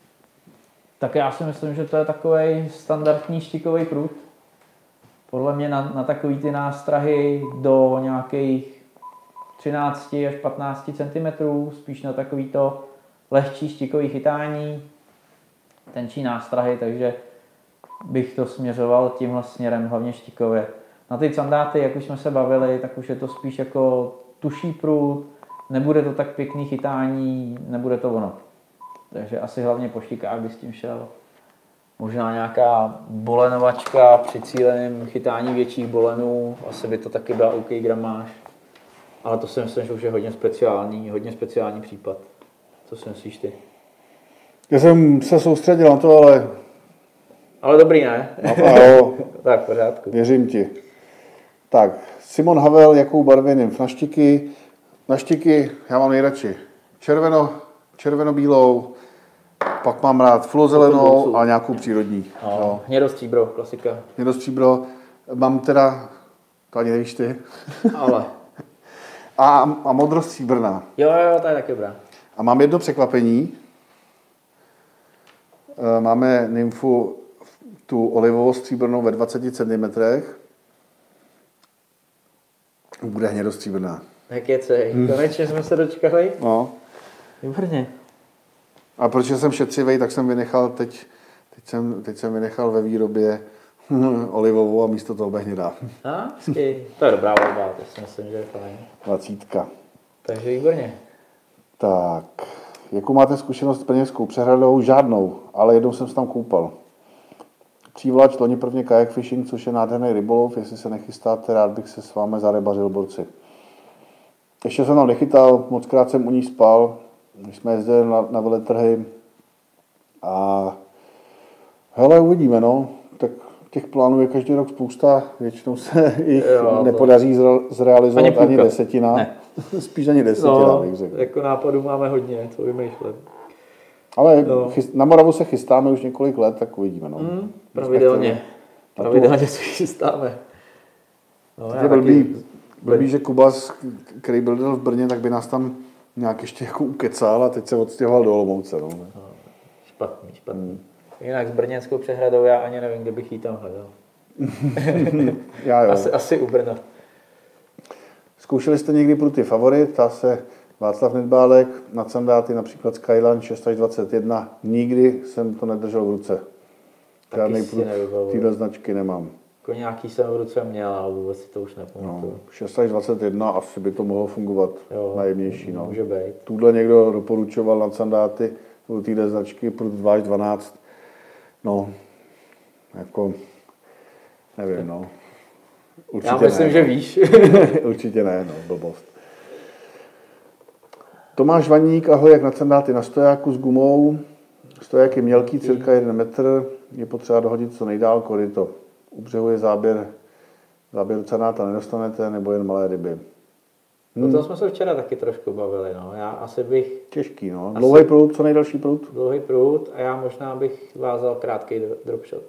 Tak já si myslím, že to je takový standardní štikový prut. Podle mě na, na takový ty nástrahy do nějakých třináct až patnáct centimetrů, spíš na takový to lehčí štikový chytání. tenčí nástrahy, takže bych to směřoval tímhle směrem, hlavně štikově. Na ty sandáty, jak už jsme se bavili, tak už je to spíš jako tuší prut, nebude to tak pěkný chytání, nebude to ono. Takže asi hlavně po štikách by s tím šel. Možná nějaká bolenovačka při cíleném chytání větších bolenů, asi by to taky byla OK gramáž. Ale to si myslím, že už je hodně speciální, hodně speciální případ. Co si myslíš ty? Já jsem se soustředil na to, ale... Ale dobrý, ne? No, jo. Tak, v pořádku. Věřím ti. Tak, Simon Havel, jakou barvy nymf na štiky? Na štiky já mám nejradši červeno, červeno-bílou, pak mám rád fluozelenou a nějakou přírodní. No, no. Hnědostříbro, klasika. Hnědostříbro. Mám teda, to ani nevíš ty. Ale. A, a modrostříbrná. Jo, jo, to je taky dobrá. A mám jedno překvapení. Máme nymfu tu olivovostříbrnou ve dvaceti centimetrech. Bude hnědostříbrná. Tak je cej. Hmm. Konečně jsme se dočkali. No. Výborně. A protože jsem šetřivej, tak jsem vynechal teď, teď jsem, teď jsem vynechal ve výrobě olivovou a místo toho bude hnědá. A, hezky. To je dobrá volba, to si myslím, že je fajn. Dvacítka. Takže výborně. Tak, jakou máte zkušenost s Brněnskou přehradou? Žádnou, ale jednou jsem se tam koupal. Přívlač, loni prvně kayak fishing, což je nádherný rybolov. Jestli se nechystáte, rád bych se s vámi zarybařil, borci. Ještě jsem tam nechytal, mockrát jsem u ní spal, když jsme jezdili na, na veletrhy. A hele, uvidíme, no. Tak těch plánů je každý rok spousta, většinou se jich jo, nepodaří to... zrealizovat ani, ani desetina. Ne. Spíš ani desetina, no, bych řekl. Jako nápadů máme hodně, co vymýšlet. Ale no. chyst, na Moravu se chystáme už několik let, tak uvidíme. No. Mm, pravidelně. Pravidelně se chystáme. No, je blbý, blbý, že Kubas, který byl v Brně, tak by nás tam nějak ještě jako ukecal a teď se odstěhoval do Olomouce. No. No, špatný, špatný. Mm. Jinak s brněnskou přehradou já ani nevím, kde bych ji tam hledal. já jo. Asi, asi u Brna. Zkoušeli jste někdy pruty favorit? Ptá se Václav Nedbálek, na sandáty, například Skyline šest až dvacet jedna. Nikdy jsem to nedržel v ruce. Žádný prut téhle značky nemám. Jako nějaký jsem v ruce měl, ale vůbec si to už nepamatuju. No, šest až dvacet jedna asi by to mohlo fungovat jo, najjemnější. No. Může být. Tuhle někdo doporučoval na sandáty u téhle značky prut dva až dvanáct. No, jako, nevím, no. Určitě Já myslím, ne, že no. víš. Určitě ne, no, blbost. Tomáš Vaník, ahoj, jak na sandáty na stojáku s gumou. Stoják je mělký, cirka jeden metr, je potřeba dohodit co nejdál koryto. U břehu je záběr, záběr sanáta nedostanete, nebo jen malé ryby. Hmm. O tom jsme se včera taky trošku bavili, no. Já asi bych... Těžký, no. Dlouhý proud, co nejdelší proud? Dlouhý proud a já možná bych vázal krátký dropshot.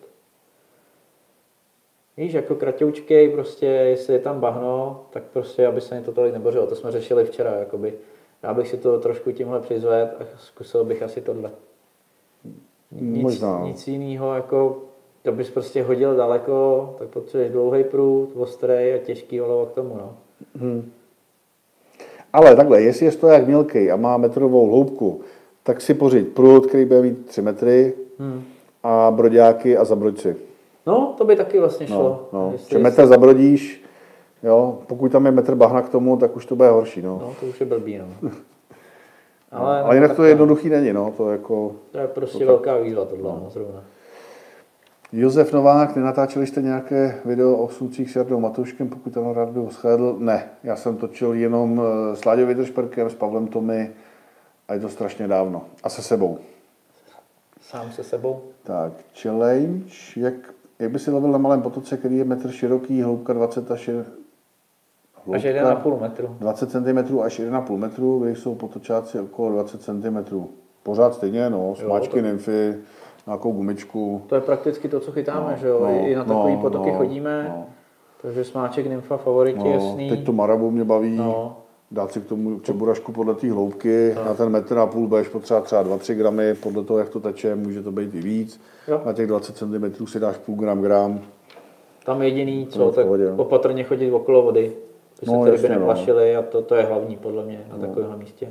Víš, jako kratoučkej, prostě, jestli je tam bahno, tak prostě, aby se mi to tolik nebořilo. To jsme řešili včera, jakoby. Já bych si to trošku tímhle přizvedl a zkusil bych asi tohle. Nic, možná. Nic jiného, jako to bys prostě hodil daleko, tak potřebuješ dlouhý prut, ostrý a těžký olovo k tomu, no. Hmm. Ale takhle, jestli je stoják mělký a má metrovou hloubku, tak si pořiď prut, který bude mít tři metry hmm. a broďáky a zabroďci. No, to by taky vlastně šlo. No, no. Jestli metr jestli... zabrodíš, jo, pokud tam je metr bahna k tomu, tak už to bude horší, no. No, to už je blbý, no. Ale, no, ale jinak to jednoduchý není, no, to jako... To je prostě to velká tak... výzva tohle, no, zrovna. Josef Novák, nenatáčeli jste nějaké video o snucích s Jardou Matouškem, pokud tam rád by ho shlédl? Ne, já jsem točil jenom s Láďou Vydržperkem, s Pavlem Tomy a je to strašně dávno. A se sebou. Sám se sebou? Tak, challenge, jak, jak by si lovil na malém potoce, který je metr široký, hloubka dvacet až až jeden a půl metru. dvacet centimetrů až jeden a půl metru, kde jsou potočáci okolo dvacet centimetrů. Pořád stejně, no, smáčky, to... nymfy, nějakou gumičku. To je prakticky to, co chytáme, no, že jo? No, I na takový no, potoky no, chodíme. No. Takže smáček, nymfa, favoriti, no, jasný. Teď to Marabu mě baví. No. Dát si k tomu čeburašku podle té hloubky. No. Na ten metr a půl budeš potřebovat třeba dva tři gramy, podle toho, jak to teče, může to být i víc. Jo. Na těch dvacet centimetrů si dáš půl gram, gram. Tam jediný, co, tak opatrně chodit okolo vody. To se no, ty ryby neplašily no. a to, to je hlavní podle mě na takovémhle místě.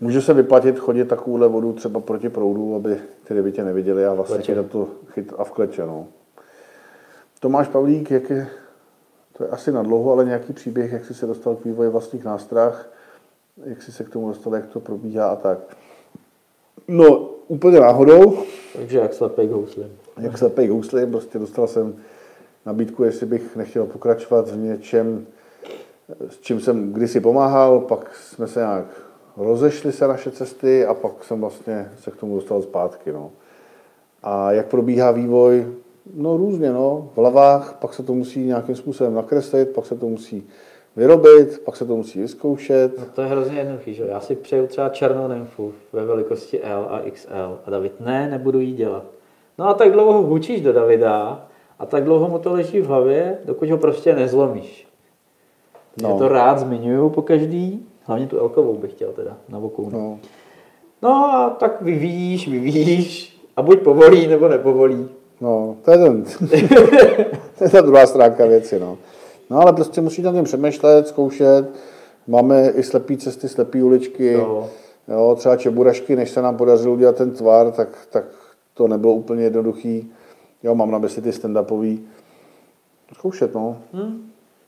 Může se vyplatit chodit takovouhle vodu třeba proti proudu, aby ty ryby tě neviděli a vlastně chytat to chyt a v kleče. No. Tomáš Pavlík, jak je, to je asi na dlouho, ale nějaký příběh, jak jsi se dostal k vývoji vlastních nástrah, jak jsi se k tomu dostal, jak to probíhá a tak. No, úplně náhodou. Takže jak slepej k houslím. Jak slepej k houslím, prostě dostal jsem nabídku, jestli bych nechtěl pokračovat v něčem, s čím jsem kdysi pomáhal, pak jsme se nějak rozešli se naše cesty a pak jsem vlastně se k tomu dostal zpátky. No. A jak probíhá vývoj? No různě, no. V hlavách, pak se to musí nějakým způsobem nakreslit, pak se to musí vyrobit, pak se to musí vyzkoušet. No to je hrozně jednoduchý, že? Já si přeju třeba černou nymfu ve velikosti L a X L a David, ne, nebudu jí dělat. No a tak dlouho hučíš do Davida a tak dlouho mu to leží v hlavě, dokud ho prostě nezlomíš. No. Já to rád zmiňuju po každý, hlavně tu elkovou bych chtěl teda na vokou. No. no a tak vyvíjíš, vyvíjíš a buď povolí nebo nepovolí. No, to je, ten, to je ta druhá stránka věci, no. No ale prostě musíš na tím přemýšlet, zkoušet. Máme i slepý cesty, slepý uličky. No. Jo, třeba Čeburašky, než se nám podařilo udělat ten tvar, tak, tak to nebylo úplně jednoduchý. Jo, mám na mysli ty stand-upový. Zkoušet, no. Hmm.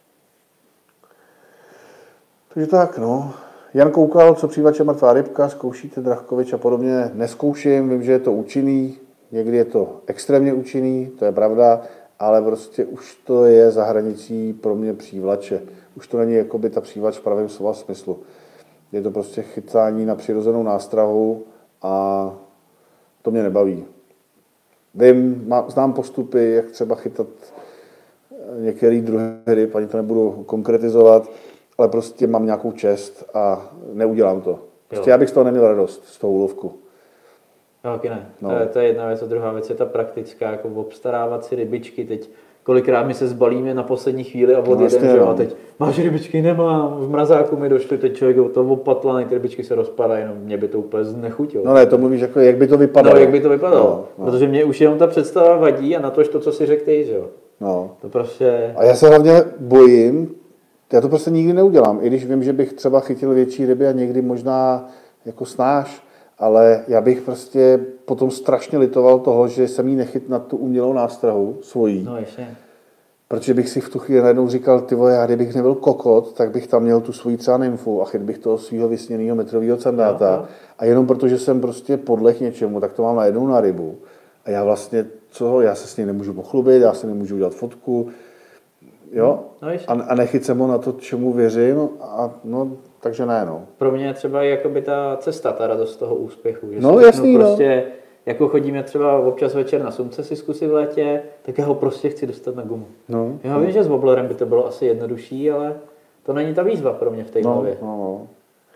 Takže tak, no. Jan koukal, co přívače mrtvá rybka, zkoušíte Drahkovič a podobně. Neskouším, vím, že je to účinný, někdy je to extrémně účinný, to je pravda, ale prostě už to je za hranicí pro mě přívlače. Už to není jakoby ta přívač v pravém slova smyslu. Je to prostě chytání na přirozenou nástrahu a to mě nebaví. Vím, má, znám postupy, jak třeba chytat některé druhé ryb, ani to nebudu konkretizovat, ale prostě mám nějakou čest a neudělám to. Prostě já bych z toho neměl radost, z toho úlovku. No, taky ne. No. To, je, to je jedna věc a druhá věc je ta praktická, jako obstarávat si rybičky. Teď kolikrát my se zbalíme na poslední chvíli a odjedeme, no, že jo, a teď máš rybičky, nemám, v mrazáku mi došly, teď člověk to opatlaný, ty rybičky se rozpadají, no mě by to úplně znechutilo. No ne, to mluvíš jako, jak by to vypadalo. No, jak by to vypadalo, no, no. Protože mě už jenom ta představa vadí a na to, to co si řekl ty, že jo. No. To prostě... A já se hlavně bojím, já to prostě nikdy neudělám, i když vím, že bych třeba chytil větší ryby a někdy možná jako snáš, ale já bych prostě potom strašně litoval toho, že jsem jí nechyt na tu umělou nástrahu svojí. No ještě. Protože bych si v tu chvíli najednou říkal, ty vole, já kdybych nebyl kokot, tak bych tam měl tu svoji třeba nymfu a chyt bych toho svého vysněného metrového sandáta. No, no. A jenom protože jsem prostě podleh něčemu, tak to mám najednou na rybu. A já vlastně, co, já se s ní nemůžu pochlubit, já si nemůžu udělat fotku, jo? No, a, a nechyt se mu na to, čemu věřím, a no, takže ne, no. Pro mě je třeba jakoby ta cesta, ta radost toho úspěchu. Že no jasný, prostě, no. Jako chodíme třeba občas večer na sumce si zkusit v létě, tak já ho prostě chci dostat na gumu. No, já no. vím, že s wobblerem by to bylo asi jednodušší, ale to není ta výzva pro mě v té no, hlavě. No, no.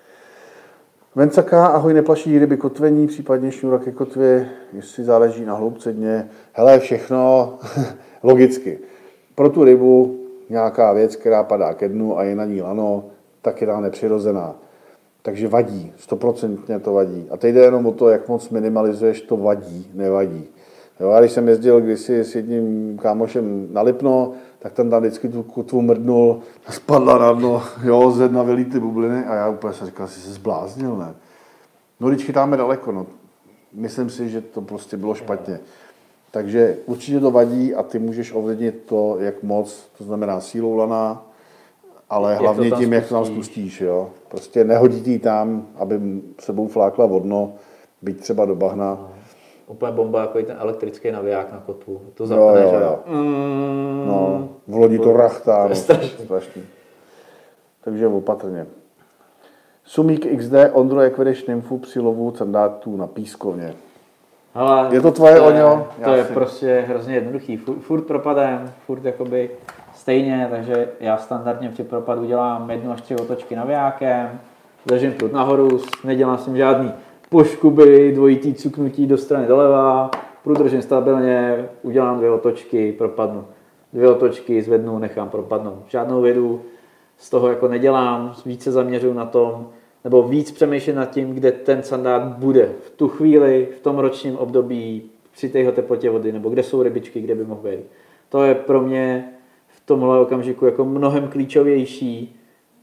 Vencaka, ahoj, neplaší ryby kotvení, případně šňůraky kotvy, jestli záleží na hloubce dně. Hele, všechno logicky. Pro tu rybu nějaká věc, která padá ke dnu a je na ní lano, tak je tam nepřirozená. Takže vadí, stoprocentně to vadí. A teď jde jenom o to, jak moc minimalizuješ, to vadí, nevadí. Jo, a když jsem jezdil kdysi s jedním kámošem na Lipno, tak ten tam vždycky tu kotvu mrdnul, spadla na dno, jo, ze dna vylí ty bubliny a já úplně jsem říkal, jsi se zbláznil, ne? No, když chytáme daleko, no, myslím si, že to prostě bylo špatně. Takže určitě to vadí a ty můžeš ovlivnit to, jak moc, to znamená sílou lana, ale jak hlavně tím, jak to tam spustíš, jo. Prostě nehodit jí tam, aby sebou flákla vodno, byť třeba do bahna. No. Úplně bomba, jako ten elektrický naviják na kotvu. To zapne, jo, že jo. Mm, no, v lodi to rachtá. To je strašný. strašný. Takže opatrně. Sumík iks dé, Ondro, jak vedeš nymfu při lovu candátů na pískovně? Hele, je to tvoje, Oňo? To je si... prostě hrozně jednoduchý. Furt, furt propadem, furt jakoby stejně, takže já standardně při propadu dělám jednu až tři otočky navijákem, držím prut nahoru, nedělám s tím žádný poškuby, dvojitý cuknutí do strany doleva, prut držím stabilně, udělám dvě otočky, propadnu. Dvě otočky, zvednu, nechám propadnout. Žádnou vědu z toho jako nedělám, víc se zaměřuju na tom, nebo víc přemýšlím nad tím, kde ten sandát bude v tu chvíli, v tom ročním období, při téhle teplotě vody, nebo kde jsou rybičky, kde by mohl být. To je pro mě v tomhle okamžiku jako mnohem klíčovější,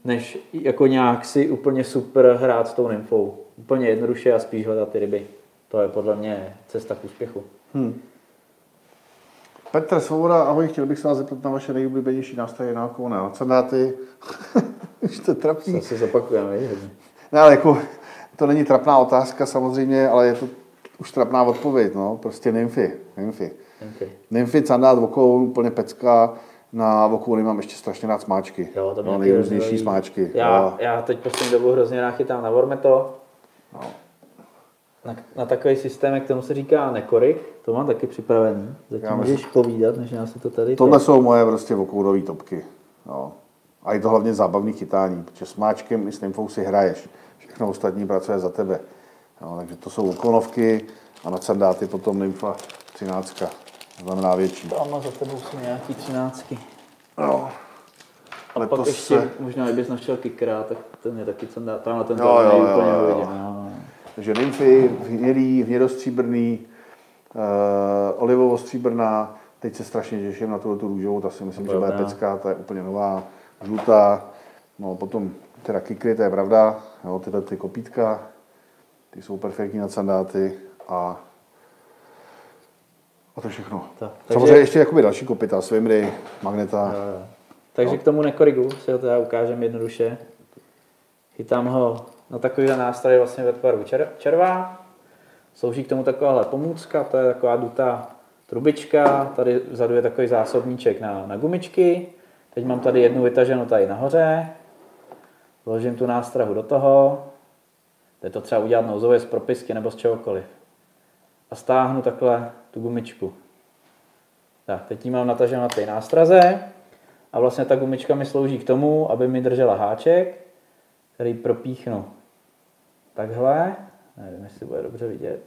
než jako nějak si úplně super hrát s tou nymfou. Úplně jednoduše a spíš hledat ty ryby. To je podle mě cesta k úspěchu. Hmm. Petr Svoboda, ahoj, chtěl bych se vás zeptat na vaše nejoblíbenější nástroje na okolo na sandáty. Už to trapný. To se zopakujeme, víš? Ne, ale jako, to není trapná otázka samozřejmě, ale je to už trapná odpověď, no. Prostě nymfy. Nymfy. Nymfy. Nymfy, sandát, vokoun, úplně pecka. Na vokouny mám ještě strašně rád smáčky. Jo, to no, nejrůznější smáčky. Já, já teď poslední dobu hrozně rád chytám na Vormeto. No. Na, na takový systém, jak tomu se říká nekorik, to mám taky připravený. Zatím já můžeš povídat, než já si to tady... Tohle jsou moje prostě vokounové topky. No. A je to hlavně zábavný chytání, protože s máčkem i s nymfou si hraješ. Všechno ostatní pracuje za tebe. No, takže to jsou vokounovky a na sandáty potom nymfa třináctka. Znamená větší. Tam za tebou jsou nějaký třináctky. No. Ale pak ještě, se... možná kdybys našel kickera, tak ten je taky sandát. Tamhle ten jo, jo, jo, úplně jo, jo. No. Takže nymfy, hnědý, hnědostříbrný, uh, olivovostříbrná. Teď se strašně těším na tuhle tu růžovou, ta si myslím, že bude pecká, ta je úplně nová, žlutá. No potom teda kikry, to je pravda, jo, tyhle ty kopítka, ty jsou perfektní na sandáty a a to všechno. Tak, takže... Samozřejmě ještě jakoby další kopita, swimry, magneta. Jo, jo. Takže no. K tomu nekorigu si ho teda ukážem jednoduše. Chytám ho na takovýhle nástroj vlastně ve tvaru čer- červa. Slouží k tomu takováhle pomůcka, to je taková dutá trubička. Tady vzadu je takový zásobníček na, na gumičky. Teď mám tady jednu vytaženou tady nahoře. Vložím tu nástrahu do toho. Jde to třeba udělat nouzově z propisky nebo z čehokoliv. A stáhnu takhle tu gumičku. Tak, teď ji mám nataženou na té nástraze a vlastně ta gumička mi slouží k tomu, aby mi držela háček, který propíchnu takhle. Nevím, jestli bude dobře vidět.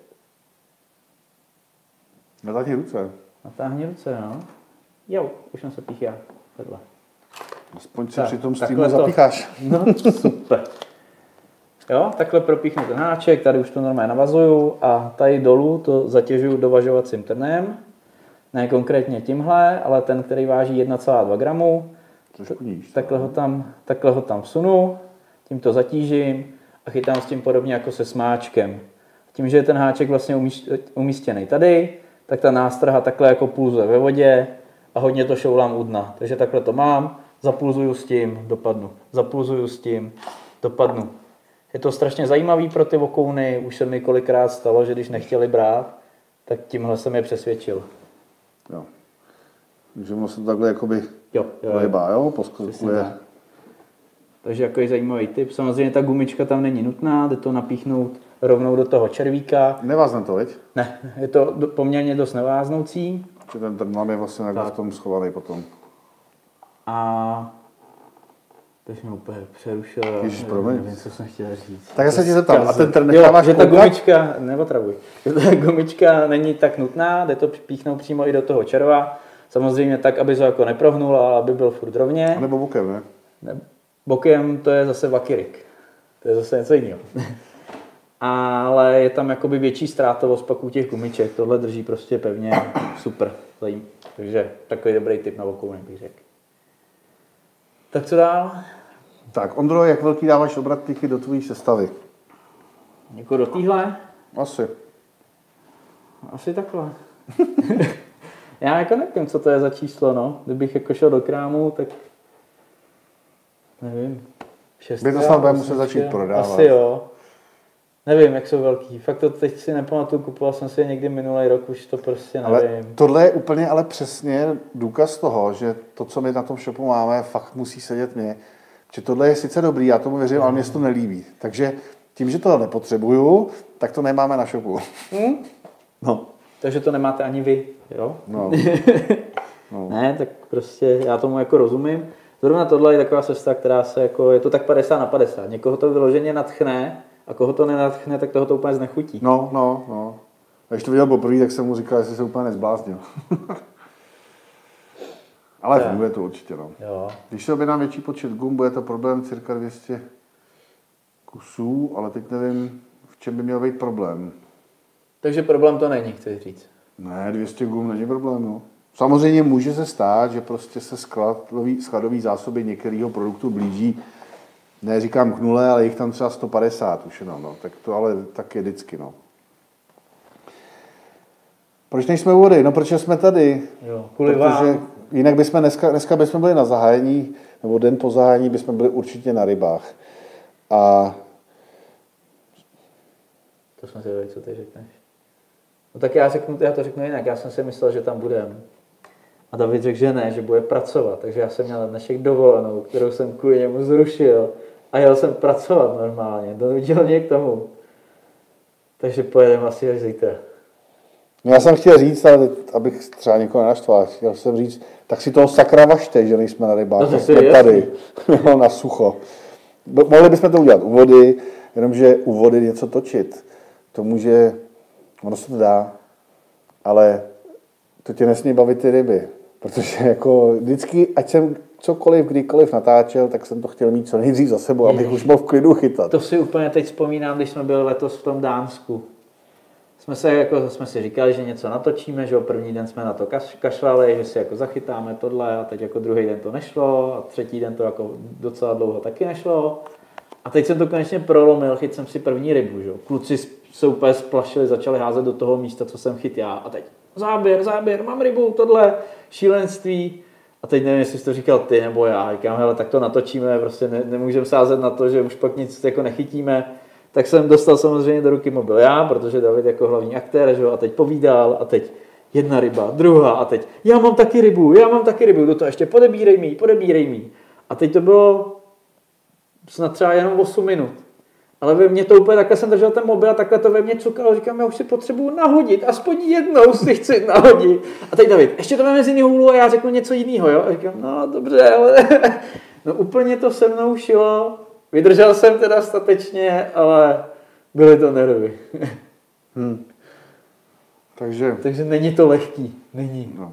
Natáhni ruce. Natáhni ruce, no. Jo, už jsem se píchá. Takhle. Aspoň se při tom streamu zapícháš. No, super. Jo, takhle propíchnu ten háček, tady už to normálně navazuju a tady dolů to zatěžuju dovažovacím trnem. Ne konkrétně tímhle, ale ten, který váží jedna celá dva gramu. Níž, takhle, ho tam, takhle ho tam vsunu, tím to zatížím a chytám s tím podobně jako se smáčkem. Tím, že je ten háček vlastně umístěný tady, tak ta nástraha takhle jako pulzuje ve vodě a hodně to šoulám u dna. Takže takhle to mám, zapulzuju s tím, dopadnu. Zapulzuju s tím, dopadnu. Je to strašně zajímavý pro ty vokouny, už se mi kolikrát stalo, že když nechtěli brát, tak tímhle jsem je přesvědčil. Jo. Takže ono se to takhle jakoby jo, jo, pohybá, jo, poskakuje. Takže jako je zajímavý tip. Samozřejmě ta gumička tam není nutná, jde to napíchnout rovnou do toho červíka. Nevázne to, viď? Ne, je to poměrně dost neváznoucí. Že ten trnám je vlastně v tom schovaný potom. A teď mě úplně přerušil. Ježiš, promiň. Nevím, co jsem chtěl říct. Tak já se ti zeptám, a ten trn necháváš koukat? Že ta gumička, neotravuj, že ta gumička není tak nutná, jde to píchnout přímo i do toho červa. Samozřejmě tak, aby to jako neprohnul, ale aby byl furt rovně. A nebo bokem, ne? ne? Bokem to je zase vakirik. To je zase něco jiného. Ale je tam jakoby větší ztrátovost pak u těch gumiček. Tohle drží prostě pevně. Super. Takže takový dobrý tip na vokouny, bych řekl. Tak co dál? Tak, Ondro, jak velký dáváš obrat tychy do tvojí sestavy? Jako do týhle? Asi. Asi takhle. Já jako nevím, co to je za číslo, no. Kdybych jako šel do krámu, tak nevím. Šest. By to snad bude muset začít prodávat. Asi jo. Nevím, jak jsou velký. Fakt to teď si nepamatuju, kupoval jsem si je někdy minulý rok, už to prostě nevím. Ale tohle je úplně ale přesně důkaz toho, že to, co my na tom shopu máme, fakt musí sedět mě. Že tohle je sice dobrý, já tomu věřím, ale mě se to nelíbí. Takže tím, že to nepotřebuju, tak to nemáme na shopu. Hmm? No. Takže to nemáte ani vy, jo? No. No. Ne, tak prostě já tomu jako rozumím. Zrovna tohle je taková cesta, která se jako, je to tak padesát na padesát. Někoho to vyloženě nadchne, a koho to nenadchne, tak toho to úplně znechutí. No, no, no. A když to viděl poprvé, tak jsem mu říkal, jestli se úplně nezbláznil. Ale tak. Funguje to určitě, no. Jo. Když se objedná větší počet gum, bude to problém cirka dvě stě kusů, ale teď nevím, v čem by měl být problém. Takže problém to není, chci říct. Ne, dvě stě gum není problém, no. Samozřejmě může se stát, že prostě se skladový, skladový zásoby některého produktu blíží ne říkám k nule, ale jich tam třeba sto padesát už jenom, no. Tak to ale tak je vždycky, no. Proč nejsme u vody? No, protože jsme tady. Jo, kvůli protože vám. Jinak bychom dneska, dneska bychom byli na zahájení, nebo den po zahájení bychom byli určitě na rybách. A to jsme si dali, co ty řekneš. No tak já, řeknu, já to řeknu jinak, já jsem si myslel, že tam budem. A David řekl, že ne, že bude pracovat, takže já jsem měl dnešek dovolenou, kterou jsem kvůli němu zrušil a jel jsem pracovat normálně, donutil mě k tomu. Takže pojedeme asi až zítra. no já jsem chtěl říct, ale abych třeba někoho nenaštval, chtěl jsem říct, tak si toho sakra vašte, že nejsme na rybách, No, no, to jsme je tady, no, na sucho. Mohli bychom to udělat u vody, jenomže u vody něco točit. To může, ono se to dá, ale to tě nesmí bavit ty ryby. Protože jako vždycky, ať jsem cokoliv, kdykoliv natáčel, tak jsem to chtěl mít co nejdřív za sebou, abych už mohl v klidu chytat. To si úplně teď vzpomínám, když jsme byli letos v tom Dánsku. Jsme se jako, jsme si říkali, že něco natočíme, že jo, první den jsme na to kaš, kašlali, že si jako zachytáme tohle a teď jako druhý den to nešlo a třetí den to jako docela dlouho taky nešlo. A teď jsem to konečně prolomil, chytil jsem si první rybu, že jo. Kluci se úplně splašili, začali házet do toho místa, co jsem chytil já a teď záběr, záběr, mám rybu, tohle, šílenství. A teď nevím, jestli jsi to říkal ty nebo já, říkám, hele, tak to natočíme, prostě ne, nemůžeme sázet na to, že už pak nic jako nechytíme. Tak jsem dostal samozřejmě do ruky mobil já, protože David jako hlavní aktér, že jo, a teď povídal a teď jedna ryba, druhá a teď já mám taky rybu, já mám taky rybu, do toho ještě podebírej mi, podebírej mi. A teď to bylo snad třeba jenom osm minut. Ale ve mně to úplně takhle jsem držel ten mobil a takhle to ve mně cukalo, říkám, já už si potřebuju nahodit, aspoň jednou si chci nahodit. A teď David, ještě to máme z jiného hůlu a já řeknu něco jiného, jo? A říkám, no dobře, ale no úplně to se mnou šilo. Vydržel jsem teda statečně, ale byly to nervy. Hmm. Takže... Takže není to lehký. Není. No.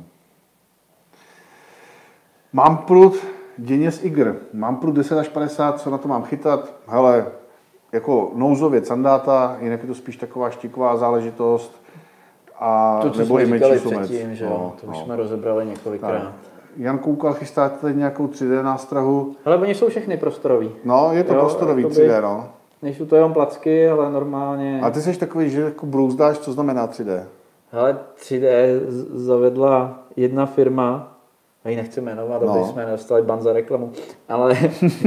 Mám prut denně z igr. Mám prut deset až padesát, co na to mám chytat? Hele, jako nouzově sandáta, jinak je to spíš taková štiková záležitost. A, to, co nebo jsme i říkali sumec. předtím, že no, to už no. jsme rozebrali několikrát. Tak. Jan Koukal, chystáte teď nějakou tři dé nástrahu? Ale oni jsou všechny prostorový. No, je to jo, prostorový jakoby, tři dé, no. Nejsou to jenom placky, ale normálně... A ty jsi takový, že jako brouzdáš, co znamená tři dé? Hele, tři dé zavedla jedna firma, a ji nechci jmenovat, aby no. jsme nedostali ban za reklamu, ale,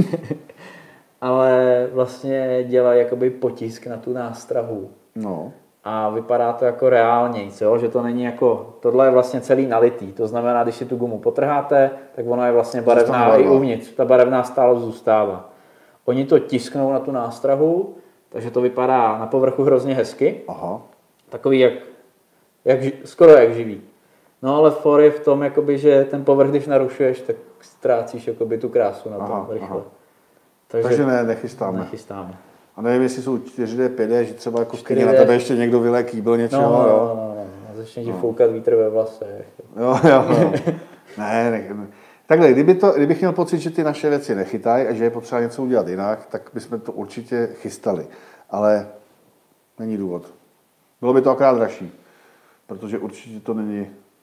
ale vlastně dělají jakoby potisk na tu nástrahu. No. A vypadá to jako reálnějc, jo? Že to není jako, tohle je vlastně celý nalitý, to znamená, když si tu gumu potrháte, tak ona je vlastně barevná i uvnitř, ta barevná stále zůstává. Oni to tisknou na tu nástrahu, takže to vypadá na povrchu hrozně hezky, Aha. takový jak, jak, skoro jak živý. No ale for je v tom, jakoby, že ten povrch, když narušuješ, tak ztrácíš jakoby, tu krásu na tom aha, rychle. aha. Takže, takže ne, nechystáme. nechystáme. A nevím, jestli jsou čtyři dé, pět dé, že třeba jako v kyně čtyři dé na tebe ještě někdo vylé kýbl něčeho, no, no, jo? no, no, no, no. Začne ti foukat vítr ve vlasech. Jo, jo, jo. ne, ne, ne. Takhle, kdyby to, kdybych měl pocit, že ty naše věci nechytají a že je potřeba něco udělat jinak, tak bychom to určitě chystali. Ale není důvod. Bylo by to akorát dražší, protože určitě to není,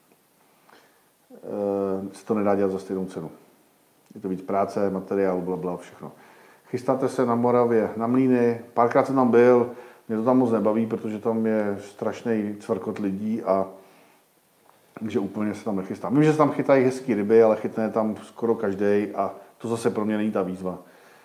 e, se to nedá dělat za stejnou cenu. Je to víc práce, materiál, blabla, všechno. Chystáte se na Moravě, na Mlýny, párkrát jsem tam byl, mě to tam moc nebaví, protože tam je strašný cvrkot lidí a takže úplně se tam nechystám. Vím, že se tam chytají hezký ryby, ale chytne tam skoro každý a to zase pro mě není ta výzva.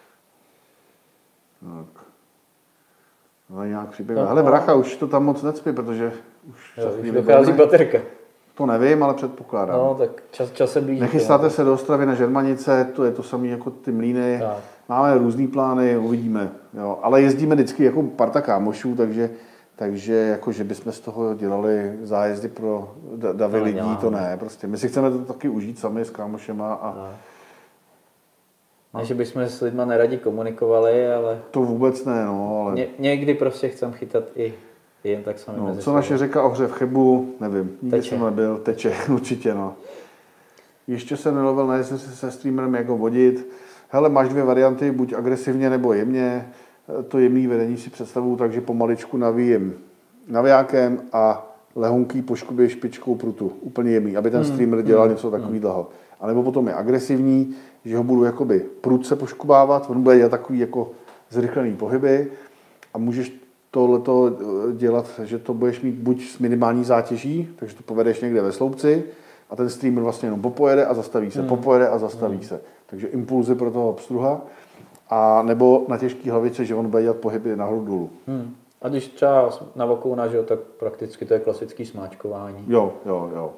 Tak. No, nějak přibývá. No, Hele, no. bracha, už to tam moc necpí, protože už Jo, za chvíli dochází bude. baterka. To nevím, ale předpokládám. No, tak čas, čas se blíží. Nechystáte se do Ostravy na Žermanice, to je to samé jako ty Mlýny. Tak. Máme různý plány, uvidíme. Jo. Ale jezdíme vždycky jako parta kámošů, takže, takže jako, že bychom z toho dělali zájezdy pro davy No, lidí, děláme. to ne. Prostě. My si chceme to taky užít sami s kámošema a No. Ne, že bychom s lidma neradi komunikovali, ale to vůbec ne. No, ale... ně, někdy prostě chcem chytat i jen tak sami no, mezi co sebou. naše řeka Ohře v Chebu, nevím. Nikdy Teče. jsem nebyl, teče, určitě. No. Ještě jsem nelovil na jezeře se streamerem, jak ho vodit. Hele, máš dvě varianty, buď agresivně nebo jemně. To jemné vedení si představuju, takže pomaličku navíjím navijákem a lehonký poškubě špičkou prutu, úplně jemný, aby ten streamer dělal hmm. něco takového. A nebo potom je agresivní, že ho budu jakoby prudce poškubávat, on bude dělat takový jako zrychlený pohyby a můžeš tohleto dělat, že to budeš mít buď s minimální zátěží, takže to povedeš někde ve sloupci a ten streamer vlastně jenom popojede a zastaví se, hmm. popojede a zastaví hmm. se. Takže impulzy pro toho obstruha. A nebo na těžký hlavice, že on bude dělat pohyby nahoru dolů. Hmm. A když třeba na vokouna, že jo, tak prakticky to je klasický smáčkování. Jo, jo, jo.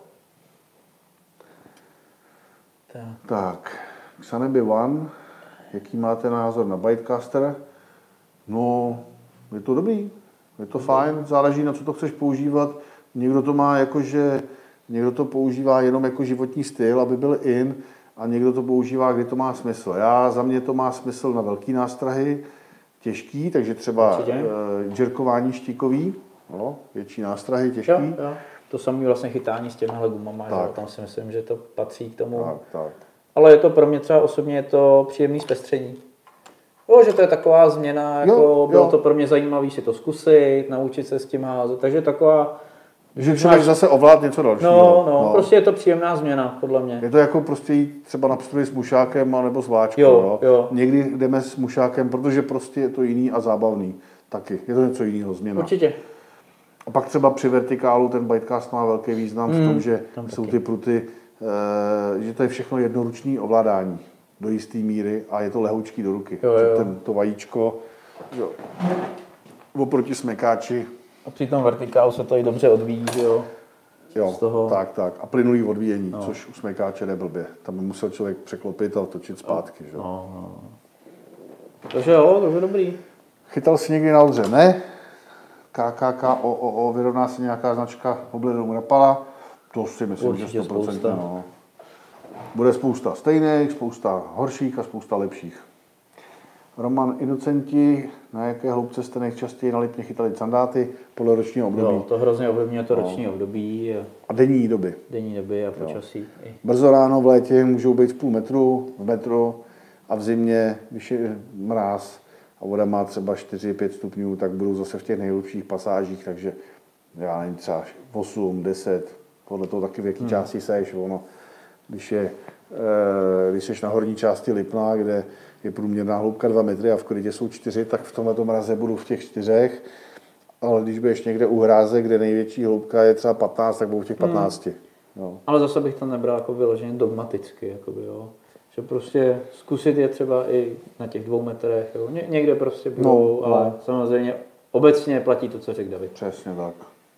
Tak. Tak, Xanebe One, jaký máte názor na Bytecaster? No, je to dobrý, je to fajn, záleží na co to chceš používat. Někdo to má jako, že někdo to používá jenom jako životní styl, aby byl in, a někdo to používá, kdy to má smysl. Já, za mě to má smysl na velký nástrahy, těžký, takže třeba uh, džerkování štíkový, no, větší nástrahy, těžký. Jo, jo. To samé vlastně chytání s těmihle gumama, že? Tam si myslím, že to patří k tomu. Tak, tak. Ale je to pro mě třeba osobně je to příjemný zpestření. Jo, že to je taková změna, jako jo, bylo jo. to pro mě zajímavé si to zkusit, naučit se s tím házet, takže taková... Že člověk máš... zase ovlád něco dalšího. No, no, no, prostě je to příjemná změna, podle mě. Je to jako prostě jít třeba na pstruhy s mušákem nebo s váčkou. Jo, jo. Někdy jdeme s mušákem, protože prostě je to jiný a zábavný. Taky. Je to něco jiného, změna. Určitě. A pak třeba při vertikálu ten Bytecast má velký význam mm, v tom, že tam jsou taky. ty pruty, e, že to je všechno jednoruční ovládání do jisté míry a je to lehoučký do ruky. Jo, jo. Ten, to vajíčko, jo. Oproti smekáči. A při tom vertikálu se to i dobře odvíjí, jo. Jo, z toho... tak, tak. A plynulý odvíjení, no. což u smekáče neblbě. Tam by musel člověk překlopit a točit zpátky. Že? No, no. Takže jo, takže dobrý. Chytal jsi někdy na Odře? Ne. K K K O O O, vyrovná se nějaká značka oblinou Rapala? To si myslím, určitě že sto procent. spousta. No. Bude spousta stejných, spousta horších a spousta lepších. Roman Inocenti, na jaké hloubce jste nejčastěji na Lipně chytali sandáty podle ročního období? Jo, to hrozně ovlivňuje to roční no. období. A, a denní doby. Denní doby a počasí. Brzo ráno v létě můžou být v půl metru, v metru a v zimě, když je mráz a voda má třeba čtyři pět stupňů, tak budou zase v těch nejlepších pasážích, takže já nevím, třeba osm deset, podle toho taky v jaký hmm. části seš. Ono, když, je, když jsi na horní části Lipna, kde je průměrná hloubka dva metry a v krytě jsou čtyři, tak v tomhle mraze budu v těch čtyřech. Ale když budeš někde u hráze, kde největší hloubka je třeba patnáct, tak budu v těch patnácti. Hmm. No. Ale zase bych to nebral jako vyloženě dogmaticky. Jakoby, jo. Že prostě zkusit je třeba i na těch dvou metrech. Jo. Ně, někde prostě budou, no, ale no. samozřejmě obecně platí to, co řekl David. Přesně tak.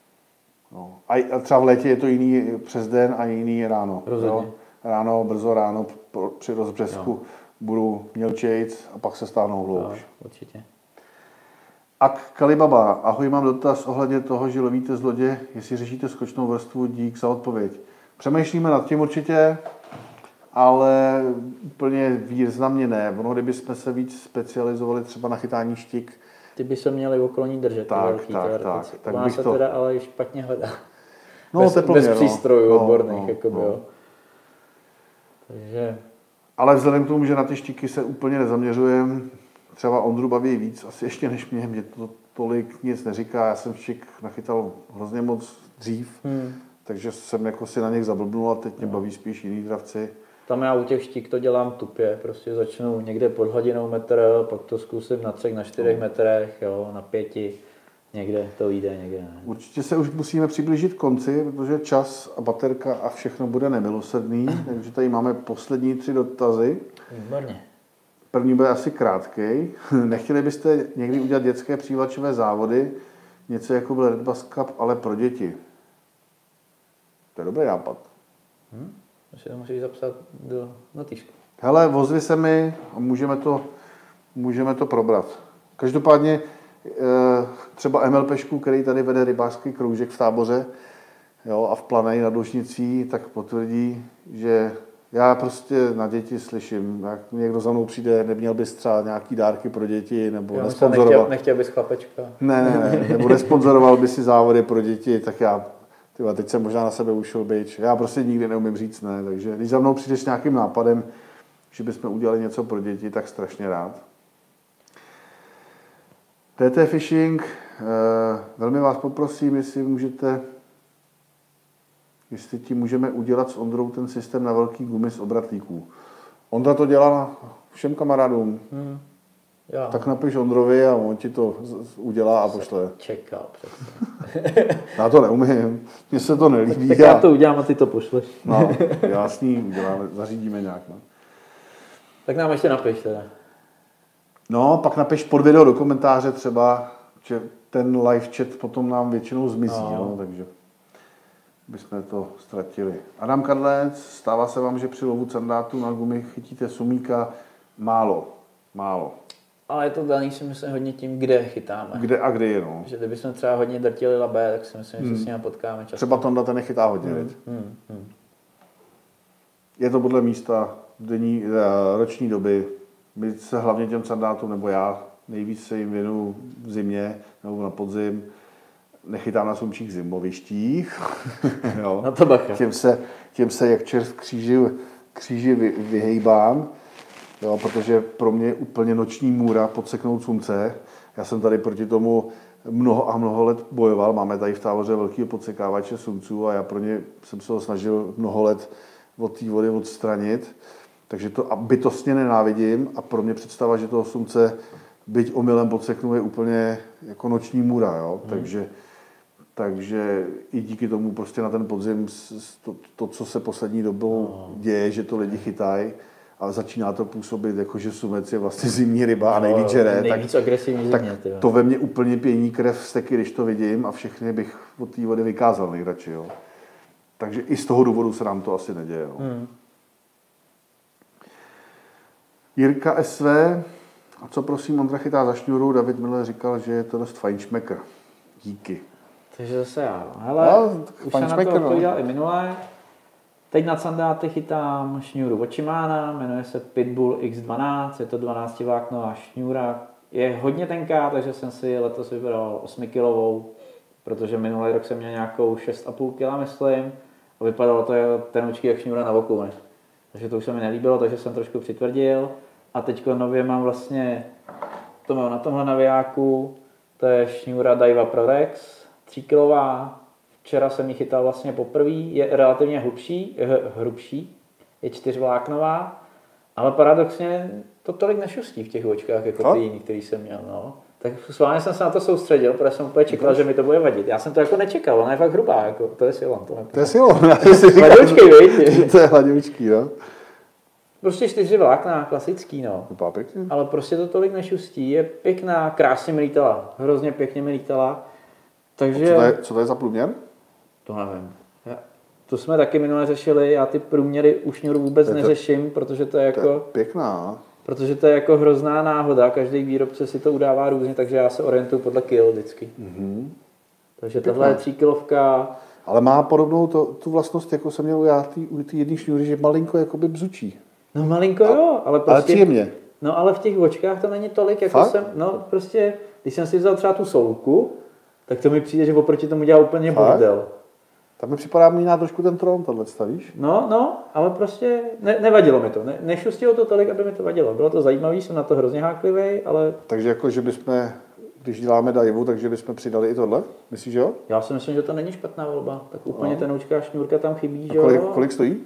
No. A třeba v létě je to jiný přes den a jiný ráno. Rozhodně. Ráno, brzo ráno při rozbřesku. No. Budu mělčejc a pak se stáhnou hloubš. No, určitě. Ak Kalibaba, ahoj, mám dotaz ohledně toho, že lovíte z lodě, jestli řešíte skočnou vrstvu, dík za odpověď. Přemýšlíme nad tím určitě, ale úplně významně ne. Ono, kdybychom se víc specializovali třeba na chytání štik. Ty by se měli okolo držet. Tak, velký tak, tak, tak. Ona se to... teda ale špatně hledá. No, bez, teploměr, bez přístrojů no, odborných. No, jako no. Bylo. Takže... Ale vzhledem k tomu, že na ty štiky se úplně nezaměřujeme, třeba Ondru baví víc, asi ještě než mě, mě to tolik nic neříká. Já jsem štik nachytal hrozně moc dřív, hmm. takže jsem jako si na něch zablbnul a teď mě baví spíš jiný dravci. Tam já u těch štík to dělám tupě, prostě začnu někde pod hladinou metr, pak to zkusím na třech, na čtyřech no. metrech, jo, na pěti, někde to jde, někde ne. Určitě se už musíme přiblížit konci, protože čas a baterka a všechno bude nemilosrdný, takže tady máme poslední tři dotazy. Výborně. První bude asi krátkej. Nechtěli byste někdy udělat dětské přívlačové závody, něco jako byl Red Bus Cup, ale pro děti? To je dobrý nápad. Hmm? Ještě to musíš zapsat do notýsku. Hele, vozvi se mi a můžeme to, můžeme to probrat. Každopádně třeba MLPšku, který tady vede rybářský kroužek v Táboře, jo, a v Planej nad Lužnicí, tak potvrdí, že já prostě na děti slyším, jak někdo za mnou přijde, neměl bys třeba nějaký dárky pro děti, nebo nesponzoroval. Nechtěl, nechtěl bys chlapečka. Ne, ne, ne, nebo nesponzoroval by si závody pro děti, tak já, tyba, teď jsem možná na sebe ušel bič. Já prostě nikdy neumím říct ne, takže když za mnou přijdeš s nějakým nápadem, že bychom udělali něco pro děti, tak strašně rád. T T Fishing, velmi vás poprosím, jestli můžete jestli ti můžeme udělat s Ondrou ten systém na velký gumy z obratlíků. Ondra to dělá všem kamarádům. Hmm. Jo. Tak napiš Ondrovi a on ti to udělá a pošle. Čekal přesně. Já to neumím, mně se to nelíbí. Tak, tak já to udělám a ty to pošleš. No, jasný, uděláme, zařídíme nějak. No. Tak nám ještě napiš teda. No, pak napiš pod video do komentáře třeba, že ten live chat potom nám většinou zmizí, no. No, takže bychom to ztratili. Adam Kadlec, stává se vám, že při lovu sandátu na gumy chytíte sumíka? Málo, málo. Ale je to daný, si myslím, hodně tím, kde chytáme. Kde a kde je, no. Že kdybychom třeba hodně drtili labé, tak si myslím, že hmm. se s ním potkáme často. Třeba Tonda ten nechytá hodně, hmm. Hmm. Hmm. Je to podle místa denní, roční doby. My se hlavně těm sandátům, nebo já, nejvíc se jim věnuju v zimě nebo na podzim. Nechytám na sumčích zimovištích. Jo. Na to bacha. Těm se, těm se jak červ kříži, kříži vy, vyhejbám, jo, protože pro mě je úplně noční můra podseknout slunce. Já jsem tady proti tomu mnoho a mnoho let bojoval. Máme tady v táboře velký podsekávače slunců a já pro ně jsem se ho snažil mnoho let od té vody odstranit. Takže to bytostně nenávidím a pro mě představa, že toho slunce byť omylem podseknu, je úplně jako noční můra. Jo? Hmm. Takže, takže i díky tomu prostě na ten podzim to, to co se poslední dobou no. děje, že to lidi chytají a začíná to působit jako, že sumec je vlastně zimní ryba a nejvíc žere. Nejvíc tak, agresivní tak zimě, to ve mně úplně pění krev steky, když to vidím a všechny bych od té vody vykázal nejradši. Jo? Takže i z toho důvodu se nám to asi neděje. Jo? Hmm. Jirka S V. A co prosím Ondra chytá za šňůru? David Miller říkal, že je to dost fajnšmekr. Díky. Takže zase já. Hele, no, už jsem na to odpověděl i minulé. Teď na sandáty chytám šňůru od Shimana, jmenuje se Pitbull X dvanáct, je to dvanáctivláknová šňůra. Je hodně tenká, takže jsem si letos vybral osmikilovou, protože minulý rok jsem měl nějakou šest a půl kila, myslím. A vypadalo to tenoučky jak šňůra na voku. Ne? Takže to už se mi nelíbilo, takže jsem trošku přitvrdil. A teď nově mám vlastně, to mám na tomhle navijáku, to je šňůra Daiwa Prorex, tříkilová. Včera jsem ji chytal vlastně poprvé, je relativně hlubší, hrubší, je čtyřvláknová, ale paradoxně to tolik nešustí v těch očkách, jako ty jiný, který jsem měl. No. Tak s jsem se na to soustředil, protože jsem úplně čekal, že mi to bude vadit. Já jsem to jako nečekal, ona je fakt hrubá, jako, to je silon. To, to je silon. Hladoučký, víš? To je hladoučký, no. Prostě čtyři vlákna, klasický, no. Vypadá pěkně. Ale prostě to tolik nešustí, je pěkná, krásně mi lítala, hrozně pěkně mi lítala. Takže... Co to, je, co to je za průměr? To nevím. Já, to jsme taky minule řešili, já ty průměry u šňůru vůbec to, neřeším, protože to je jako... To je pěkná. Protože to je jako hrozná náhoda, každý výrobce si to udává různě, takže já se orientuju podle kil vždycky. Mm-hmm. Takže tahle je tříkilovka. Ale má podobnou to, tu vlastnost, jako jsem měl já tý, u té jedné šňůry, že malinko jakoby bzučí. No malinko a, jo, ale prostě... Ale příjemně. No ale v těch očkách to není tolik, jako Fakt? jsem... No prostě, když jsem si vzal třeba tu soulku, tak to mi přijde, že oproti tomu dělá úplně Fakt? bordel. Tak mi připadá mlíná trošku ten Tron, tohle stavíš? No, no, ale prostě ne, nevadilo mi to. Ne, nešustilo to tolik, aby mi to vadilo. Bylo to zajímavé, jsem na to hrozně háklivý, ale... Takže jako, že bychom, když děláme Daiwu, takže bychom přidali i tohle? Myslíš, že jo? Já si myslím, že to není špatná volba. Tak úplně no. tenoučká šňůrka tam chybí, že kolik, jo? kolik stojí?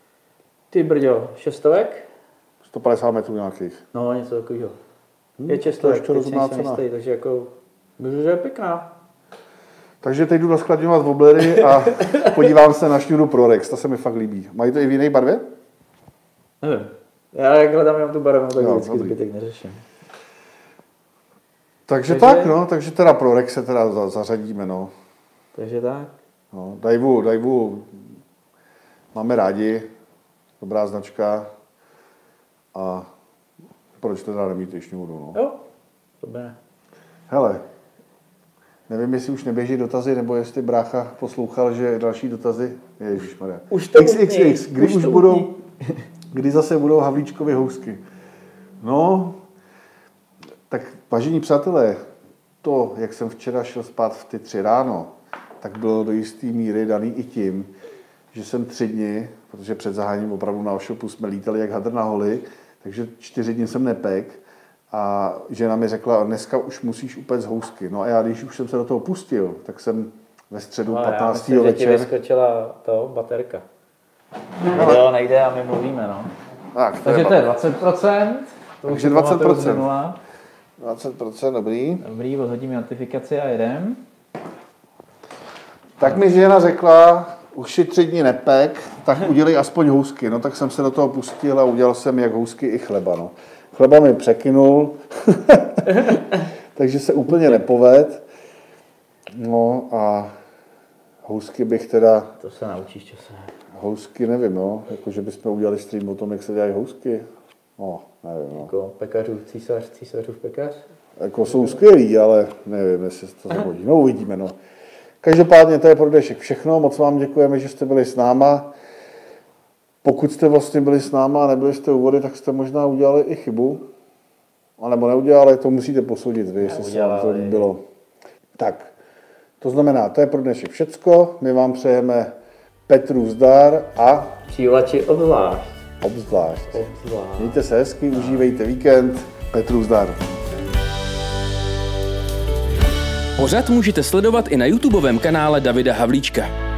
Ty brďo, šestovek? sto padesát metrů nějakých. No, něco takového. Hmm, je šestovek, teď nejsem jistý, takže jako... Myslím, že je pěkná. Takže teď jdu naskladňovat woblery a podívám se na šňůru Prorex, ta se mi fakt líbí. Mají to i v jiné barvě? Nevím. Já jak hledám jenom tu barvu, tak no, vždycky zbytek neřeším. Takže, takže tak, no, takže teda Prorex se teda zařadíme, no. Takže tak. No, Daiwu, Daiwu máme rádi, dobrá značka a proč teda nemít i šňůru, no. Jo, dobré. Hele, nevím, jestli už neběží dotazy, nebo jestli brácha poslouchal, že další dotazy... Ježišmarja. Už to X X X, kdy už, už budou... Kdy zase budou Havlíčkovy housky. No, tak vážení přátelé, to, jak jsem včera šel spát v ty tři ráno, tak bylo do jisté míry daný i tím, že jsem tři dny, protože před zahájením opravdu na Oshopu jsme lítali jak hadr na holi, takže čtyři dny jsem nepek. A žena mi řekla, dneska už musíš upéct housky. No a já, když už jsem se do toho pustil, tak jsem ve středu No, patnáctého já myslím, večer. že ti vyskočila to baterka. No, jo, nejde a my mluvíme, no. Tak, to Takže je to je dvacet procent. To Takže už dvacet procent. z minula. dvacet procent, dobrý. Dobrý, odhodíme notifikaci a jedem. Tak mi žena řekla, už si tři dny nepek, tak udělej aspoň housky. No tak jsem se do toho pustil a udělal jsem jak housky i chleba. No. Chleba mi překynul, takže se úplně nepoved. No a housky bych teda... To se naučíš časem. Housky nevím, no. Jako, že bychom udělali stream o tom, jak se dělají housky. No, nevím, no. Jako pekařů, císař, císařův pekař. Jako jsou skvělí, ale nevím, jestli se to zahodí. No uvidíme, no. Každopádně to je pro dnešek všechno. Moc vám děkujeme, že jste byli s náma. Pokud jste vlastně byli s náma a nebyli jste u vody, tak jste možná udělali i chybu. A nebo neudělali, to musíte posoudit vy, jestli se vám to líbilo. Tak, to znamená, to je pro dnešek všecko. My vám přejeme Petru zdar a... Přívlači obzvlášť. Obzvlášť. Obzvlášť. Mějte se hezky, užívejte víkend. Petru zdar. Pořad můžete sledovat i na YouTubeovém kanále Davida Havlíčka.